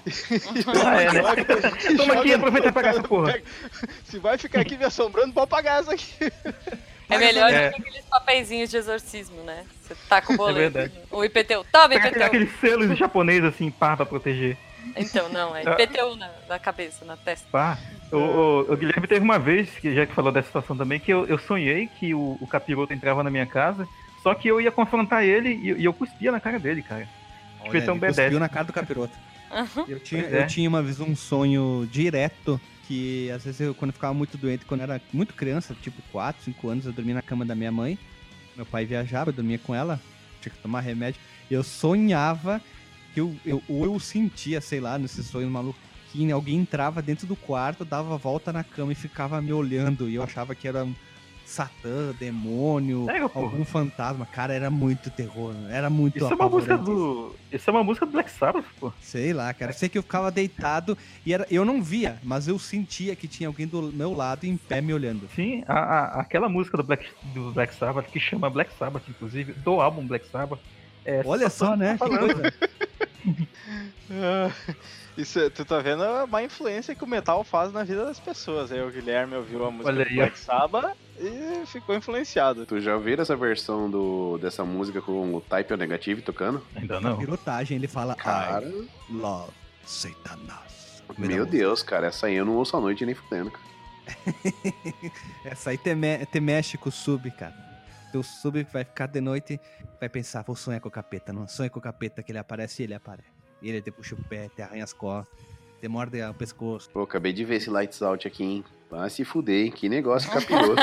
Ah, é, né? Toma aqui, aproveita e pagar essa porra. Se vai ficar aqui me assombrando, pode pagar essa aqui. É melhor É. do que aqueles papeizinhos de exorcismo, né? Você tá com o boleto. É verdade. O I P T U. Toma, Pega I P T U. aqueles selos japoneses assim, pá, pra proteger. Então, não, é I P T U na, na cabeça, na testa. Pá. O, o, o Guilherme teve uma vez, que já que falou dessa situação também, que eu, eu sonhei que o, o capiroto entrava na minha casa, só que eu ia confrontar ele e, e eu cuspia na cara dele, cara. Tipo, Olha, esse é um ele B dez. cuspiu na cara do capiroto. Eu tinha, Pois é. eu tinha uma vez um sonho direto que às vezes eu, quando eu ficava muito doente, quando eu era muito criança, tipo quatro, cinco anos, eu dormia na cama da minha mãe. Meu pai viajava, eu dormia com ela, tinha que tomar remédio. Eu sonhava que eu, eu, ou eu sentia, sei lá, nesse sonho maluco, que alguém entrava dentro do quarto, dava a volta na cama e ficava me olhando. E eu achava que era um Satã, demônio, Sério, porra? algum fantasma. Cara, era muito terror, era muito Isso é uma música apavorante. do. Isso é uma música do Black Sabbath, pô. Sei lá, cara. Eu sei que eu ficava deitado e era, eu não via, mas eu sentia que tinha alguém do meu lado em pé me olhando. Sim, a, a- aquela música do Black, do Black Sabbath, que chama Black Sabbath, inclusive, do álbum Black Sabbath. É, Olha só, né? Que falando. coisa. Ah, Isso, tu tá vendo a má influência que o metal faz na vida das pessoas. Aí o Guilherme ouviu a música Olha do aí, Black Sabbath e ficou influenciado. Tu já ouviu essa versão do, dessa música com o Type O Negative tocando? Ainda não. Pirotagem, ele fala Cara, I love Satanás. meu Deus, cara, essa aí eu não ouço à noite nem fudendo, cara. Essa aí te, me- te mexe com o sub, cara. Teu sub vai ficar de noite, vai pensar, vou sonhar com o capeta. Não sonha com o capeta que ele aparece e ele aparece. E ele te puxa o pé, te arranha as costas, te morde o pescoço. Pô, acabei de ver esse Lights Out aqui, hein? Vai se fuder, hein? Que negócio capiroto.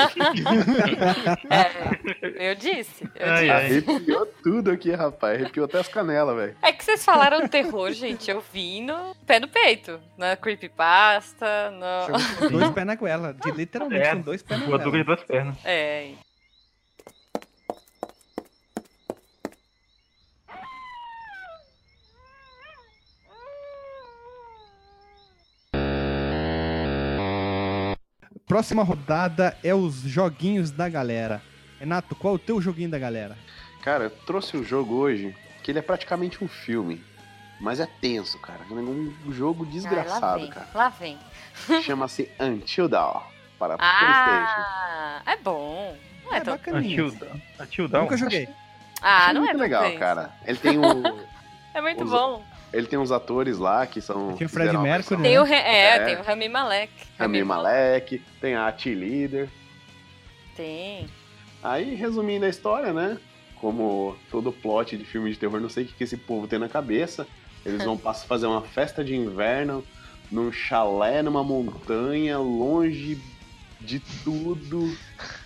É, eu disse. Eu Ai, disse. ai. Arrepiou tudo aqui, rapaz. Arrepiou até as canelas, velho. É que vocês falaram terror, gente. Eu vi no pé no peito. Na creepypasta, no... Chegou com dois pés na goela. De, literalmente É, com dois pés na voadora goela. de duas pernas. É. Próxima rodada é os joguinhos da galera. Renato, qual é o teu joguinho da galera? Cara, eu trouxe um jogo hoje que ele é praticamente um filme. Mas é tenso, cara. É um jogo Ai, lá desgraçado, vem, cara. lá vem. Chama-se Until Dawn para PlayStation. Ah, é bom. Não é, É tão... bacaninha. Until Dawn. Until Dawn. Nunca joguei. Ah, Achei não é muito tão legal, tenso. cara. Ele tem um, É muito Os- bom. ele tem uns atores lá que são. Tem o Fred fizeram uma Mercury, versão. né? Tem o, Re- é, É. tem o Rami Malek. Rami Malek, tem a T-Leader. Tem. Aí, resumindo a história, né? Como todo plot de filme de terror, não sei o que, que esse povo tem na cabeça. Eles vão passar fazer uma festa de inverno num chalé, numa montanha, longe de tudo.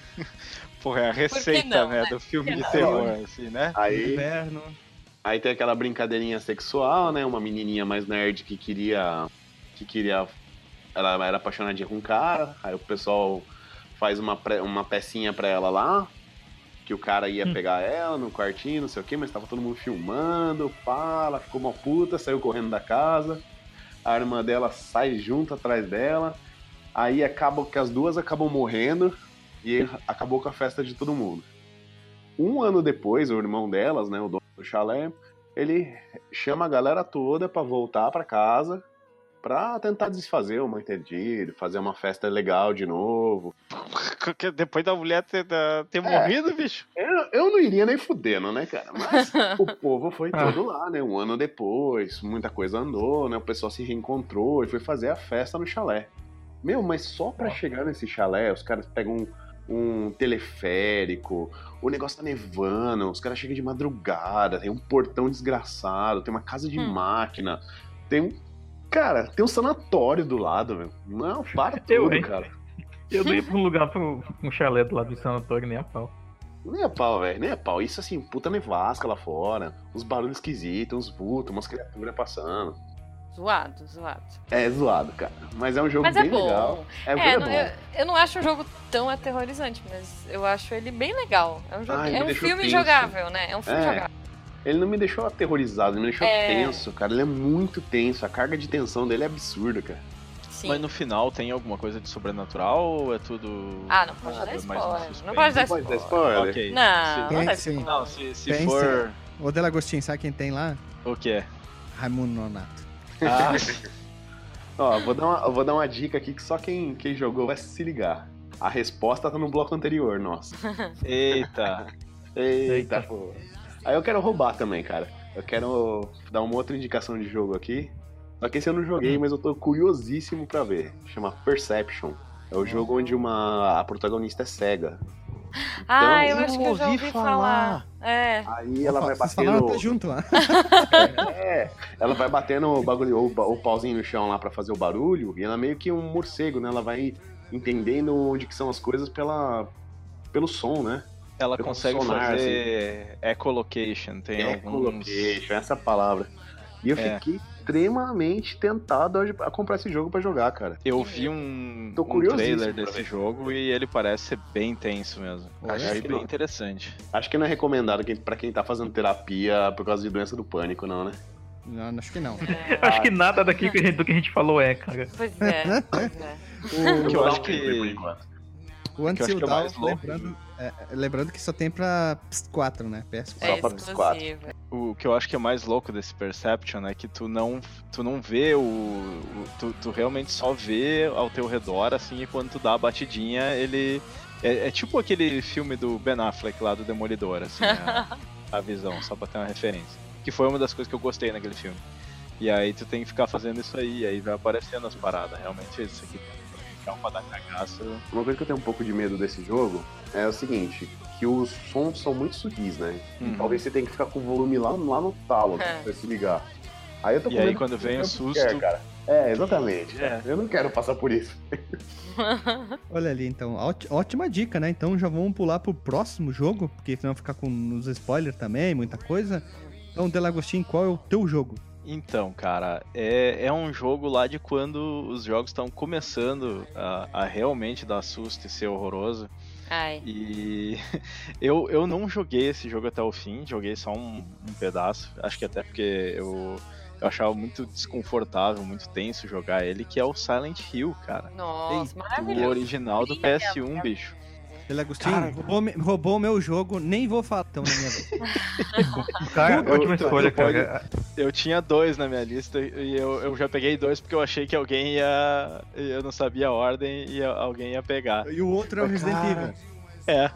Porra, é a receita, não, né, né? do filme Por que de não? terror, assim, né? Aí, Inverno. aí tem aquela brincadeirinha sexual, né? Uma menininha mais nerd que queria. que queria. Ela era apaixonadinha com um cara. Aí o pessoal faz uma, pre- uma pecinha pra ela lá. Que o cara ia pegar ela no quartinho, não sei o que, mas tava todo mundo filmando, pá, ela ficou uma puta, saiu correndo da casa, a irmã dela sai junto atrás dela, aí acaba que as duas acabam morrendo e acabou com a festa de todo mundo. Um ano depois, o irmão delas, né, o dono do chalé, ele chama a galera toda pra voltar pra casa pra tentar desfazer o mal entendido, fazer uma festa legal de novo. Porque depois da mulher ter, ter É. morrido, bicho. Eu, eu não iria nem fudendo, né, cara? Mas o povo foi Ah. todo lá, né? Um ano depois, muita coisa andou, né? O pessoal se reencontrou e foi fazer a festa no chalé. Meu, mas só pra chegar nesse chalé, os caras pegam um, um teleférico, o negócio tá nevando, os caras chegam de madrugada, tem um portão desgraçado, tem uma casa de Hum. máquina, tem um... Cara, tem um sanatório do lado, velho. Não, para Eu, tudo, hein? cara. Eu não ia pra um lugar, pra um um chalé do lado do sanatório, nem a pau. Nem a pau, velho, nem a pau. Isso assim, puta nevasca lá fora, uns barulhos esquisitos, uns vultos, umas criaturas passando. Zoado, zoado. É zoado, cara. Mas é um jogo Mas é bem bom. legal. É, o jogo É, é não- bom. eu, eu não acho um jogo tão aterrorizante, mas eu acho ele bem legal. É um, jogo, Ai, me é um deixou filme tenso. jogável, né? É um filme É. jogável. Ele não me deixou aterrorizado, ele me deixou É. tenso, cara. Ele é muito tenso. A carga de tensão dele é absurda, cara. Sim. Mas no final tem alguma coisa de sobrenatural ou é tudo. Ah, não pode Ah, dar é mais um spoiler. suspense. Não pode dar Não pode dar spoiler. spoiler. Ok. Não, Se- não Tem dá sim. spoiler. Não, se, se Tem for. Ô, Delagostinho, sabe quem tem lá? O que é? Raimundo Nonato. Ah, Ó, vou dar, uma, vou dar uma dica aqui que só quem, quem jogou vai se ligar. A resposta tá no bloco anterior, nossa. eita. Eita, pô. Aí eu quero roubar também, cara. Eu quero dar uma outra indicação de jogo aqui. Só que esse eu não joguei, mas eu tô curiosíssimo pra ver. Chama Perception. É o jogo onde uma a protagonista é cega. Então, ah, eu acho que eu já ouvi falar. É. Aí ela vai Vocês falaram batendo. até junto lá. É, ela vai batendo o bagulho, o, o pauzinho no chão lá pra fazer o barulho, e ela é meio que um morcego, né? Ela vai entendendo onde que são as coisas pela, pelo som, né? Ela Pelo consegue sonar, fazer ecolocation, tem alguns... Ecolocation, essa palavra. E eu É. fiquei extremamente tentado a a comprar esse jogo pra jogar, cara. Eu vi um, Tô um curiosíssimo trailer pra desse ver. jogo e ele parece ser bem tenso mesmo. Olha, Achei acho que bem não. interessante. Acho que não é recomendado quem- pra quem tá fazendo terapia por causa de doença do pânico, não, né? Não, acho que não. Acho que nada daqui que a gente- do que a gente falou é, cara. Pois é, pois é. O, Que eu acho Não, por que... enquanto. o Until que eu acho que é o Dawn, mais louco. lembrando, é, lembrando que só tem pra P S quatro, né? P S quatro. É pra P S quatro. exclusivo. O que eu acho que é mais louco desse Perception é que tu não, tu não vê o... o- tu, tu realmente só vê ao teu redor, assim, e quando tu dá a batidinha, ele... É, é tipo aquele filme do Ben Affleck lá, do Demolidor, assim, a, a visão, só pra ter uma referência. Que foi uma das coisas que eu gostei naquele filme. E aí tu tem que ficar fazendo isso aí, aí vai aparecendo as paradas. Realmente isso aqui é pra dar cagaço. Uma coisa que eu tenho um pouco de medo desse jogo é o seguinte, que os sons são muito sutis, né? Uhum. Talvez você tenha que ficar com o volume lá, lá no talo pra você se ligar. Aí eu tô E com aí medo quando que vem o eu susto- quero, cara. É, exatamente. É. Eu não quero passar por isso. Olha ali, então. óti- Ótima dica, né? Então já vamos pular pro próximo jogo, porque senão ficar com os spoilers também, muita coisa. Então, Delagostin, qual é o teu jogo? Então, cara, é, é um jogo lá de quando os jogos estão começando a, a realmente dar susto e ser horroroso. Ai. E eu, eu não joguei esse jogo até o fim, joguei só um, um pedaço. Acho que até porque eu, eu achava muito desconfortável, muito tenso jogar ele, que é o Silent Hill, cara. Nossa, O maravilhoso. original do P S um, bicho. Delagostin, Cara, roubou, me- roubou o meu jogo, nem vou falar então na minha vez. Cara, Eu- ótima eu- escolha, eu pode- cara. Eu tinha dois na minha lista e eu, eu já peguei dois porque eu achei que alguém ia. Eu não sabia a ordem e alguém ia pegar. E o outro é o Resident Evil. É.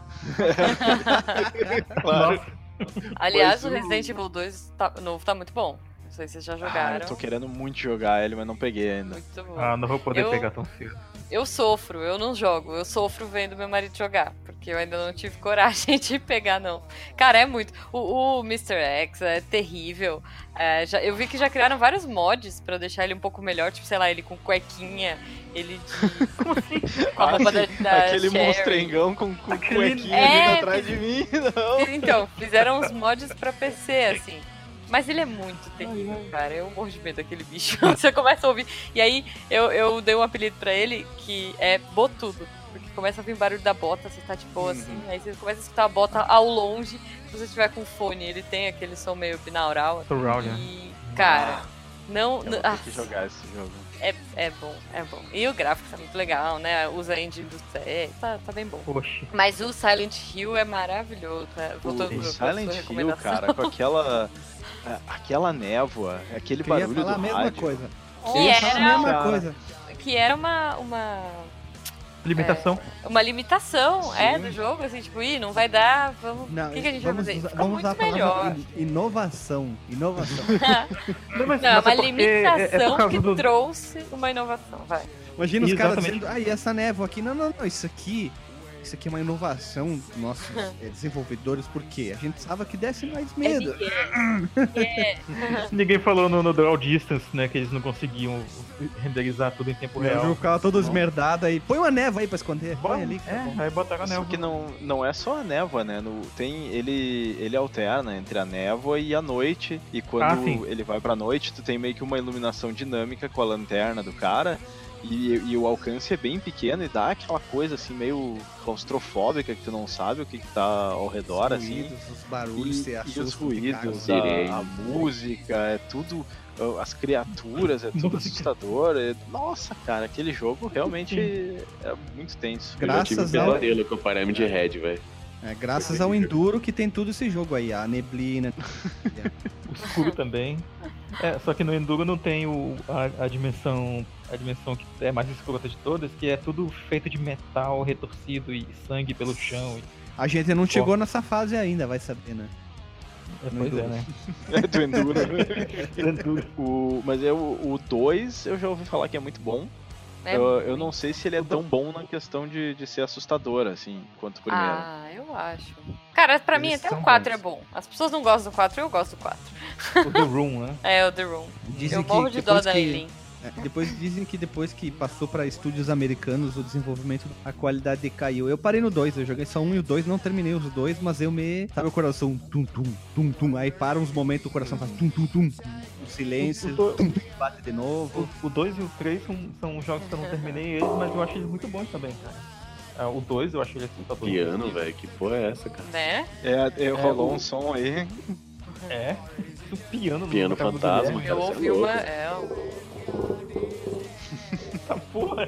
Claro. Aliás, Pois o o- Resident Evil dois tá, novo tá muito bom. Não sei se vocês já Ah, jogaram. eu tô querendo muito jogar ele, mas não peguei ainda. Muito bom. Ah, não vou poder Eu- pegar tão cedo. Eu sofro, eu não jogo. Eu sofro vendo meu marido jogar. Porque eu ainda não tive coragem de pegar, não. Cara, é muito. O, o mister X é terrível. É, já, eu vi que já criaram vários mods pra deixar ele um pouco melhor. Tipo, sei lá, ele com cuequinha. Ele de. Como assim? Com a roupa da, da Aquele Sherry. monstrengão com, com Aquele- cuequinha É, vindo atrás de mim, não. Então, fizeram os mods pra P C, assim. Mas ele é muito terrível, cara. Eu morro de medo daquele bicho. Você começa a ouvir. E aí, eu, eu dei um apelido pra ele que é Botudo. Porque começa a vir barulho da bota, você tá de boa assim. Aí você começa a escutar a bota ao longe. Se você tiver com fone, ele tem aquele som meio binaural. Surround, né? E, cara, não. Eu não- vou ah, ter que jogar esse jogo. é, é bom, é bom. E o gráfico tá muito legal, né? Usa a engine do C, tá, tá bem bom. Poxa. Mas o Silent Hill é maravilhoso. Né? O, Voltando o pra sua Silent Hill, recomendação. cara, com aquela. a- Aquela névoa, aquele Eu ia barulho falar do a mesma rádio. coisa. Que Eu ia falar a era, mesma Cara. coisa. que era uma, uma, Limitação. uma limitação Sim. é, do jogo, assim, tipo, ih, não vai dar, vamos. Não, o que, que a gente vamos vai fazer? usar, Fica vamos muito usar a palavra melhor. in- inovação. Inovação. Não, mas, Não, mas uma é porque é- é por limitação causa que do- trouxe uma inovação, vai. Imagina os caras Exatamente. dizendo, ah, e essa névoa aqui? Não, não, não, isso aqui, isso aqui é uma inovação dos nossos eh, desenvolvedores, porque a gente precisava que desse mais medo. É, Ninguém falou no, no Draw Distance, né? Que eles não conseguiam renderizar tudo em tempo O jogo real. ficava todo esmerdado aí. Põe uma névoa aí pra esconder. Põe ali. que tá bom. É, aí botaram a Só névoa. que não, não é só a névoa, né? No, tem, ele, ele alterna entre a névoa e a noite. E quando Ah, sim. ele vai pra noite, tu tem meio que uma iluminação dinâmica com a lanterna do cara. E, e o alcance é bem pequeno e dá aquela coisa assim meio claustrofóbica que tu não sabe o que, que tá ao redor, Os assim. ruídos, os barulhos, você E, e assusta, os você ruídos, caga. a, Sirene. a música, é tudo. As criaturas, é tudo Música. assustador. é- Nossa, cara, aquele jogo realmente é muito tenso. Eu já tive um Graças ao, pesadelo com o Pyramid Head, velho. é, graças ao Enduro que tem tudo esse jogo aí. A neblina. O escuro também. É, só que no Enduro não tem o, a, a dimensão a dimensão que é mais escrota de todas, que é tudo feito de metal retorcido e sangue pelo chão. E... A gente não chegou nessa fase ainda, vai saber, né? É, pois é, né? É do Enduro. Enduro. O, mas eu, o dois eu já ouvi falar que é muito bom. É, eu, eu não sei se ele é tão bom na questão de, de ser assustador, assim, quanto o primeiro. Ah, eu acho. Cara, pra Eles mim até o quatro bons. É bom. As pessoas não gostam do quatro, eu gosto do quatro. O The Room, né? É, o The Room. Dizem eu morro de dó da Eileen. É, depois dizem que depois que passou pra estúdios americanos, o desenvolvimento, a qualidade decaiu. Eu parei no dois, eu joguei só um e o dois, não terminei os dois, mas eu me... Sabe o coração? Tum, tum, tum, tum. Aí para uns momentos, o coração faz tum, tum, tum. Um silêncio, o, o tum, tum, bate de novo. O dois e o três são, são jogos que eu não terminei eles, mas eu acho eles muito bons também, cara. O dois eu acho ele assustador. Piano, velho, que porra é essa, cara? Né? É, é, rolou o... um som aí. É, o piano. Piano fantasma. Eu ouvi uma... É, Tá porra.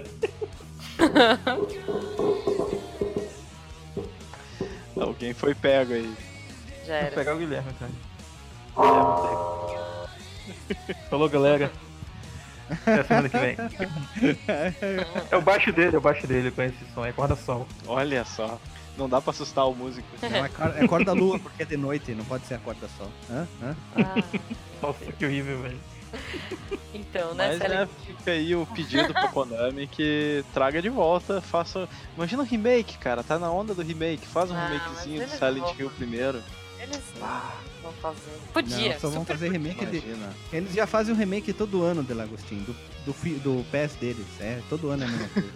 Alguém foi pego aí. Já era. Vou pegar o Guilherme, cara. Guilherme, falou, galera. Até semana que vem. É o baixo dele, é o baixo dele, eu conheço esse som, é corda-sol. Olha só. Não dá pra assustar o músico. Não, é, corda, é corda-lua, porque é de noite, não pode ser a corda-sol. Hã? Hã? Ah. Nossa, que horrível, velho. Então, né? Mas né, fica aí o pedido pro Konami que traga de volta, faça... Imagina um remake, cara, tá na onda do remake, faz um ah, remakezinho do Silent vão... Hill primeiro. Eles ah. vão fazer. Podia. Não, só vão fazer remake de... Imagina. Eles já fazem um remake todo ano, Delagostinho, do, do, do P E S deles, é, todo ano é a mesma coisa.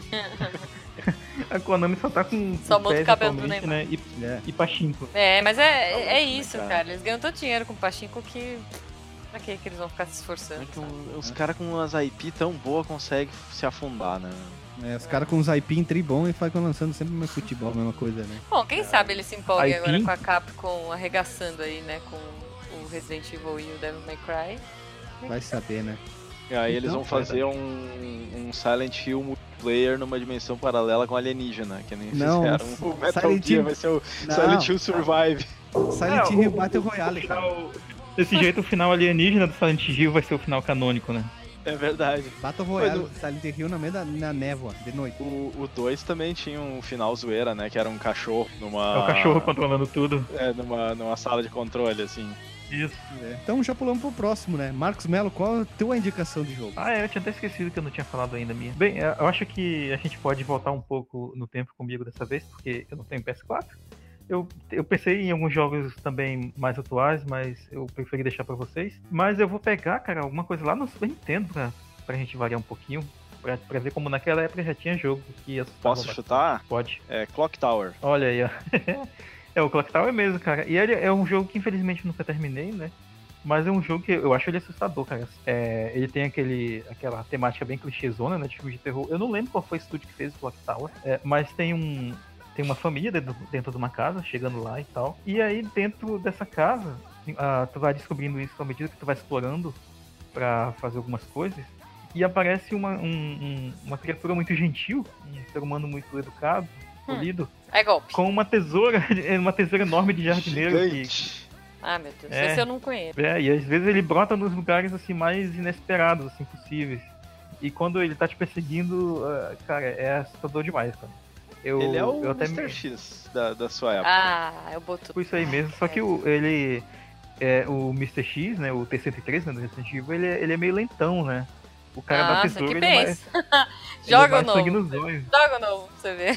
A Konami só tá com só muda o cabelo do Neymar, né? E, é. e Pachinko. É, mas é, é isso, cara, eles ganham tanto dinheiro com Pachinko que... Pra que que eles vão ficar se esforçando? É que um, os caras com umas I P tão boas conseguem se afundar, né? É, os caras com uns I P em tri bom e ficam lançando sempre o mesmo futebol, a mesma coisa, né? Bom, quem sabe eles se empolguem I P? agora com a Capcom arregaçando aí, né? Com o Resident Evil e o Devil May Cry. Vai saber, né? E aí eles Então, vão fazer um, um Silent Hill multiplayer numa dimensão paralela com alienígena, que nem não, fizeram. O Metal Silent Gear Hill... vai ser o não. Silent Hill Survive. Silent Hill Battle Royale, cara. Desse jeito, o final alienígena do Silent Hill vai ser o final canônico, né? É verdade. Battle Royale, do Silent Hill no meio da na névoa, de noite. O dois também tinha um final zoeira, né? Que era um cachorro numa... É o cachorro controlando tudo. É, numa, numa sala de controle, assim. Isso. É. Então já pulamos pro próximo, né? Marcos Melo, qual é a tua indicação de jogo? Ah, é, eu tinha até esquecido que eu não tinha falado ainda minha. Bem, eu acho que a gente pode voltar um pouco no tempo comigo dessa vez, porque eu não tenho P S quatro. Eu, eu pensei em alguns jogos também mais atuais, mas eu preferi deixar pra vocês. Mas eu vou pegar, cara, alguma coisa lá no Super Nintendo pra, pra gente variar um pouquinho. Pra, pra ver como naquela época já tinha jogo que ia... Posso chutar? Pode. É Clock Tower. Olha aí, ó. É, o Clock Tower mesmo, cara. E ele é um jogo que infelizmente nunca terminei, né? Mas é um jogo que eu acho ele assustador, cara. É, ele tem aquele, aquela temática bem clichêzona, né? De filme de terror. Eu não lembro qual foi o estúdio que fez o Clock Tower. É, mas tem um... Tem uma família dentro, dentro de uma casa, chegando lá e tal. E aí, dentro dessa casa, uh, tu vai descobrindo isso à medida que tu vai explorando pra fazer algumas coisas. E aparece uma, um, um, uma criatura muito gentil, um ser humano muito educado, hum, polido. É golpe. Com uma tesoura, uma tesoura enorme de jardineiro. Que... Ah, meu Deus, é, esse eu não conheço. É, e às vezes ele brota nos lugares assim mais inesperados, assim, possíveis. E quando ele tá te perseguindo, uh, cara, é assustador demais, cara. Eu, ele é o eu até mister me... X da, da sua época. Ah, eu boto. Foi isso aí mesmo, só que o, ele... É, o mister X, né, o T cento e três, né, do Resident Evil, ele, ele é meio lentão, né? O cara Nossa, da tesoura, que ele é mais... Joga o novo. Sangue nos olhos. Joga o novo, pra você ver.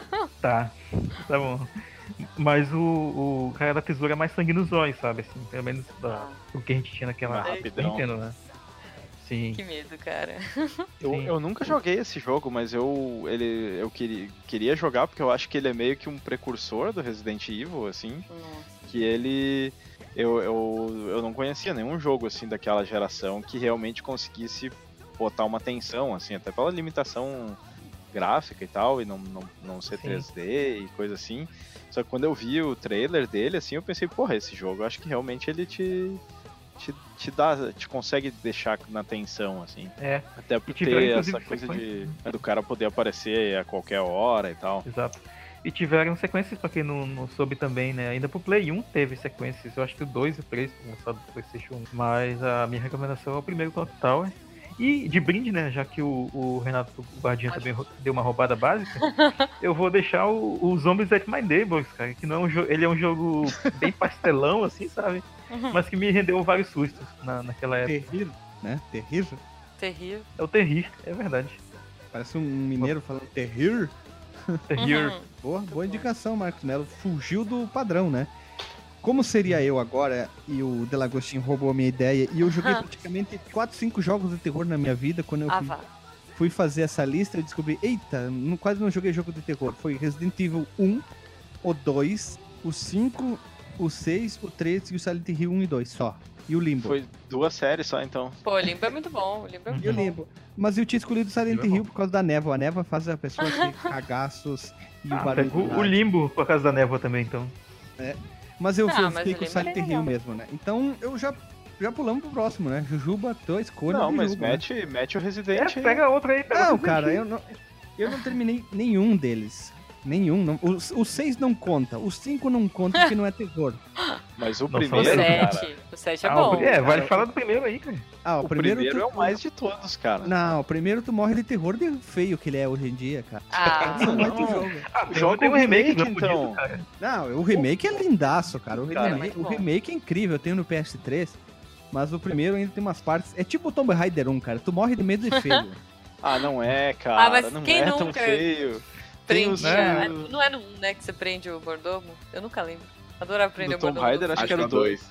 Tá, tá bom. Mas o, o cara da tesoura é mais sangue nos olhos, sabe? Assim, pelo menos da, o que a gente tinha naquela Nintendo, né? Sim. Que medo, cara. Eu, eu nunca joguei esse jogo, mas eu, ele, eu queria, queria jogar porque eu acho que ele é meio que um precursor do Resident Evil, assim. Nossa. Que ele... Eu, eu, eu não conhecia nenhum jogo, assim, daquela geração que realmente conseguisse botar uma tensão, assim, até pela limitação gráfica e tal, e não, não, não ser Sim. três D e coisa assim. Só que quando eu vi o trailer dele, assim, eu pensei, porra, esse jogo, eu acho que realmente ele te... Te, te dá, te consegue deixar na tensão, assim. É. Até por ter essa coisa de, do cara poder aparecer a qualquer hora e tal. Exato. E tiveram sequências, pra quem não, não soube também, né? Ainda pro Play um teve sequências. Eu acho que o dois e o três foi lançado do PlayStation um. Mas a minha recomendação é o primeiro Clock Tower. E de brinde, né? Já que o, o Renato o Guardião também deu uma roubada básica, eu vou deixar o, o Zombies at My Neighbors, cara. Que não é um jo- ele é um jogo bem pastelão, assim, sabe? Uhum. Mas que me rendeu vários sustos na, naquela época. Terrível, né? Terrível. Terrível. É o Terrir, é verdade. Parece um mineiro falando terrível. Terrir. Uhum. Boa, boa indicação, Marcos Melo. Fugiu do padrão, né? Como seria eu agora e o Delagostinho roubou a minha ideia e eu joguei praticamente quatro, cinco jogos de terror na minha vida quando eu Ah, fui, vá. fui fazer essa lista, eu descobri, eita, não- quase não joguei jogo de terror. Foi Resident Evil um, o dois, o cinco, o seis, o três e o Silent Hill um e dois só. E o Limbo. Foi duas séries só, então. Pô, o Limbo é muito bom. O Limbo é muito E o bom. Limbo. Mas eu tinha escolhido o Silent Limbo é Hill por causa da névoa. A névoa faz a pessoa ter cagaços e o Ah, barulho. pega o, o Limbo por causa da névoa também, então. Mas eu, Ah, eu mas fiquei o com o Limbo é Silent legal. Hill mesmo, né? Então eu já, já pulamos pro próximo, né? Jujuba, tua escolha. Não, do mas Jujuba, mete, mete o É, Resident aí. pega outra aí, pega Não, outro cara, aí. eu não, eu não terminei nenhum deles. Nenhum. Não, os, os seis não conta. Os cinco não conta porque não é terror. Mas o Não, só O primeiro, cara... sete. O sete é Ah, bom. o- é, vale cara. falar do primeiro aí, cara. Ah, o, O primeiro, primeiro tu, é o mais de todos, cara. Não, o primeiro tu morre de terror de feio que ele é hoje em dia, cara. Ah, Não, vai não. do jogo. Ah, Joga tem um o remake, remake, não então. podia, cara. Não, o remake é lindaço, cara. O, Cara, é remake, muito o bom. remake é incrível, eu tenho no P S três. Mas o primeiro ainda tem umas partes. É tipo o Tomb Raider um, cara. Tu morre de medo de feio. Ah, não é, cara. Ah, mas não quem é tão nunca feio. Tem os- Prende. né? é, Não é no um, né, que você prende o mordomo? Eu nunca lembro. Adorava prender Do o Tomb mordomo. Raider, acho, Acho que era o que é o dois.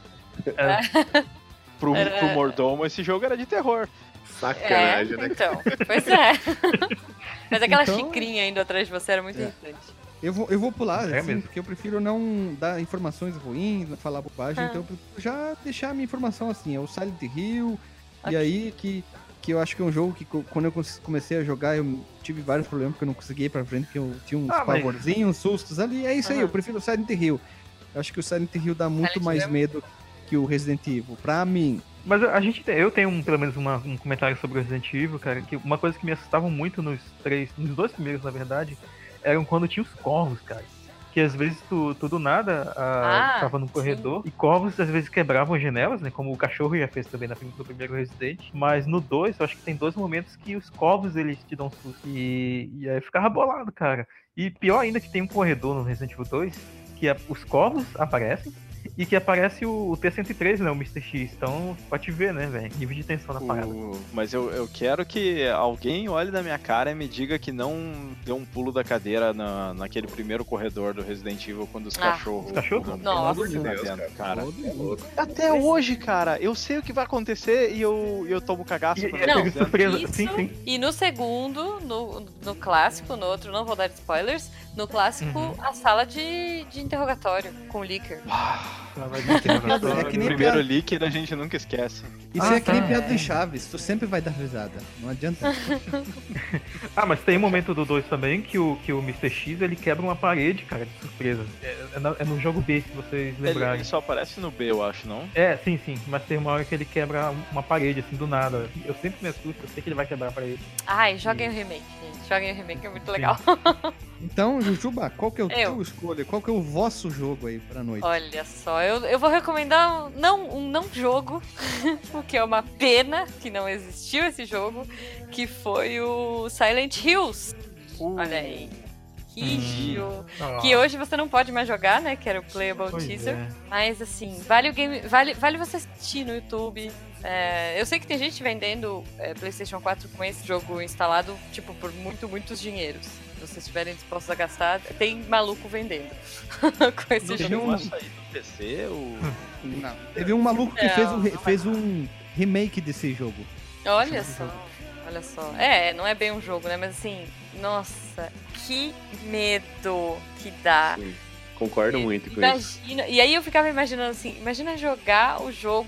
É. Pro, Era- pro mordomo, esse jogo era de terror. É, Sacanagem, né? então. Pois é. Mas aquela Então- xicrinha indo atrás de você era muito É. irritante. Eu vou, eu vou pular, É assim, mesmo. porque eu prefiro não dar informações ruins, não falar bobagem, Ah. então eu prefiro já deixar a minha informação assim, é o Silent Hill, e Ok. aí que, que eu acho que é um jogo que co- quando eu cons- comecei a jogar eu tive vários problemas porque eu não consegui ir pra frente, porque eu tinha uns Ah, mas- pavorzinhos, uns sustos ali, é isso aí, Aham. eu prefiro o Silent Hill. Eu acho que o Silent Hill dá muito Silent mais Hill é medo que o Resident Evil, pra mim. Mas a gente, tem- eu tenho um, pelo menos uma- um comentário sobre o Resident Evil, cara, que uma coisa que me assustava muito nos três, nos dois primeiros, na verdade, eram quando tinha os corvos, cara. Que às vezes tu, tu do nada ah, Ah, tava no sim. corredor e corvos às vezes quebravam janelas, né? Como o cachorro já fez também na, prim- no primeiro Resident. Mas no dois, eu acho que tem dois momentos que os corvos eles te dão susto. E, e aí eu ficava bolado, cara. E pior ainda que tem um corredor no Resident Evil dois, que a- os corvos aparecem e que aparece o, o T cento e treze, né? O mister X. Então, pode ver, né, velho? Nível de tensão na parada. O- Mas eu, eu quero que alguém olhe na minha cara e me diga que não deu um pulo da cadeira na, naquele primeiro corredor do Resident Evil quando os Ah. cachorros. Os cachorros? pulam Nossa. pelo Meu Deus, dentro, cara. cara. É louco. Até hoje, cara, eu sei o que vai acontecer e eu, eu tomo cagaço E, quando e Não, teve eu tô dentro. surpresa. Isso- Sim, sim. E no segundo, no, no clássico, no outro, não vou dar spoilers, no clássico, Uhum. a sala de, de interrogatório com o Licker. É que nem O primeiro piada- líquido a gente nunca esquece. Isso Ah, é que nem tá. piada de Chaves, tu sempre vai dar risada, não adianta. Ah, mas tem um momento do dois também que o, que o mister X ele quebra uma parede, cara, de surpresa. É, é na- é no jogo B, se vocês Ele, lembrarem. ele só aparece no B, eu acho, não? É, sim, sim, mas tem uma hora que ele quebra uma parede, assim, do nada. Eu sempre me assusto, eu sei que ele vai quebrar a parede. Ai, joguem o remake, gente. Joguem o remake, é muito legal. Então, Jujuba, qual que é o Eu. teu escolha? Qual que é o vosso jogo aí pra noite? Olha só, eu, eu vou recomendar um não, um não jogo, o que é uma pena que não existiu esse jogo, que foi o Silent Hills. Uh, Olha aí. Que, jogo. Ah, que hoje você não pode mais jogar, né? Que era o Playable pois Teaser. é. Mas assim, vale o game. Vale, vale você assistir no YouTube. É, eu sei que tem gente vendendo é, PlayStation quatro com esse jogo instalado, tipo, por muito, muitos dinheiros. Se vocês estiverem dispostos a gastar, tem maluco vendendo com esse Não jogo. chegou a sair do P C? Ou... Não. Teve um maluco que Não, fez, um, re- não é. fez um remake desse jogo. Olha só, olha só. É, não é bem um jogo, né? Mas assim, nossa, que medo que dá. Sim, concordo muito com isso. Imagina, e aí eu ficava imaginando assim, imagina jogar o jogo que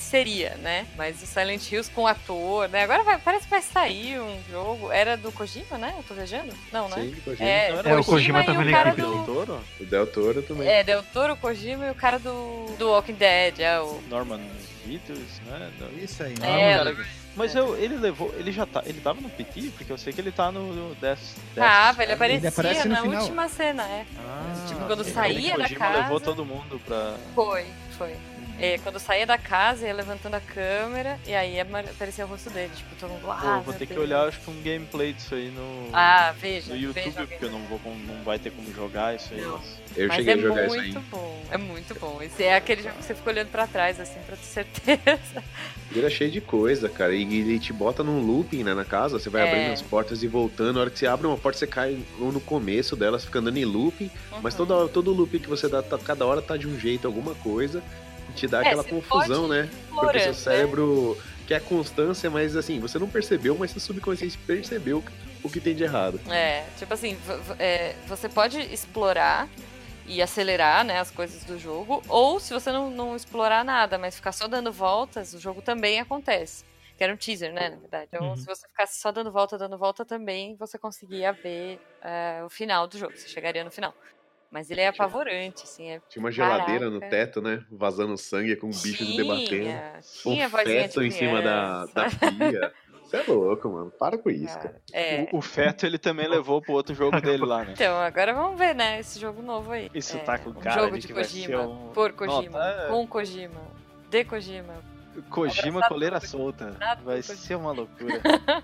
seria, né? Mas o Silent Hills com ator, né? Agora vai, parece que vai sair um jogo. Era do Kojima, né? Eu tô viajando? Não, né? Sim, Kojima. É, É, o Kojima e tava o ali cara aqui. do... Del Toro? O Del Toro também. É, Del Toro, Kojima e o cara do, do Walking Dead, é o... Norman Reedus, né? Não. Isso aí, É, Cara, mas eu, ele levou, ele já tá, ele tava no P T? Porque eu sei que ele tá no, no Death, Death Ah, ele Stranding. aparecia aparece no na final. última cena, é. Ah, Tipo, quando sim. saía O da Kojima casa- levou todo mundo pra... Foi, foi. É, quando saía da casa, ia levantando a câmera e aí aparecia o rosto dele, tipo, todo mundo, Pô, ah, eu vou meu ter que Deus. olhar, acho que um gameplay disso aí no, Ah, veja, no YouTube, veja. porque eu não, vou, com- não vai ter como jogar isso aí. Não. Mas... Eu Mas cheguei é a jogar isso aí. muito bom, é muito bom. Esse é aquele jogo que você fica olhando pra trás, assim, pra ter certeza. Ele é cheio de coisa, cara. E ele te bota num looping, né, na casa. Você vai É. abrindo as portas e voltando. Na hora que você abre uma porta, você cai no começo dela, você fica andando em looping. Mas Uhum. todo, todo looping que você dá, tá- cada hora tá de um jeito, alguma coisa. E te dá É, aquela você confusão, pode ir né? Porque seu explorando, cérebro quer constância, mas assim, você não percebeu, mas seu subconsciente percebeu o que tem de errado. É, tipo assim, v- v- é, você pode explorar e acelerar, né, as coisas do jogo, ou se você não, não explorar nada, mas ficar só dando voltas, o jogo também acontece. Que era um teaser, né, na verdade. Então, Uhum. se você ficasse só dando volta, dando volta também, você conseguia ver é, o final do jogo, você chegaria no final. Mas ele é apavorante, assim, é... Tinha uma geladeira Caraca. no teto, né? Vazando sangue com bichos se debatendo. Tinha, tinha Um vozinha de feto em cima da, criança. da pia. Você é louco, mano. Para com isso, cara. Cara, é. O, o Feto ele também levou pro outro jogo dele lá, né? Então, agora vamos ver, né, esse jogo novo aí. Isso é, tá com um cara jogo de de que vai Kojima, ser um- por Kojima, Nota- com Kojima, de Kojima. Kojima Abraçado coleira por solta. Abraçado Vai por Kojima. ser uma loucura.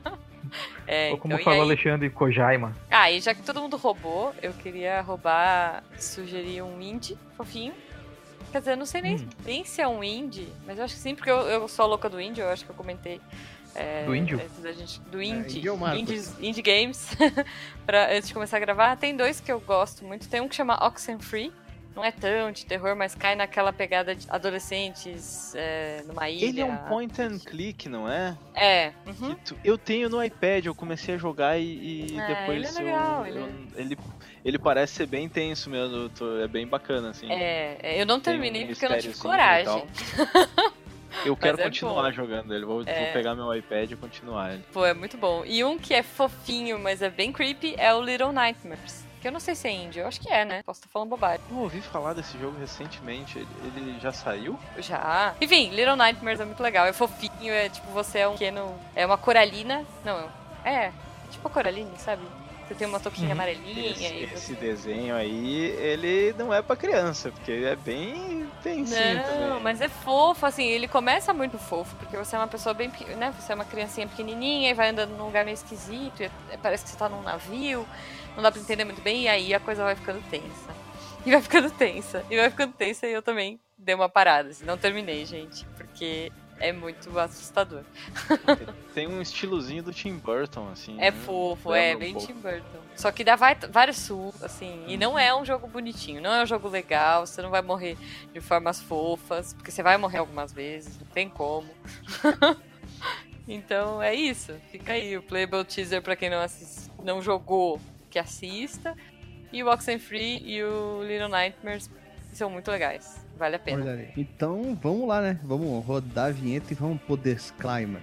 É, Ou como então, e falou aí- Alexandre Kojaima. Ah, e já que todo mundo roubou, eu queria roubar, sugerir um indie fofinho. Quer dizer, eu não sei nem, Hum. nem se é um indie, mas eu acho que sim, porque eu, eu sou a louca do indie, eu acho que eu comentei. É, Do índio? antes da gente, do indie, indie é o Marcos. indies, indie games, pra, antes de começar a gravar. Tem dois que eu gosto muito. Tem um que chama Oxenfree. Não é tão de terror, mas cai naquela pegada de adolescentes é, numa ilha. Ele é um point and click, não é? É. Uhum. Que tu- Eu tenho no iPad, eu comecei a jogar e, e É, depois ele é eu- legal, eu- ele- ele, ele parece ser bem tenso mesmo, tô- é bem bacana, assim. É, é, eu não Tem terminei um porque eu não tive mistériozinho e coragem. Eu quero é continuar bom. jogando ele, vou, É. vou pegar meu iPad e continuar ele. Pô, é muito bom. E um que é fofinho, mas é bem creepy, é o Little Nightmares. Que eu não sei se é indie, eu acho que é, né? Posso estar falando bobagem. Eu ouvi falar desse jogo recentemente, ele, ele já saiu? Já. Enfim, Little Nightmares é muito legal. É fofinho, é tipo, você é um pequeno... É uma coralina. Não, é... Tipo a coraline, sabe? Você tem uma touquinha amarelinha Esse, e esse você... desenho aí, ele não é pra criança, porque ele é bem tensinho Não, também. mas é fofo, assim, ele começa muito fofo, porque você é uma pessoa bem, pe- né, você é uma criancinha pequenininha e vai andando num lugar meio esquisito, e é- parece que você tá num navio, não dá pra entender muito bem, e aí a coisa vai ficando tensa. E vai ficando tensa, e vai ficando tensa, e eu também dei uma parada, assim, não terminei, gente, porque é muito assustador. Tem um estilozinho do Tim Burton, assim. É né? fofo, Lembra é, um bem pouco. Tim Burton. Só que dá vai- vários sustos, assim, e não é um jogo bonitinho, não é um jogo legal, você não vai morrer de formas fofas, porque você vai morrer algumas vezes, não tem como. Então é isso, fica aí o Playable Teaser pra quem não, assis- não jogou, que assista, e o Oxenfree e o Little Nightmares são muito legais, vale a pena. Olha aí. Então, vamos lá, né? Vamos rodar a vinheta e vamos pro disclaimer.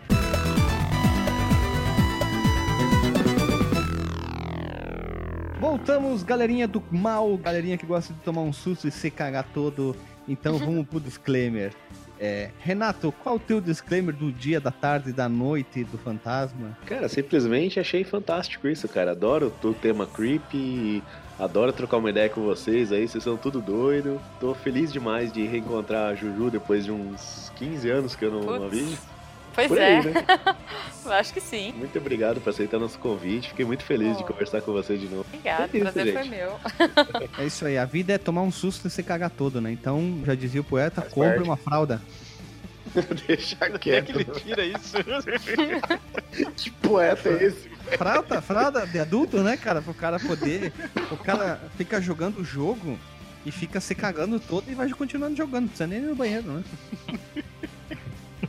Voltamos, galerinha do mal, galerinha que gosta de tomar um susto e se cagar todo. Então vamos pro disclaimer. É, Renato, qual o teu disclaimer do dia, da tarde, da noite do fantasma? Cara, simplesmente achei fantástico isso, cara. Adoro o tema creepy, adoro trocar uma ideia com vocês aí, vocês são tudo doido. Tô feliz demais de reencontrar a Juju depois de uns quinze anos que eu não Putz. a vi. Pois Por é, aí, né? eu acho que sim. Muito obrigado por aceitar nosso convite, fiquei muito feliz de Oh. conversar com vocês de novo. Obrigada, É o isso, prazer foi gente. meu. É isso aí, a vida é tomar um susto e se cagar todo, né? Então, já dizia o poeta, Faz compre parte. uma fralda. Deixa Onde é quieto. que ele tira isso? Que poeta é esse? Fralda, fralda de adulto, né, cara? Pro cara poder. O cara fica jogando o jogo e fica se cagando todo e vai continuando jogando, não precisa nem ir no banheiro, né?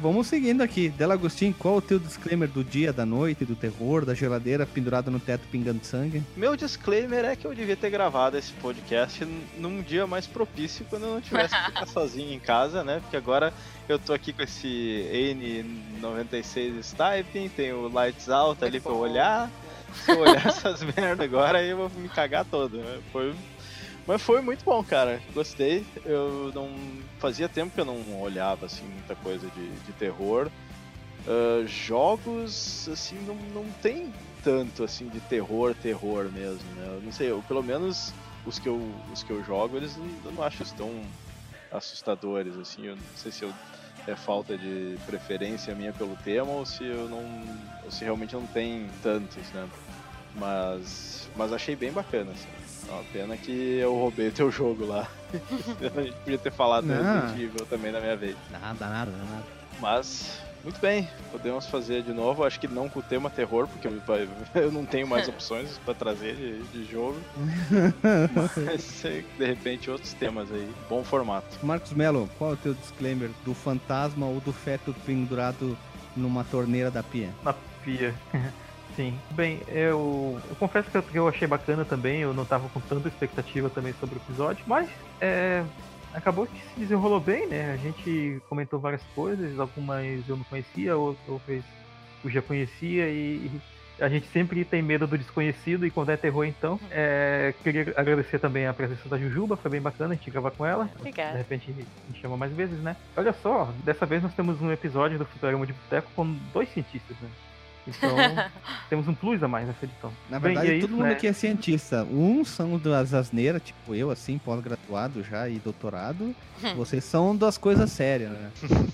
vamos seguindo aqui. Delagostin, qual o teu disclaimer do dia, da noite, do terror, da geladeira pendurada no teto pingando sangue? Meu disclaimer é que eu devia ter gravado esse podcast num dia mais propício, quando eu não tivesse que ficar sozinho em casa, né? Porque agora eu tô aqui com esse N noventa e seis Stiping, tem o Lights Out ali pra eu olhar. Se eu olhar essas merdas agora, aí eu vou me cagar todo. Né? Foi... Mas foi muito bom, cara. Gostei. Eu não... Fazia tempo que eu não olhava, assim, muita coisa de, de terror. Uh, jogos, assim, não, não tem tanto, assim, de terror, terror mesmo, né? Eu não sei, eu, pelo menos os que eu, os que eu jogo, eles não, eu não acho tão assustadores, assim. Eu não sei se eu, é falta de preferência minha pelo tema ou se eu não... ou se realmente não tem tantos, né? Mas, mas achei bem bacana, assim. Ó, pena que eu roubei o teu jogo lá. A gente podia ter falado do Resident Evil também na minha vez. Nada, nada, nada. Mas, muito bem, podemos fazer de novo. Acho que não com o tema terror, porque eu não tenho mais opções pra trazer de, de jogo. Mas, de repente, outros temas aí. Bom formato. Marcos Melo, qual é o teu disclaimer do fantasma ou do feto pendurado numa torneira da pia? Na pia. Sim. Bem, eu, eu confesso que eu, que eu achei bacana também, eu não tava com tanta expectativa também sobre o episódio, mas é, acabou que se desenrolou bem, né? A gente comentou várias coisas, algumas eu não conhecia, outras eu já conhecia e a gente sempre tem medo do desconhecido e quando é terror então. É, queria agradecer também a presença da Jujuba, foi bem bacana a gente gravar com ela. Obrigada. De repente a gente chama mais vezes, né? Olha só, dessa vez nós temos um episódio do Fliperama de Boteco com dois cientistas, né? Então, temos um plus a mais nessa edição. Na verdade, Bem, é todo isso, mundo né? aqui é cientista. Uns são das asneiras, tipo eu, assim, pós-graduado já e doutorado. Vocês são das coisas sérias, né?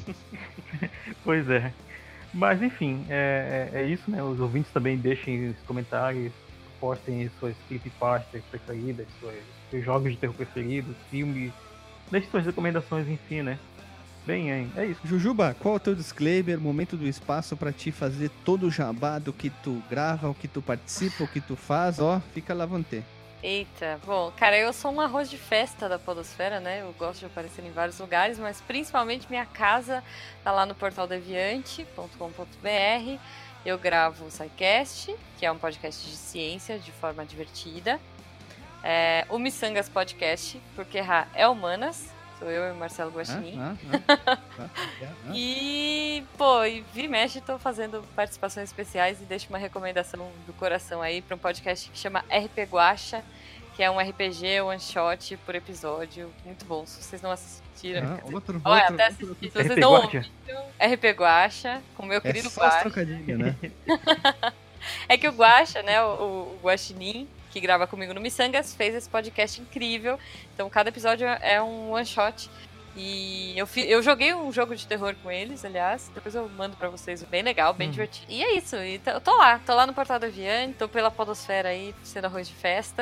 Pois é. Mas, enfim, é, é, é isso, né? Os ouvintes também deixem os comentários, postem suas creepypastas preferidas, suas, seus jogos de terror preferidos, filmes. Deixem suas recomendações, enfim, né? Bem, é, é isso. Jujuba, qual é o teu disclaimer, momento do espaço pra te fazer todo o jabá do que tu grava, o que tu participa, o que tu faz, ó, fica lá vantê. Eita, bom, cara, eu sou um arroz de festa da podosfera, né? Eu gosto de aparecer em vários lugares, mas principalmente minha casa tá lá no portal deviante ponto com ponto b r. Eu gravo o SciCast, que é um podcast de ciência de forma divertida. É, o Missangas Podcast, porque errar é humanas. Sou eu e o Marcelo Guaxinim. Ah, ah, ah, ah, ah. E, pô, e vi e mexe, tô fazendo participações especiais e deixo uma recomendação do coração aí pra um podcast que chama R P Guacha, que é um R P G one shot por episódio. Muito bom. Se vocês não assistiram. Ah, outro, olha, outro, até outro, assisti. Se outro. vocês não ouviram, R P Guacha, com o meu querido é só Guacha. trocadilho, né? É que o Guacha, né, o, o Guaxinim, que grava comigo no Missangas, fez esse podcast incrível. Então cada episódio é um one shot. E eu, fi, eu joguei um jogo de terror com eles, aliás. Depois eu mando pra vocês. Bem legal, bem hum. divertido. E é isso. E eu tô lá. Tô lá no Portal da Viane. Tô pela podosfera aí, sendo arroz de festa.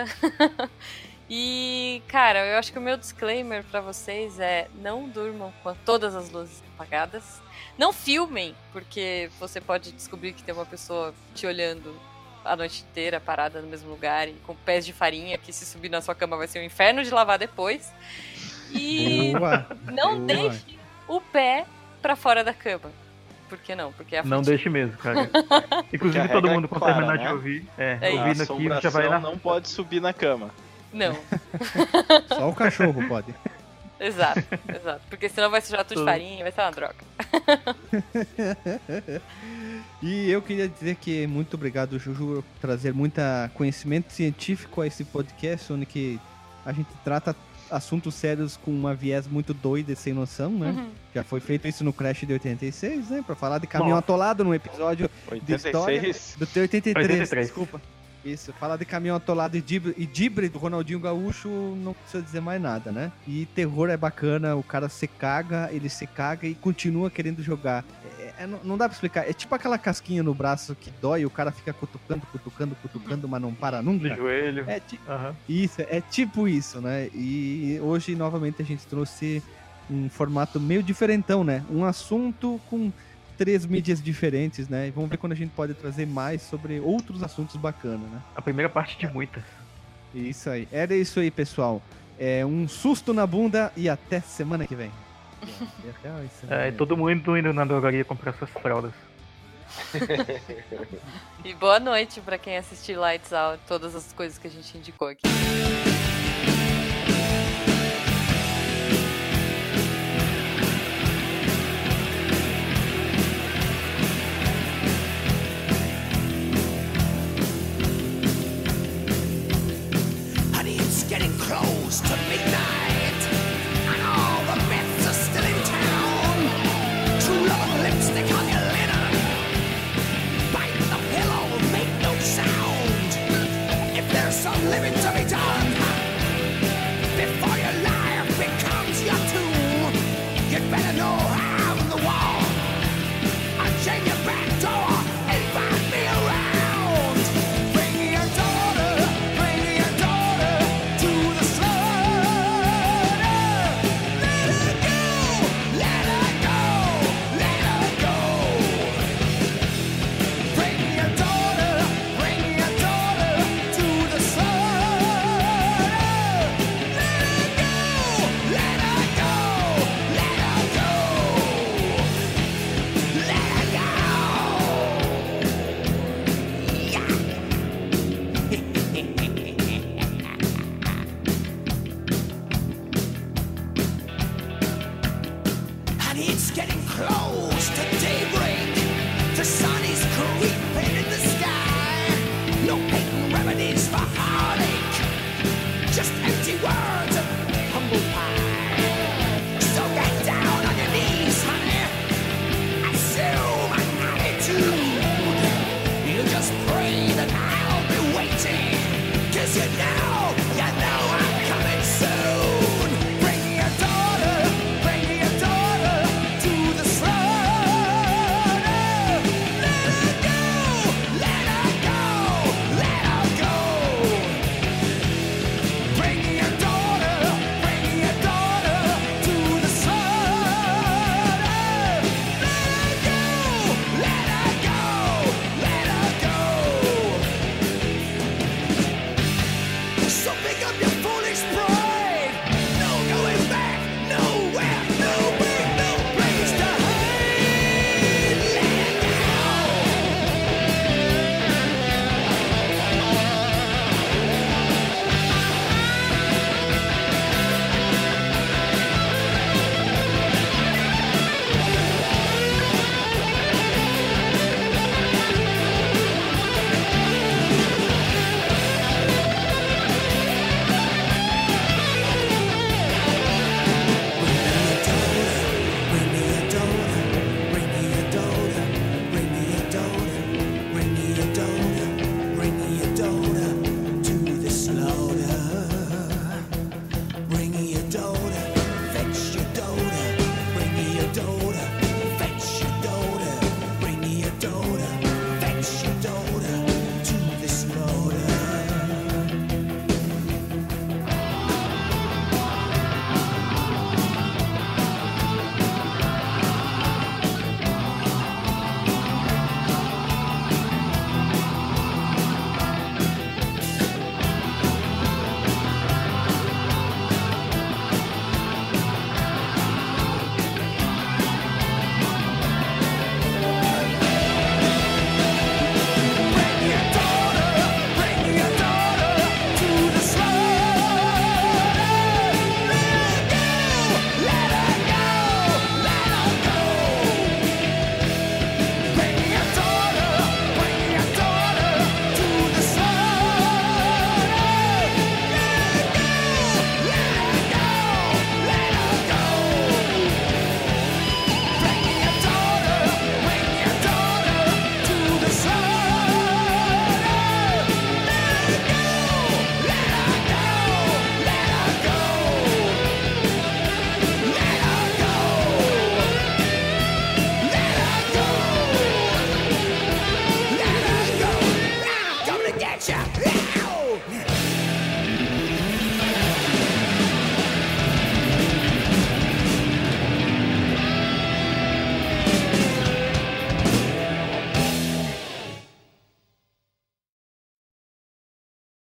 E, cara, eu acho que o meu disclaimer pra vocês é: não durmam com todas as luzes apagadas. Não filmem, porque você pode descobrir que tem uma pessoa te olhando a noite inteira, parada no mesmo lugar e com pés de farinha, que se subir na sua cama vai ser um inferno de lavar depois. E boa, não boa. deixe o pé pra fora da cama. Por que não? Porque é a Não deixe mesmo, cara. Inclusive todo mundo, quando terminar de ouvir, é, É ouvindo a aqui, já vai lá. não pode subir na cama. Não. Só o cachorro pode. Exato, exato. Porque senão vai sujar tudo de farinha, vai ser uma droga. E eu queria dizer que muito obrigado, Juju, por trazer muito conhecimento científico a esse podcast, onde que a gente trata assuntos sérios com uma viés muito doida e sem noção, né? Uhum. Já foi feito isso no Crash de oitenta e seis, né? Pra falar de caminhão Bom. atolado num episódio oitenta e seis? de história do oitenta e três, oitenta e três. Desculpa. Isso, falar de caminhão atolado e dibre do Ronaldinho Gaúcho, não precisa dizer mais nada, né? E terror é bacana, o cara se caga, ele se caga e continua querendo jogar. É, é, não, não dá pra explicar, é tipo aquela casquinha no braço que dói, o cara fica cutucando, cutucando, cutucando, mas não para nunca. De joelho. É ti- uhum. Isso, é tipo isso, né? E hoje, novamente, a gente trouxe um formato meio diferentão, né? Um assunto com três mídias diferentes, né? E vamos ver quando a gente pode trazer mais sobre outros assuntos bacanas, né? A primeira parte de muitas. Isso aí. Era isso aí, pessoal. É um susto na bunda e até semana que vem. É real isso. É, todo mundo indo na drogaria comprar suas fraldas. E boa noite pra quem assistir Lights Out, todas as coisas que a gente indicou aqui. Honey, it's getting close to midnight, and all the bets are still in town. True love and lipstick on your linen. Bite the pillow, make no sound. If there's some living to be done, before your life becomes your tomb, you'd better know I'm the one. I'll chain your back door and find me around. Bring your daughter, bring your daughter to the slaughter. Let her go, let her go, let her go. Bring your daughter, bring your daughter to the slaughter. Let her go, let her go, let her go. Let her go. And it's getting close to daybreak. The sun is creeping in the sky. No patent remedies for heartache, just empty words of humble pie. So get down on your knees, honey. Assume an attitude. You just pray that I'll be waiting. Cause you know, you know I'm coming soon. Bring your daughter, bring your daughter to the slaughter. Let her go, let her go, let her go. Bring your daughter, bring your daughter to the slaughter. Let her go, let her go, let her go. So pick up your foolish pride. No going back, nowhere, no way, no place to hide. Let her go. Bring me your daughter, bring me your daughter, bring me your daughter, bring me your daughter, bring me your daughter to the slaughter. Bring me your daughter, fetch your daughter, bring me your daughter, fetch your daughter, bring me your daughter, fetch your daughter to the slaughter. Bring your daughter, bring your daughter to the slaughter. Let her go, let her go, let her go. Bring your daughter, bring your daughter to the slaughter. Let her go, let her go. Bring your daughter, bring your daughter to the slaughter. Let her go, let her go, let her go, let her go, let her go, let her go. I'm coming to get ya.